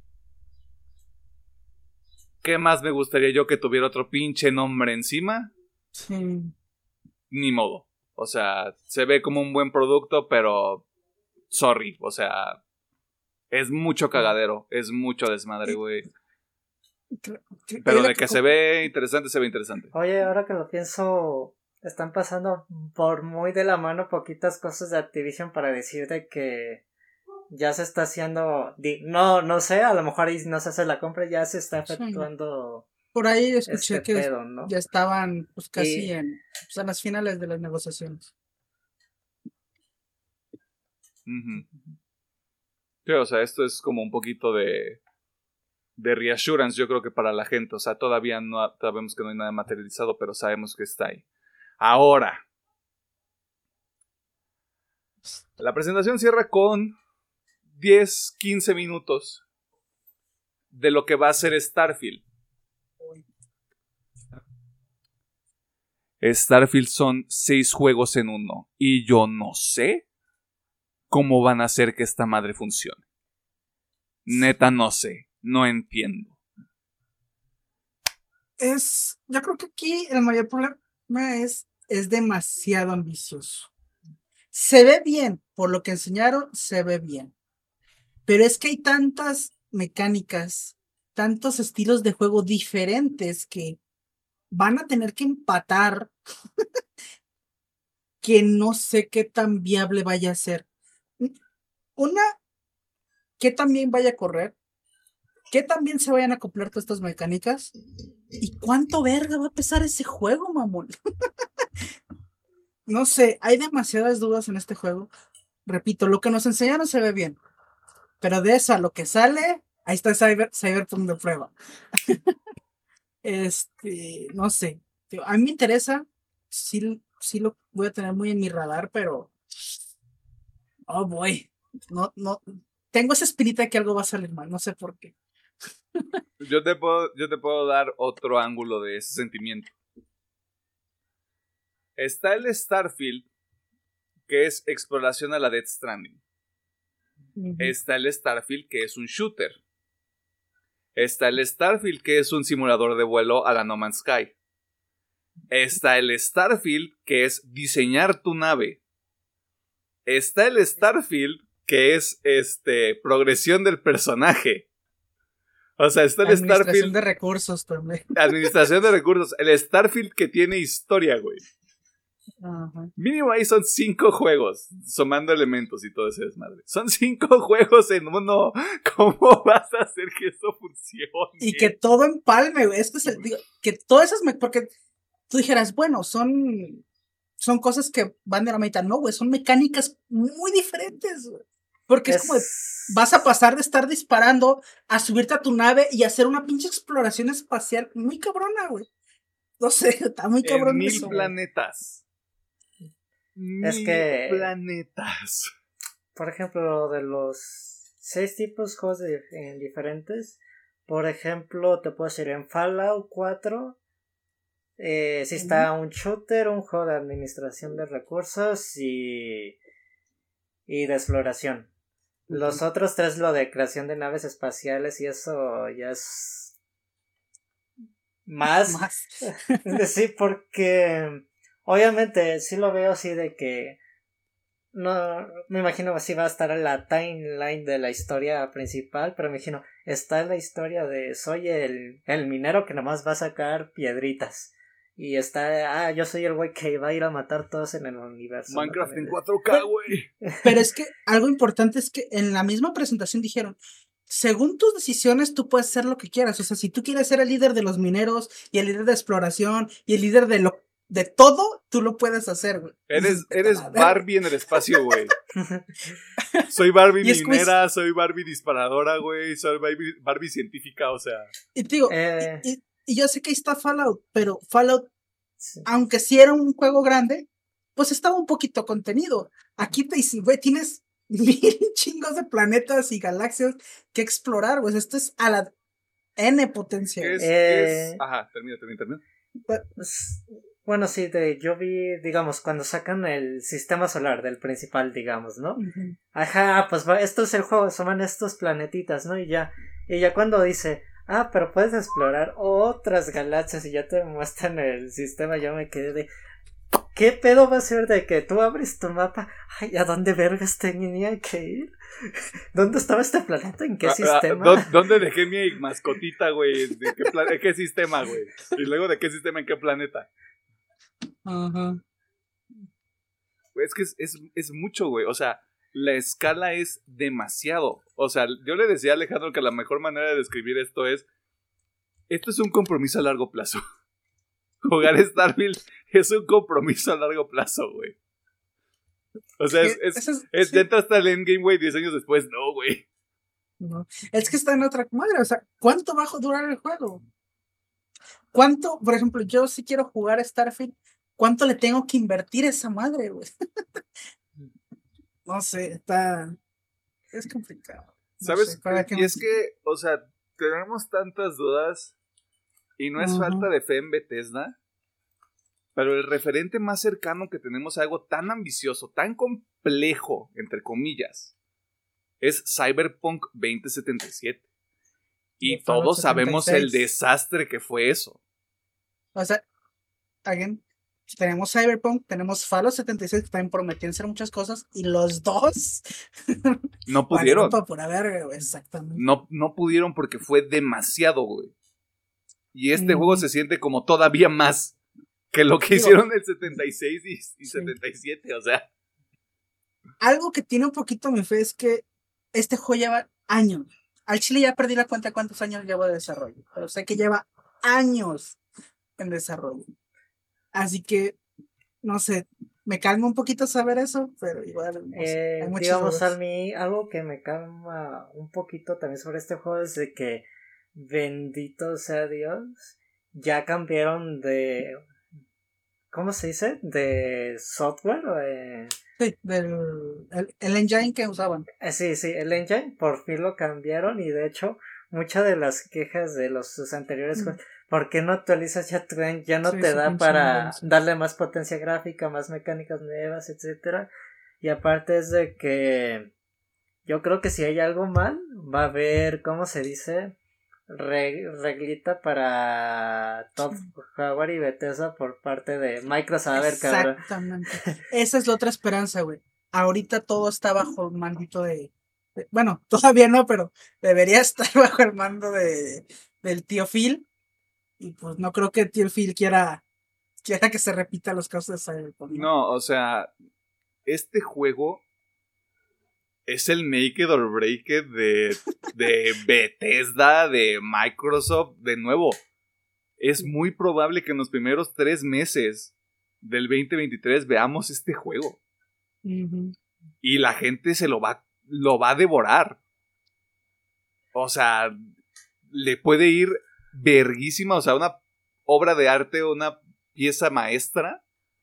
¿Qué más me gustaría yo que tuviera otro pinche nombre encima? Sí. Ni modo, o sea, se ve como un buen producto, pero sorry, o sea, es mucho cagadero, es mucho desmadre, güey. Pero de que se ve interesante, se ve interesante. Oye, ahora que lo pienso, están pasando por muy de la mano poquitas cosas de Activision para decir de que ya se está haciendo, no, no sé, a lo mejor ahí no se hace la compra, ya se está efectuando. Sí. Por ahí escuché este que pedo, ¿no? ya estaban pues casi y... en, pues, en las finales de las negociaciones. Uh-huh. Sí, o sea, esto es como un poquito de de reassurance, yo creo que para la gente, o sea, todavía no sabemos que no hay nada materializado, pero sabemos que está ahí. Ahora, la presentación cierra con diez, quince minutos de lo que va a ser Starfield. Starfield son seis juegos en uno, y yo no sé cómo van a hacer que esta madre funcione. Neta, no sé. No entiendo. Es, yo creo que aquí el mayor problema es, es demasiado ambicioso. Se ve bien, por lo que enseñaron, se ve bien. Pero es que hay tantas mecánicas, tantos estilos de juego diferentes que van a tener que empatar que no sé qué tan viable vaya a ser. Una, que también vaya a correr. ¿Qué también se vayan a acoplar todas estas mecánicas? ¿Y cuánto verga va a pesar ese juego, mamón? No sé, hay demasiadas dudas en este juego. Repito, lo que nos enseñaron se ve bien. Pero de eso a lo que sale, ahí está Cyber, Cyberpunk de prueba. Este, no sé. A mí me interesa. Sí, sí lo voy a tener muy en mi radar, pero. Oh boy. No, no. Tengo esa espinita de que algo va a salir mal. No sé por qué. Yo te puedo, yo te puedo dar otro ángulo de ese sentimiento. Está el Starfield, que es exploración a la Death Stranding. Uh-huh. Está el Starfield, que es un shooter. Está el Starfield, que es un simulador de vuelo a la No Man's Sky. Está el Starfield, que es diseñar tu nave. Está el Starfield, que es este progresión del personaje. O sea, está el Administración Starfield de recursos también. Administración de recursos. El Starfield que tiene historia, güey. Uh-huh. Mínimo ahí son cinco juegos, sumando elementos y todo ese desmadre. Son cinco juegos en uno. ¿Cómo vas a hacer que eso funcione? Y que todo empalme, güey. Este es el, digo, que todas esas, me, porque tú dijeras, bueno, son, son cosas que van de la mitad. No, güey, son mecánicas muy diferentes, güey. Porque es, es como, de, vas a pasar de estar disparando a subirte a tu nave y hacer una pinche exploración espacial muy cabrona, güey. No sé, está muy cabrón en mil eso, planetas. Es mil que planetas. Por ejemplo, de los seis tipos de juegos de, en diferentes, por ejemplo, te puedo decir en Fallout cuatro, eh, si está un shooter, un juego de administración de recursos y, y de exploración. Uh-huh. Los otros tres, lo de creación de naves espaciales y eso ya es más. más. Sí, porque obviamente sí lo veo así de que no me imagino así va a estar en la timeline de la historia principal, pero me imagino está en la historia de soy el, el minero que nomás va a sacar piedritas. Y está, ah, yo soy el güey que va a ir a matar todos en el universo. Minecraft ¿no? en cuatro K, güey. Pero es que algo importante es que en la misma presentación dijeron, según tus decisiones tú puedes hacer lo que quieras. O sea, si tú quieres ser el líder de los mineros y el líder de exploración y el líder de lo de todo, tú lo puedes hacer, güey. Eres, eres Barbie en el espacio, güey. Soy Barbie minera, como... soy Barbie disparadora, güey. Soy Barbie, Barbie científica, o sea. Y te digo, eh... y, y, y yo sé que ahí está Fallout, pero Fallout, sí. Aunque sí era un juego grande, pues estaba un poquito contenido. Aquí te dicen, güey, tienes mil chingos de planetas y galaxias que explorar, güey. Esto es a la N potencia. ¿Qué es, eh... ¿qué es? Ajá, termina, termina, termina. Pues, bueno, sí, de, yo vi, digamos, cuando sacan el sistema solar del principal, digamos, ¿no? Uh-huh. Ajá, pues esto es el juego, son estos planetitas, ¿no? Y ya, y ya cuando dice, ah, pero puedes explorar otras galaxias y ya te muestran el sistema, yo me quedé de, ¿qué pedo va a ser de que tú abres tu mapa? Ay, ¿a dónde vergas tenía que ir? ¿Dónde estaba este planeta? ¿En qué ah, sistema? Ah, ¿Dónde dejé mi mascotita, güey? ¿De qué, plan- ¿de qué sistema, güey? Y luego, ¿de qué sistema en qué planeta? Ajá. Uh-huh. Es que es, es, es mucho, güey. O sea, la escala es demasiado. O sea, yo le decía a Alejandro que la mejor manera de describir esto es: esto es un compromiso a largo plazo. Jugar Starfield es un compromiso a largo plazo, güey. O sea, es, es, es, es sí. Entra hasta el endgame, güey, diez años después. No, güey. No. Es que está en otra madre. O sea, ¿cuánto va a durar el juego? ¿Cuánto, por ejemplo, yo si quiero jugar Starfield, cuánto le tengo que invertir a esa madre, güey? No sé, está... Es complicado. No ¿Sabes? Sé, ¿para qué y es que, o sea, tenemos tantas dudas y no es uh-huh. falta de fe en Bethesda, pero el referente más cercano que tenemos a algo tan ambicioso, tan complejo, entre comillas, es Cyberpunk veinte setenta y siete. Y, y todos sabemos el desastre que fue eso. O sea, again, tenemos Cyberpunk, tenemos Fallout setenta y seis que también prometían ser muchas cosas, y los dos no pudieron. Por ver, exactamente. No, no pudieron porque fue demasiado, güey. Y este mm. juego se siente como todavía más que lo que Digo, hicieron el setenta y seis y, y sí. setenta y siete, o sea. Algo que tiene un poquito mi fe es que este juego lleva años. Al chile ya perdí la cuenta de cuántos años llevo de desarrollo, pero sé que lleva años en desarrollo. Así que, no sé, me calma un poquito saber eso, pero igual, no sé, Eh, hay muchas digamos, dudas. a mí algo que me calma un poquito también sobre este juego es de que, bendito sea Dios, ya cambiaron de, ¿cómo se dice? De software. Eh, Sí, del el, el engine que usaban. eh, sí, sí, el engine por fin lo cambiaron y de hecho muchas de las quejas de los sus anteriores Mm. juegos, ¿por qué no actualizas ya tu engine? Ya no Sí, te su da pinche para engine, sí. darle más potencia gráfica, más mecánicas nuevas, etcétera. Y aparte es de que yo creo que si hay algo mal, va a haber, ¿cómo se dice? Re- reglita para Todd Howard y Bethesda por parte de Microsoft. A ver, cabrón. Exactamente. Esa es la otra esperanza, güey. Ahorita todo está bajo el maldito de, de- bueno, todavía no, pero debería estar bajo el mando de del tío Phil. Y pues no creo que el tío Phil quiera, quiera que se repita los casos de Cyberpunk, ¿no? No, o sea, este juego es el make it or break it de, de Bethesda, de Microsoft, de nuevo. Es muy probable que en los primeros tres meses del veinte veintitrés veamos este juego. Ujú. Y la gente se lo va, lo va a devorar. O sea, le puede ir verguísima, o sea, una obra de arte, una pieza maestra.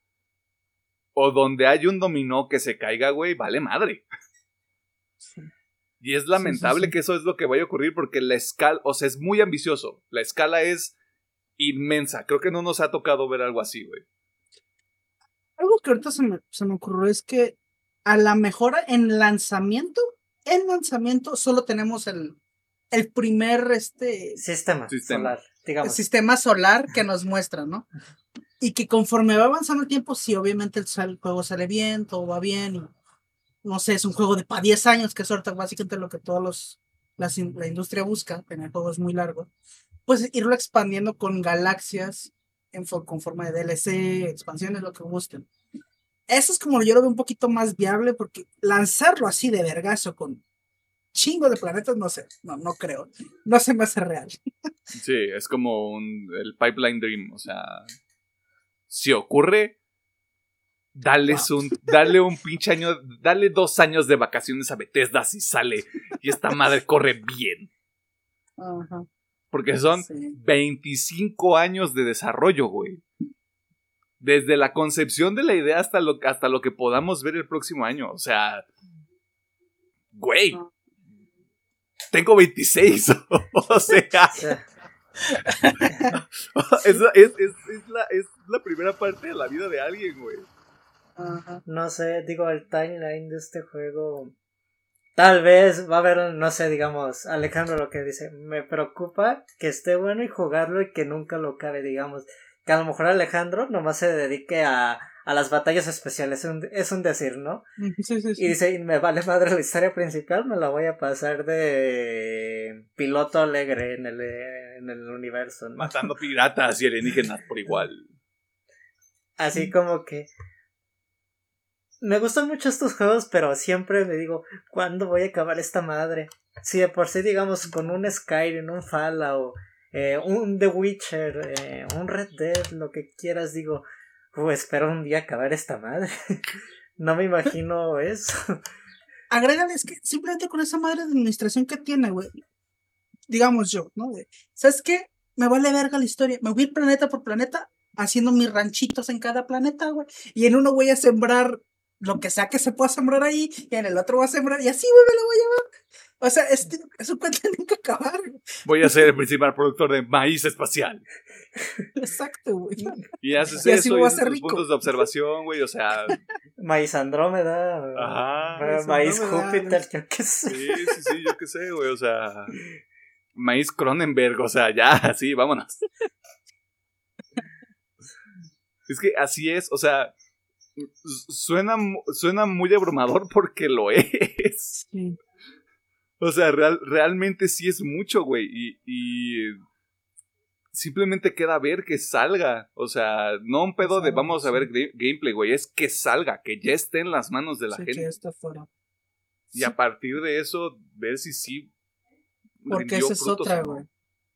O donde hay un dominó que se caiga, güey, vale madre. Sí. Y es lamentable sí, sí. que eso es lo que vaya a ocurrir porque la escala, o sea, es muy ambicioso. La escala es inmensa. Creo que no nos ha tocado ver algo así, güey. Algo que ahorita se me, se me ocurrió es que a la mejor en lanzamiento, en lanzamiento solo tenemos el, el primer este Sistema, Sistema. solar, digamos. sistema solar que nos muestra, ¿no? Y que conforme va avanzando el tiempo, sí, obviamente el, sal- el juego sale bien, todo va bien. Y, no sé, es un juego de para diez años, que es ahorita básicamente lo que todos los las in- la industria busca, tener juegos muy largos. Pues irlo expandiendo con galaxias en fo- con forma de D L C, expansiones, lo que gusten. Eso es como yo lo veo un poquito más viable, porque lanzarlo así de vergazo con chingo de planetas, no sé, no, no creo. No se me hace real. Sí, es como un, el Pipeline Dream. O sea, si ocurre, dales Wow. un, dale un pinche año, dale dos años de vacaciones a Bethesda si sale. Y esta madre corre bien. Ajá. Porque son Sí. veinticinco años de desarrollo, güey. Desde la concepción de la idea hasta lo, hasta lo que podamos ver el próximo año. O sea, güey, No. tengo veintiséis. O sea, O sea, es, la- es, es, es la, es la primera parte de la vida de alguien, güey. Ajá. no sé, digo, el timeline de este juego. Tal vez va a haber, no sé, digamos, Alejandro lo que dice, me preocupa que esté bueno y jugarlo y que nunca lo acabe, digamos. Que a lo mejor Alejandro nomás se dedique a, a las batallas especiales, es un, es un decir, ¿no? Sí, sí, Y sí. dice, me vale madre la historia principal, me la voy a pasar de piloto alegre en el, en el universo, ¿no? Matando piratas y alienígenas por igual. Así como que me gustan mucho estos juegos, pero siempre me digo, ¿cuándo voy a acabar esta madre? Si de por sí, digamos, con un Skyrim, un Fallout, eh, un The Witcher, eh, un Red Dead, lo que quieras, digo, uh, espero un día acabar esta madre. No me imagino eso. Agrégale, es que simplemente con esa madre de administración que tiene, güey. Digamos yo, ¿no? De, ¿sabes qué? Me vale verga la historia. Me voy a ir planeta por planeta haciendo mis ranchitos en cada planeta, güey. Y en uno voy a sembrar lo que sea que se pueda sembrar ahí. Y en el otro voy a sembrar. Y así, güey, me lo voy a llevar. O sea, este, eso cuenta nunca acabar. Güey. Voy a ser el principal productor de maíz espacial. Exacto, güey. Y haces Y así eso me y voy a haces hacer tus rico. puntos de observación, güey. O sea, Maíz Andrómeda, ajá. eh, Maíz Andrómeda, Júpiter, yo qué sé. Sí, sí, sí, yo qué sé, güey. O sea, maíz Cronenberg. O sea, ya, sí, vámonos. Es que así es, o sea, suena, mu- suena muy abrumador porque lo es. Sí. O sea, real, realmente sí es mucho, güey. Y, y simplemente queda ver que salga. O sea, no un pedo de Salga, vamos a sí. ver gra- gameplay, güey. Es que salga, que ya esté en las manos de la Sí, que gente. está fuera. Y Sí. a partir de eso, ver si sí Porque rindió esa es frutos otra, o no. güey.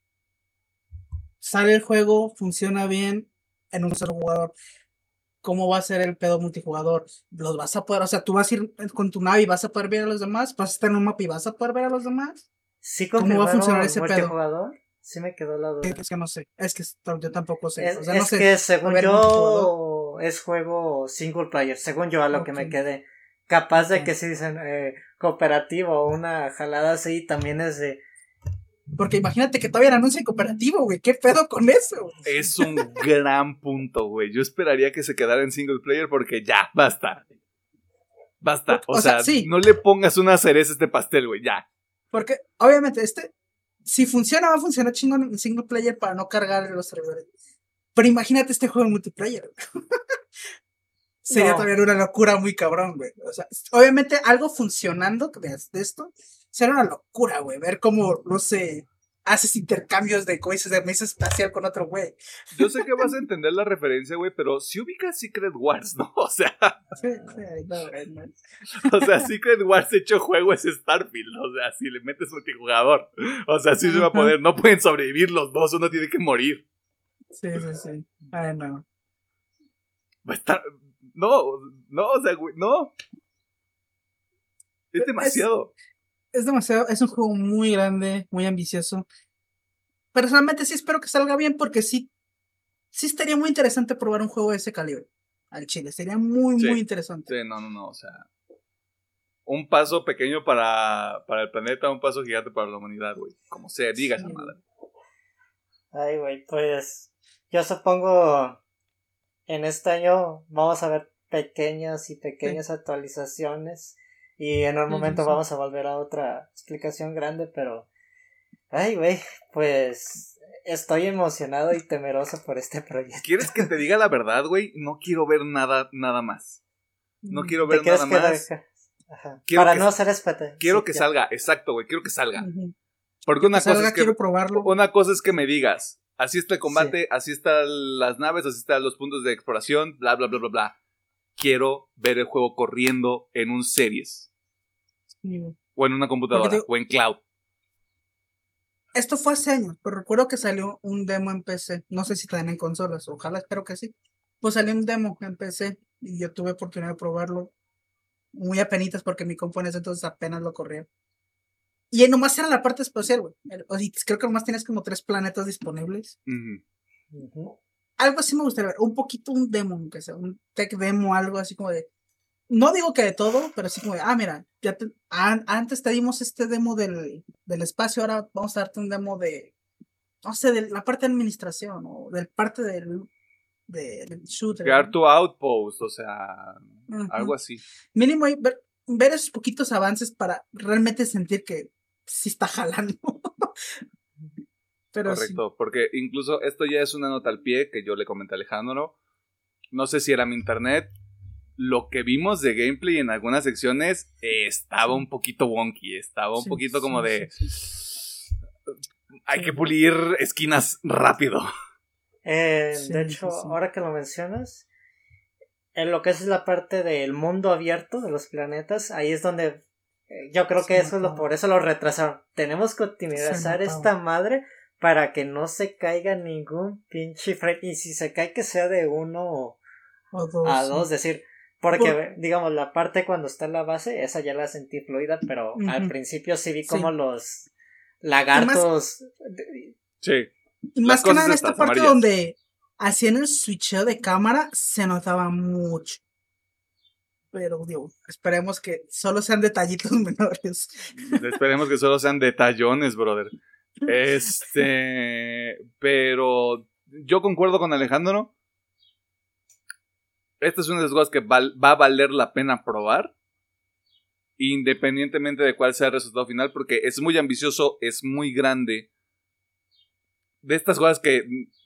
Sale el juego, funciona bien en un solo jugador. ¿Cómo va a ser el pedo multijugador? Los vas a poder, o sea, tú vas a ir con tu nave y vas a poder ver a los demás, vas a estar en un mapa y vas a poder ver a los demás. ¿Sí ¿Cómo va a funcionar confirmaron ese pedo? multijugador? Sí me quedó la duda. Es que no sé, es que yo tampoco sé. Es, O sea, no es sé. que según A ver, multijugador. yo es juego single player, según yo a lo que me Ok. quedé. Capaz de Ok. que si dicen eh, cooperativo o una jalada así, también es de... Porque imagínate que todavía anuncia cooperativo, güey. ¿Qué pedo con eso? Es un gran punto, güey. Yo esperaría que se quedara en single player porque ya, basta. Basta. Porque, O, o sea, sea, sí. no le pongas una cereza a este pastel, güey. Ya. Porque, obviamente, este, si funciona, va a funcionar chingón en single player para no cargar los servidores. Pero imagínate este juego en multiplayer. Sería No. también una locura muy cabrón, güey. O sea, obviamente algo funcionando de, de esto sería una locura, güey. Ver cómo, no sé, haces intercambios de cosas de mesa espacial con otro güey. Yo sé que vas a entender la referencia, güey, pero si ubicas Secret Wars, ¿no? O sea, Sí, sí, no, güey, no. o sea, Secret Wars hecho juego es Starfield. O sea, si le metes multijugador. O sea, sí se va a Ajá. poder. No pueden sobrevivir los dos, uno tiene que morir. Sí, sí, sí. Ay, no. Va a estar. No, no, o sea, güey, no. Es Es, demasiado. es demasiado, es un juego muy grande, muy ambicioso. Personalmente sí espero que salga bien porque sí, sí estaría muy interesante probar un juego de ese calibre al chile. Sería muy, Sí. muy interesante. Sí, no, no, no, o sea. Un paso pequeño para, para el planeta, un paso gigante para la humanidad, güey. Como sea, diga esa Sí. madre. Ay, güey, pues yo supongo en este año vamos a ver pequeñas y pequeñas actualizaciones y en un Sí, momento sí, sí. vamos a volver a otra explicación grande, pero ay, güey, pues estoy emocionado y temeroso por este proyecto. ¿Quieres que te diga la verdad, güey? No quiero ver nada, nada más. No quiero ¿Te ver quieres nada quedar más. acá? Ajá. Quiero Para que- no ser espete. Quiero sí, que ya. salga, exacto, güey. Quiero que salga. Ujú. Porque Que una cosa salga, es que quiero probarlo. una cosa es que me digas, así está el combate, así están las naves, así están los puntos de exploración, bla, bla, bla, bla, bla. Quiero ver el juego corriendo en un series. Sí, güey. O en una computadora. Porque te- O en cloud. Esto fue hace años, pero recuerdo que salió un demo en P C. No sé si también en consolas, ojalá, espero que sí. Pues salió un demo en P C y yo tuve oportunidad de probarlo. Muy apenitas porque mi compu en ese entonces apenas lo corría. Y ahí nomás era la parte espacial, güey. El- O sea, creo que nomás tenías como tres planetas disponibles. Ujú. Ujú. Algo así me gustaría ver, un poquito un demo, aunque sea un tech demo, algo así como de. No digo que de todo, pero sí como de, ah, mira, ya te- an- antes te dimos este demo del, del espacio, ahora vamos a darte un demo de, no sé, de la parte de administración o del parte del, de- del shooter. Crear ¿no? tu outpost, o sea, Ujú. algo así. Mínimo ahí ver, ver esos poquitos avances para realmente sentir que sí está jalando. Pero sí. Correcto, porque incluso esto ya es una nota al pie que yo le comenté a Alejandro. No sé si era mi internet. Lo que vimos de gameplay en algunas secciones eh, estaba Sí. un poquito wonky. Estaba un Sí, poquito como sí, de... sí, sí. Hay Sí. que pulir esquinas rápido. Eh, Sí, de sí, hecho, sí. ahora que lo mencionas, en lo que es la parte del mundo abierto de los planetas, ahí es donde eh, yo creo Se que eso es lo, notaba. por eso lo retrasaron. Tenemos que optimizar notaba. esta madre para que no se caiga ningún pinche frame. Y si se cae, que sea de uno O dos. a sí. dos, decir. Porque, Por- digamos, la parte cuando está en la base, esa ya la sentí fluida, pero al Ujú. principio sí vi Sí. como los lagartos. Sí. Y Las más que cosas nada en esta estas, parte amarillas. donde hacían el switcheo de cámara se notaba mucho. Pero digo, esperemos que solo sean detallitos menores. Esperemos que solo sean detallones, brother. Este... Pero yo concuerdo con Alejandro. Esta es una de las cosas que val- va a valer la pena probar. Independientemente de cuál sea el resultado final. Porque es muy ambicioso, es muy grande. De estas cosas que...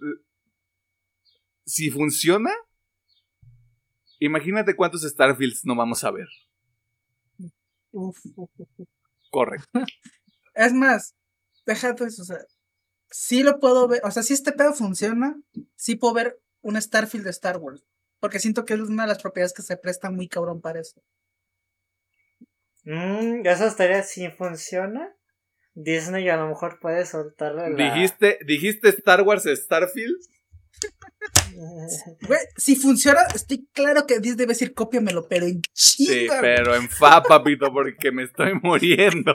Si funciona... Imagínate cuántos Starfields no vamos a ver. Uf, uf, uf. Correcto. Es más, déjate eso, o sea, sí lo puedo ver, o sea, si este pedo funciona, sí puedo ver un Starfield de Star Wars, porque siento que es una de las propiedades que se presta muy cabrón para eso. Mm, eso estaría si funciona. Disney a lo mejor puede soltarle la... ¿Dijiste, ¿Dijiste Star Wars Starfield? Güey, si funciona, estoy claro que Disney va a decir cópiamelo, pero en chinga. Sí, pero en fa, papito, porque me estoy muriendo.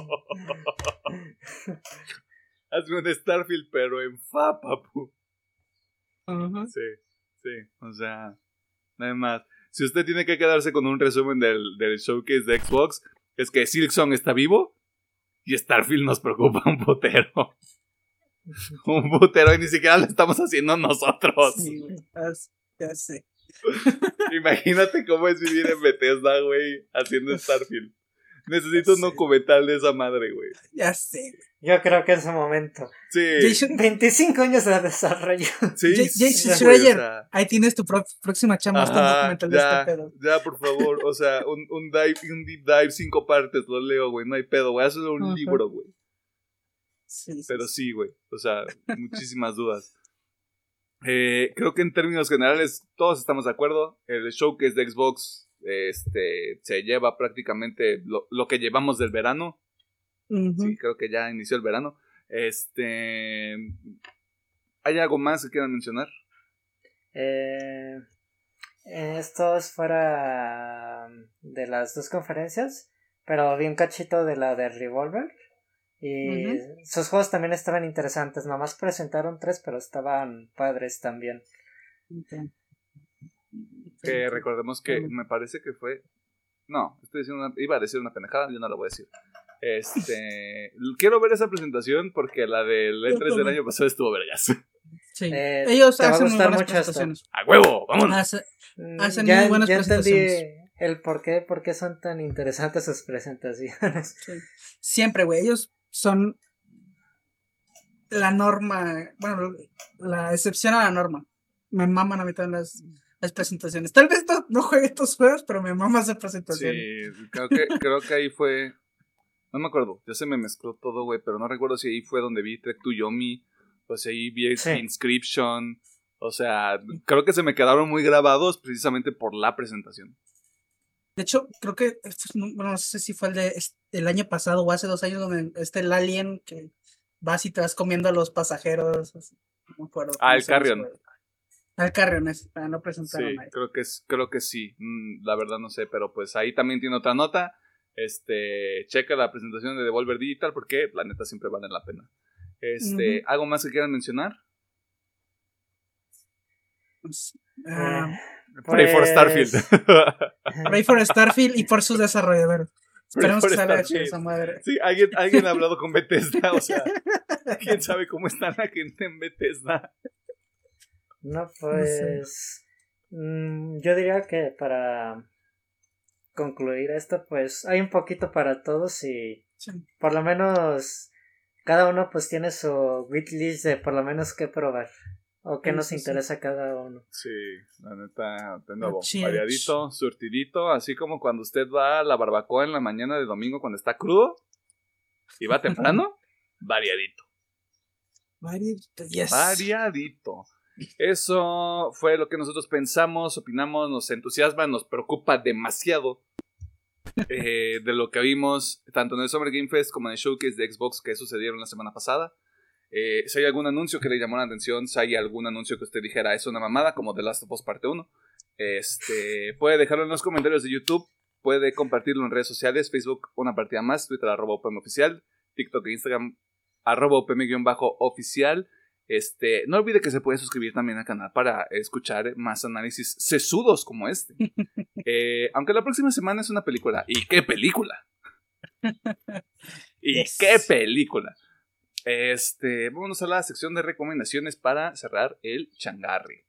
Hazme un Starfield, pero en fa, papu. Uh-huh. Sí, sí, o sea, nada más. Si usted tiene que quedarse con un resumen del, del showcase de Xbox, es que Silksong está vivo y Starfield nos preocupa un putero. Un putero y ni siquiera lo estamos haciendo nosotros. Sí, güey, ya sé. Imagínate cómo es vivir en Bethesda, güey, haciendo Starfield. Necesito un documental de esa madre, güey. Ya sé, güey. Yo creo que en ese momento. Sí. Jason, veinticinco años de desarrollo. Sí, J- sí, Jason güey, Schreier, o sea, ahí tienes tu pro- próxima chamba, hasta un ajá, documental de ya, este pedo. ya, por favor, o sea, un, un, dive, un deep dive, cinco partes, lo leo, güey, no hay pedo, güey, hazlo un Ajá. libro, güey. Sí, sí, Pero sí. sí, güey, o sea, muchísimas dudas. Eh, creo que en términos generales todos estamos de acuerdo. El showcase de Xbox este, se lleva prácticamente lo, lo que llevamos del verano. Uh-huh. Sí, creo que ya inició el verano. Este, ¿hay algo más que quieran mencionar? Eh, esto es fuera de las dos conferencias, pero vi un cachito de la de Revolver. Y uh-huh. sus juegos también estaban interesantes. Nomás presentaron tres, pero estaban padres también. Okay. Que recordemos que me parece que fue... No, estoy diciendo una... iba a decir una pendejada, yo no la voy a decir. Este, quiero ver esa presentación porque la del E tres del año pasado estuvo vergas. Sí. Eh, Ellos te va a hacen gustar muy buenas mucho presentaciones. ¡A huevo! ¡Vámonos! Hace, hacen ya, muy buenas ya presentaciones. entendí el por qué, por qué son tan interesantes sus presentaciones. Sí. Siempre, güey, ellos son la norma, bueno, la excepción a la norma. Me maman a mí también las, las presentaciones. Tal vez no, no juegue estos juegos, pero me maman esas presentaciones. Sí, creo que, creo que ahí fue... No me acuerdo, ya se me mezcló todo, güey, pero no recuerdo si ahí fue donde vi Trek to Yomi, o si ahí vi sí. Inscription, o sea, creo que se me quedaron muy grabados precisamente por la presentación. De hecho, creo que, bueno, no sé si fue el de el año pasado o hace dos años, donde está el Alien, que vas y te vas comiendo a los pasajeros, así, no me acuerdo. Ah, el Carrion. El Carrion, es, para no presentar. Sí, creo que, es, creo que sí, mm, la verdad no sé, pero pues ahí también tiene otra nota. Este, checa la presentación de Devolver Digital porque la neta siempre vale la pena. Este, uh-huh. ¿Algo más que quieran mencionar? Pues, uh, Pray pues... for Starfield. Pray for Starfield y por sus desarrolladores. Esperemos que salga hecho esa madre. Sí, alguien, alguien ha hablado con Bethesda, o sea, quién sabe cómo está la gente en Bethesda. No, pues no sé. mmm, yo diría que para concluir esto, pues hay un poquito para todos y sí. Por lo menos cada uno pues tiene su wishlist de por lo menos qué probar o qué sí, nos sí, interesa sí. cada uno. Sí, la neta, de nuevo, oh, variadito, surtidito, así como cuando usted va a la barbacoa en la mañana de domingo cuando está crudo y va temprano, variadito. Variadito, yes. Variadito. Eso fue lo que nosotros pensamos, opinamos, nos entusiasma, nos preocupa demasiado eh, de lo que vimos tanto en el Summer Game Fest como en el showcase de Xbox que sucedieron la semana pasada. Eh, si hay algún anuncio que le llamó la atención, si hay algún anuncio que usted dijera es una mamada, como The Last of Us parte uno, este, puede dejarlo en los comentarios de YouTube, puede compartirlo en redes sociales, Facebook una partida más, Twitter arroba U P M oficial, TikTok e Instagram arroba U P M-oficial. Este, no olvide que se puede suscribir también al canal para escuchar más análisis sesudos como este. Eh, aunque la próxima semana es una película. ¿Y qué película? ¿Y yes. qué película? Este, vámonos a la sección de recomendaciones para cerrar el changarri.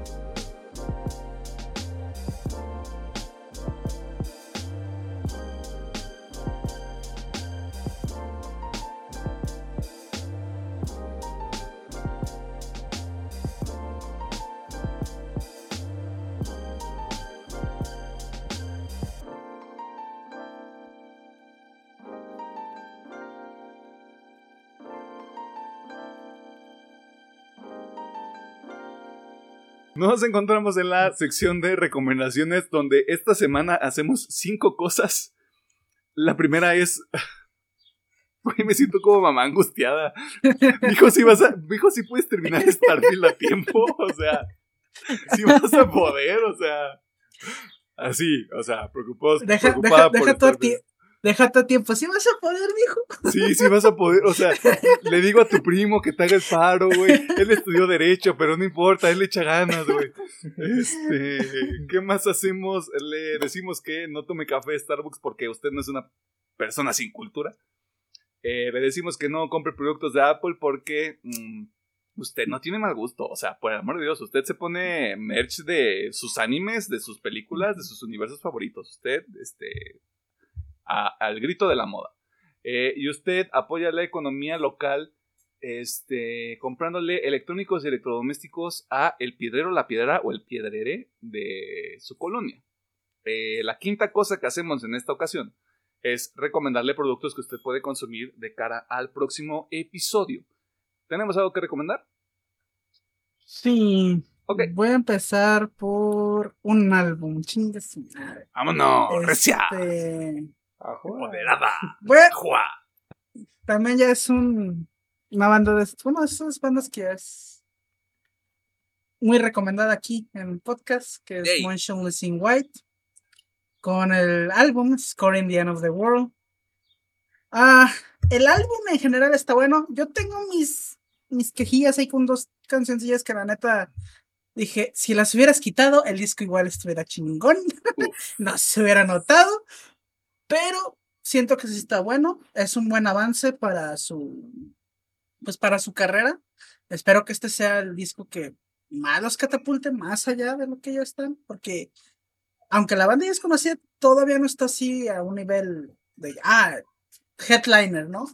Nos encontramos en la sección de recomendaciones donde esta semana hacemos cinco cosas. La primera es... Güey, me siento como mamá angustiada. Dijo, si vas a... Dijo, si puedes terminar Starfield a tiempo. O sea, si vas a poder, o sea... Así, o sea, preocupados, Deja, preocupada deja, por deja, tu Starfield. ti- deja tu tiempo. Sí vas a poder, mijo. Sí, sí vas a poder, o sea, le digo a tu primo que te haga el paro, güey. Él estudió Derecho, pero no importa, él le echa ganas, güey. Este, ¿qué más hacemos? Le decimos que no tome café de Starbucks porque usted no es una persona sin cultura. Eh, le decimos que no compre productos de Apple porque mmm, usted no tiene mal gusto. O sea, por el amor de Dios, usted se pone merch de sus animes, de sus películas, de sus universos favoritos. Usted, este, a, al grito de la moda. Eh, y usted apoya la economía local este, comprándole electrónicos y electrodomésticos a el piedrero, la piedra o el piedrere de su colonia. Eh, la quinta cosa que hacemos en esta ocasión es recomendarle productos que usted puede consumir de cara al próximo episodio. ¿Tenemos algo que recomendar? Sí. Ok. Voy a empezar por un álbum. Chingue su madre. ¡Vámonos! ¡Recia! Este. ¡Empoderada! Bueno, ¡Jua! también ya es un, una banda de una de esas bandas que es muy recomendada aquí en el podcast, que es Ey. Motionless in White, con el álbum Scoring the End of the World. Ah, el álbum en general está bueno. Yo tengo mis, mis quejillas ahí con dos cancioncillas que la neta dije, si las hubieras quitado, el disco igual estuviera chingón. No se hubiera notado, pero siento que sí está bueno. Es un buen avance para su, pues para su carrera. Espero que este sea el disco que más los catapulte más allá de lo que ya están, porque aunque la banda ya es conocida, todavía no está así a un nivel de, ah, headliner, ¿no?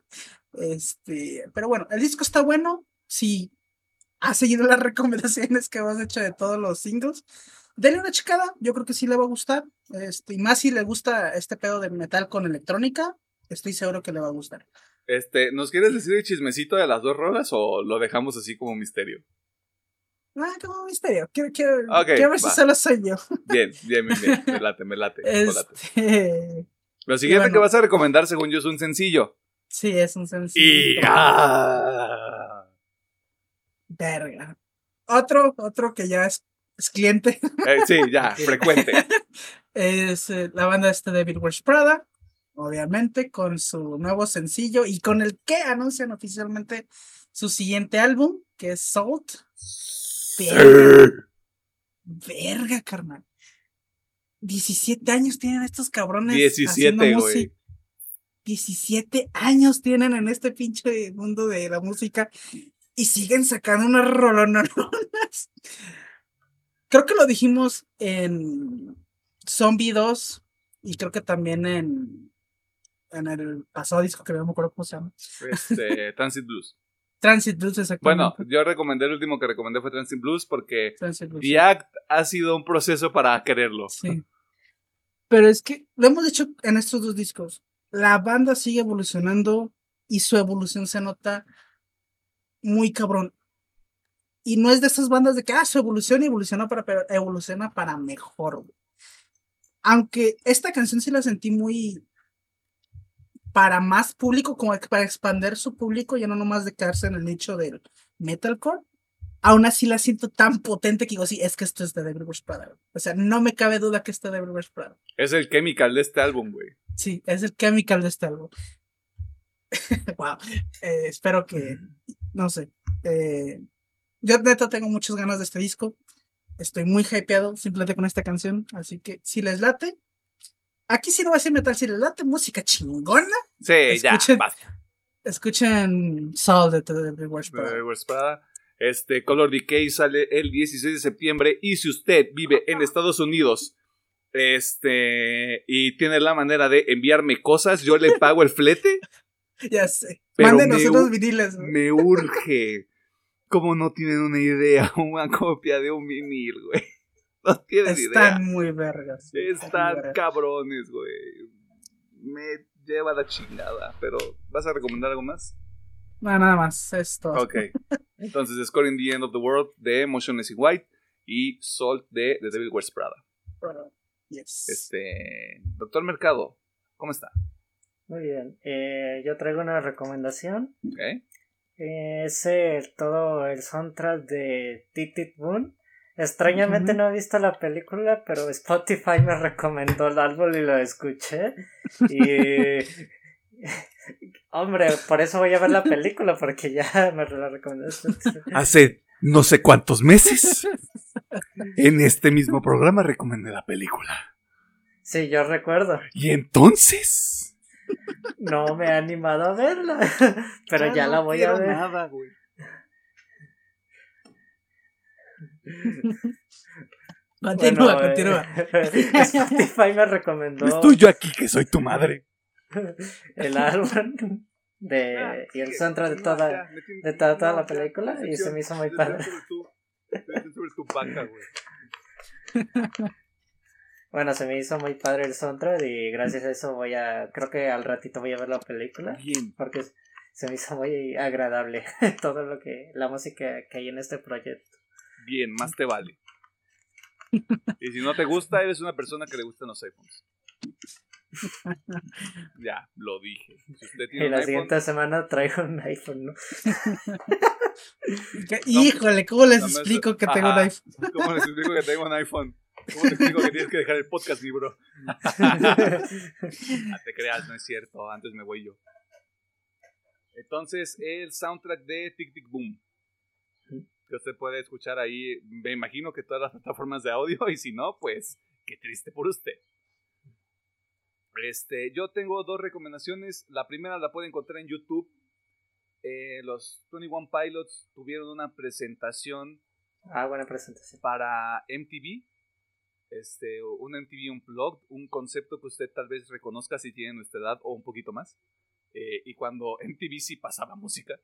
Este, pero bueno, el disco está bueno. Si ha seguido las recomendaciones que hemos hecho de todos los singles, denle una checada, yo creo que sí le va a gustar. Este, y más si le gusta este pedo de metal con electrónica, estoy seguro que le va a gustar. Este, ¿nos quieres decir el chismecito de las dos rolas o lo dejamos así como misterio? Ah, como misterio. Quiero, quiero, Okay, quiero ver si va. solo soy yo. Bien, bien, bien, bien. Me late, me late. me late. Este, Lo siguiente bueno. que vas a recomendar, según yo, es un sencillo. sí, es un sencillo. Y... ¡Ah! Verga. Otro, otro que ya es, es cliente. Eh, sí, ya, frecuente. Es eh, la banda este de Devil Wears Prada, obviamente, con su nuevo sencillo y con el que anuncian oficialmente su siguiente álbum, que es Salt. Verga, verga, carnal. diecisiete años tienen estos cabrones. diecisiete, güey. diecisiete años tienen en este pinche mundo de la música y siguen sacando unas rolononas. Creo que lo dijimos en Zombie dos y creo que también en, en el pasado disco que no me acuerdo cómo se llama. Este, Transit Blues. Transit Blues, exactamente. Bueno, yo recomendé, el último que recomendé fue Transit Blues porque Transit Blues, The sí. Act ha sido un proceso para quererlo. Sí. Pero es que lo hemos dicho en estos dos discos. La banda sigue evolucionando y su evolución se nota muy cabrón. Y no es de esas bandas de que, ah, su evolución evoluciona para, pero evoluciona para mejor, güey. Aunque esta canción sí la sentí muy para más público, como para expandir su público, ya no nomás de quedarse en el nicho del metalcore. Aún así la siento tan potente que digo, sí, es que esto es de Devil Wears Prada, güey. O sea, no me cabe duda que esto es de Devil Wears Prada. Es el chemical de este álbum, güey. Sí, es el chemical de este álbum. Wow. Eh, espero que, no sé. Eh, yo neta tengo muchas ganas de este disco. Estoy muy hypeado simplemente con esta canción. Así que si les late, aquí sí no va a ser metal, si les late música chingona. Sí, Escuchen- ya, basta. Escuchen Soul de Devil Wears Prada. Devil Wears Prada. Este, Color Decay sale el dieciséis de septiembre. Y si usted vive en Estados Unidos, este, y tiene la manera de enviarme cosas, yo le pago el flete. Ya sé. Pero Mándenos me unos u- viniles. ¿no? Me urge. Como no tienen una idea, una copia de un vinil, güey. No tienen Están idea. muy vergas. Están muy Están vergas. cabrones, güey. Me lleva la chingada. Pero, ¿vas a recomendar algo más? No, nada más. Esto. Ok. Entonces, Scoring the End of the World de Motionless in White y Salt de The Devil Wears Prada. Yes. Este, Doctor Mercado, ¿cómo está? Muy bien. Eh, yo traigo una recomendación. Ok. Eh, es el, todo el soundtrack de Tit Tit Boom. Extrañamente Ujú. no he visto la película, pero Spotify me recomendó el álbum y lo escuché. Y... Hombre, por eso voy a ver la película, porque ya me la recomendaste. Hace no sé cuántos meses, en este mismo programa recomendé la película. Sí, yo recuerdo. Y entonces... No me he animado a verla, pero ya, ya no la voy a ver. Nada, güey. Continúa, Bueno, continúa. Eh, Spotify me recomendó. Estoy yo aquí que soy tu madre. El álbum de ah, y el soundtrack de toda ya, de toda, toda no, la película ya, y se me hizo muy padre. Sobre tu vaca, güey. Bueno, se me hizo muy padre el soundtrack y gracias a eso voy a, creo que al ratito voy a ver la película. Bien. Porque se me hizo muy agradable todo lo que, la música que hay en este proyecto. Bien, más te vale. Y si no te gusta, eres una persona que le gustan los iPhones. Ya, lo dije. Si usted tiene y la un siguiente iPhone, semana traigo un iPhone, ¿no? Híjole, ¿cómo les no, explico no, que ajá, tengo un iPhone? ¿Cómo les explico que tengo un iPhone? ¿Cómo te explico que tienes que dejar el podcast, mi bro? Ah, te creas, no es cierto. Antes me voy yo. Entonces, el soundtrack de Tic Tic Boom, que usted puede escuchar ahí, me imagino que todas las plataformas de audio, y si no, pues, qué triste por usted. Este, yo tengo dos recomendaciones. La primera la puede encontrar en YouTube. Eh, los veintiuno Pilots tuvieron una presentación. Ah, buena presentación. Para M T V. Este, un M T V Unplugged, un concepto que usted tal vez reconozca si tiene nuestra edad o un poquito más. Eh, y cuando M T V sí pasaba música.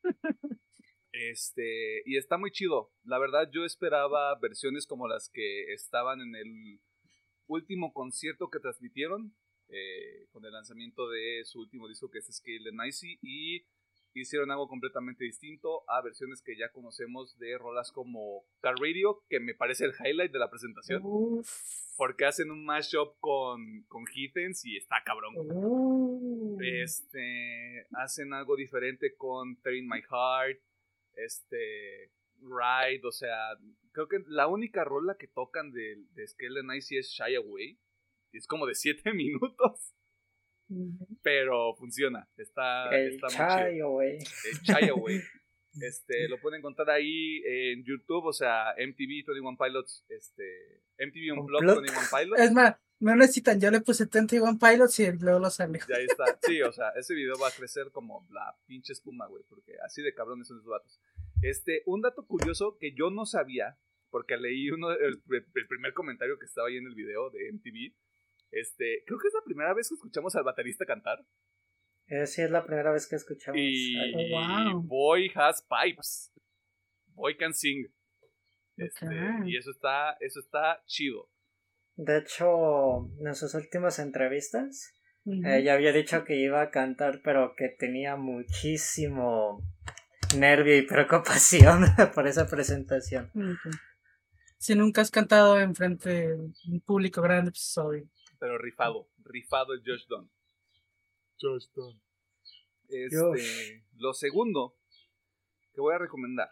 Este, y está muy chido. La verdad, yo esperaba versiones como las que estaban en el último concierto que transmitieron. Eh, con el lanzamiento de su último disco, que es Scale and Icy, y hicieron algo completamente distinto a versiones que ya conocemos de rolas como Car Radio, que me parece el highlight de la presentación. Uf. Porque hacen un mashup con, con Heathens y está cabrón. Uf. Este, hacen algo diferente con Tearing My Heart, este, Ride, o sea, creo que la única rola que tocan de, de Scale and Icy es Shy Away. Es como de siete minutos. Uh-huh. Pero funciona. Está, el está Shy muy chido. Away. El Shy Away. Este, lo pueden encontrar ahí en YouTube. O sea, M T V veintiuno Pilots. Este, M T V Unplugged veintiuno Pilots. Es más, no necesitan. Yo le puse veintiuno Pilots y luego lo salió. Y ahí está. Sí, o sea, ese video va a crecer como la pinche espuma, güey. Porque así de cabrones son esos vatos. Este, un dato curioso que yo no sabía. Porque leí uno, el, el primer comentario que estaba ahí en el video de M T V. Este, creo que es la primera vez que escuchamos al baterista cantar. Eh, sí, es la primera vez que escuchamos. Y oh, wow. Boy has pipes. Boy can sing. Este, okay. Y eso está, eso está chido. De hecho, en sus últimas entrevistas, uh-huh. eh, ya había dicho que iba a cantar, pero que tenía muchísimo nervio y preocupación por esa presentación. Okay. Si nunca has cantado enfrente de un público grande, pues obvio. Pero rifado, rifado el Josh Dunn. Josh Dunn. Este, Josh. Lo segundo que voy a recomendar.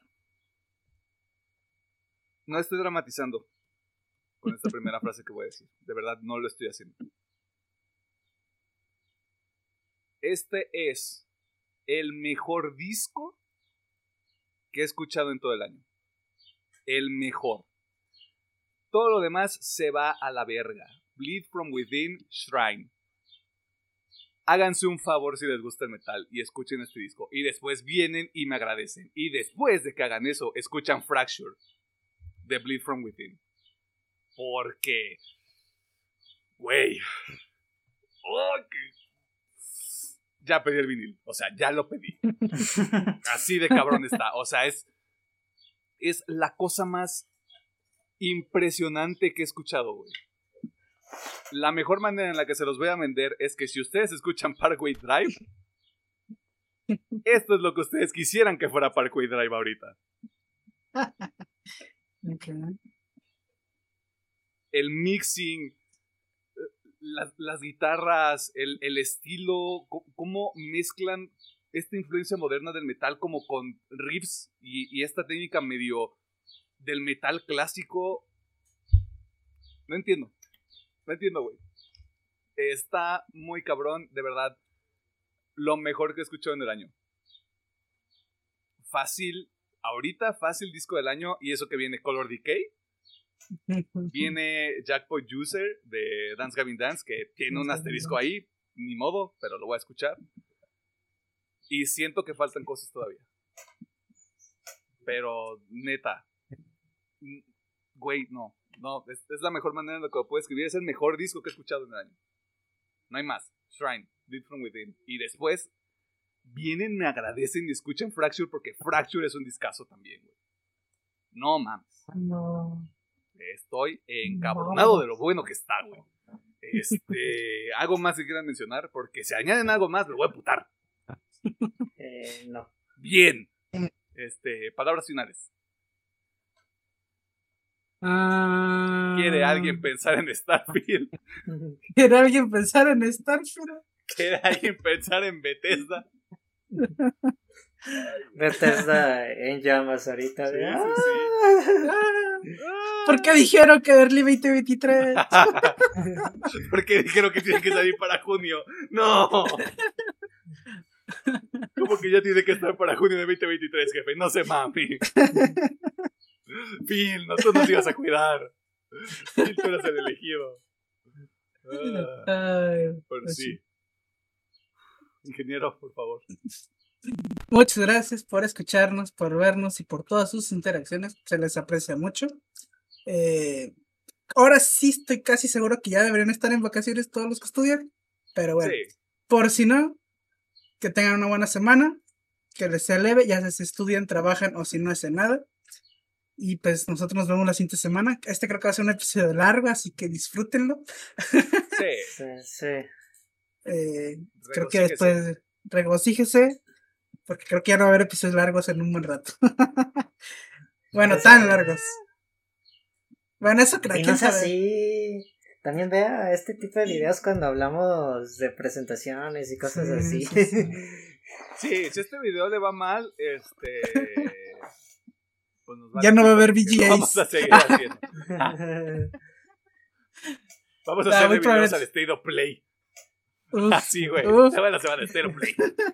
No estoy dramatizando con esta primera frase que voy a decir. De verdad, no lo estoy haciendo. Este es el mejor disco que he escuchado en todo el año. El mejor. Todo lo demás se va a la verga. Bleed From Within, Shrine. Háganse un favor si les gusta el metal y escuchen este disco. Y después vienen y me agradecen. Y después de que hagan eso, escuchan Fracture de Bleed From Within. Porque... Güey. Oh, que... Ya pedí el vinil. O sea, ya lo pedí. Así de cabrón está. O sea, es... Es la cosa más impresionante que he escuchado, güey. La mejor manera en la que se los voy a vender es que si ustedes escuchan Parkway Drive, esto es lo que ustedes quisieran que fuera Parkway Drive ahorita. Okay. El mixing, las, las guitarras, el, el estilo, cómo mezclan esta influencia moderna del metal como con riffs y, y esta técnica medio del metal clásico. No entiendo. No entiendo, güey. Está muy cabrón, de verdad. Lo mejor que he escuchado en el año. Fácil, ahorita fácil disco del año. Y eso que viene Color Decay. Viene Jackpot User de Dance Gavin Dance, que tiene un asterisco ahí. Ni modo, pero lo voy a escuchar. Y siento que faltan cosas todavía. Pero, neta. Güey, no. No, es, es la mejor manera en la que lo puedo escribir. Es el mejor disco que he escuchado en el año. No hay más. Shrine, Deep From Within. Y después vienen, me agradecen y escuchan Fracture, porque Fracture es un discazo también, güey. No mames. No. Estoy encabronado no. de lo bueno que está, güey. Este, algo más que quieran mencionar, porque si añaden algo más, me voy a putar. Eh, no. Bien. Este, palabras finales. Ah, ¿Quiere alguien pensar en Starfield? ¿Quiere alguien pensar en Starfield? ¿Quiere alguien pensar en Bethesda? Bethesda en llamas ahorita. Sí, de... sí, sí. Ah, ¿por qué dijeron que Early veinte veintitrés? ¿Por qué dijeron que tiene que salir para junio? ¡No! ¿Cómo que ya tiene que estar para junio de veinte veintitrés, jefe? No se mami. Phil, no, tú nos ibas a cuidar. Phil, tú eras el elegido. Ah, Ay, por pues sí. Ingeniero, por favor. Muchas gracias por escucharnos, por vernos y por todas sus interacciones. Se les aprecia mucho. Eh, ahora sí estoy casi seguro que ya deberían estar en vacaciones todos los que estudian. Pero bueno, Sí. por si no, que tengan una buena semana, que les sea leve, ya sea si estudian, trabajan o si no hacen nada. Y pues nosotros nos vemos la siguiente semana. Este creo que va a ser un episodio largo, así que disfrútenlo. Sí. Sí, sí. Eh, creo que después regocíjese, porque creo que ya no va a haber episodios largos en un buen rato. Bueno, tan largos. Bueno, eso creo Y que no es así. También vea este tipo de videos cuando hablamos de presentaciones y cosas Sí, así. sí, sí. Sí, si este video le va mal, este... pues nos vale Ya no va a pito, haber porque V G As. lo vamos a seguir haciendo. Vamos a Ah, hacer muy videos probable. al State of Play. Uf, Así, güey. uf. Se van a semana de State of Play.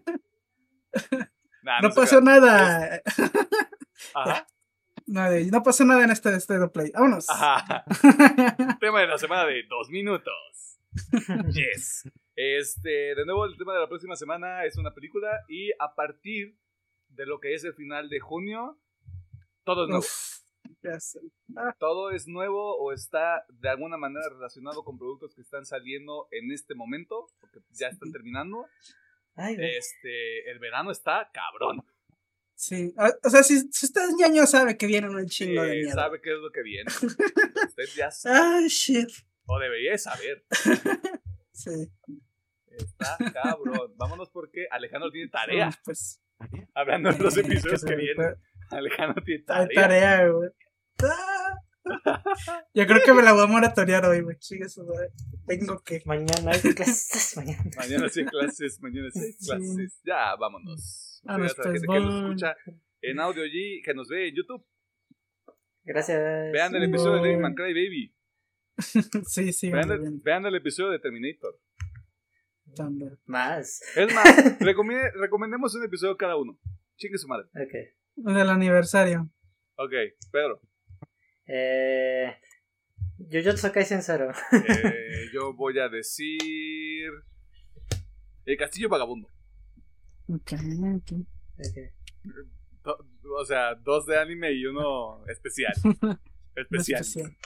Nah, No se pasó crean. nada. Ajá. No, de- no pasó nada en este State of Play. Vámonos. Ajá. Tema de la semana de dos minutos. Yes. Este, de nuevo, el tema de la próxima semana es una película. Y a partir de lo que es el final de junio, todo es nuevo. Uf, ya sé. Ah, Todo es nuevo o está de alguna manera relacionado con productos que están saliendo en este momento, porque ya están terminando. Ay, güey. Este, el verano está cabrón. sí. Ah, o sea, si, si usted es ñaño, sabe que viene un chingo de Eh, mierda. sabe qué es lo que viene. Usted ya sabe. Ah, shit. O debería de saber. Sí. Está cabrón. Vámonos porque Alejandro tiene tarea. Sí, pues. Hablando de los episodios Que que se- vienen. Alejandro tiene Hay tarea. tarea, güey. Ah. Yo creo que me la voy a moratoriar hoy, güey. Sí, eso, güey. Tengo que. Mañana hay clases. Mañana. Mañana sí hay clases, mañana sí hay Sí. clases. Ya, vámonos. Muchas Vámonos, gracias a la pues, gente que nos bye. escucha en audio allí, que nos ve en YouTube. Gracias. Vean el episodio de Bye. Devil May Cry Baby. Sí, sí, Vean muy el, bien. vean el episodio de Terminator. También. Más. Es más, recomie- recomendemos un episodio cada uno. Chingue su madre. Ok. Del aniversario. Ok, Pedro. Eh. Jujutsu Kaisen Zero. Eh, yo voy a decir. El Castillo Vagabundo. Ok, ok. Ok. Do- o sea, dos de anime y uno especial. Especial. Especial.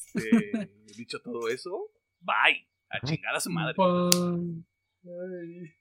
Este. Dicho todo eso, bye. A chingar a su madre. Bye. Ay.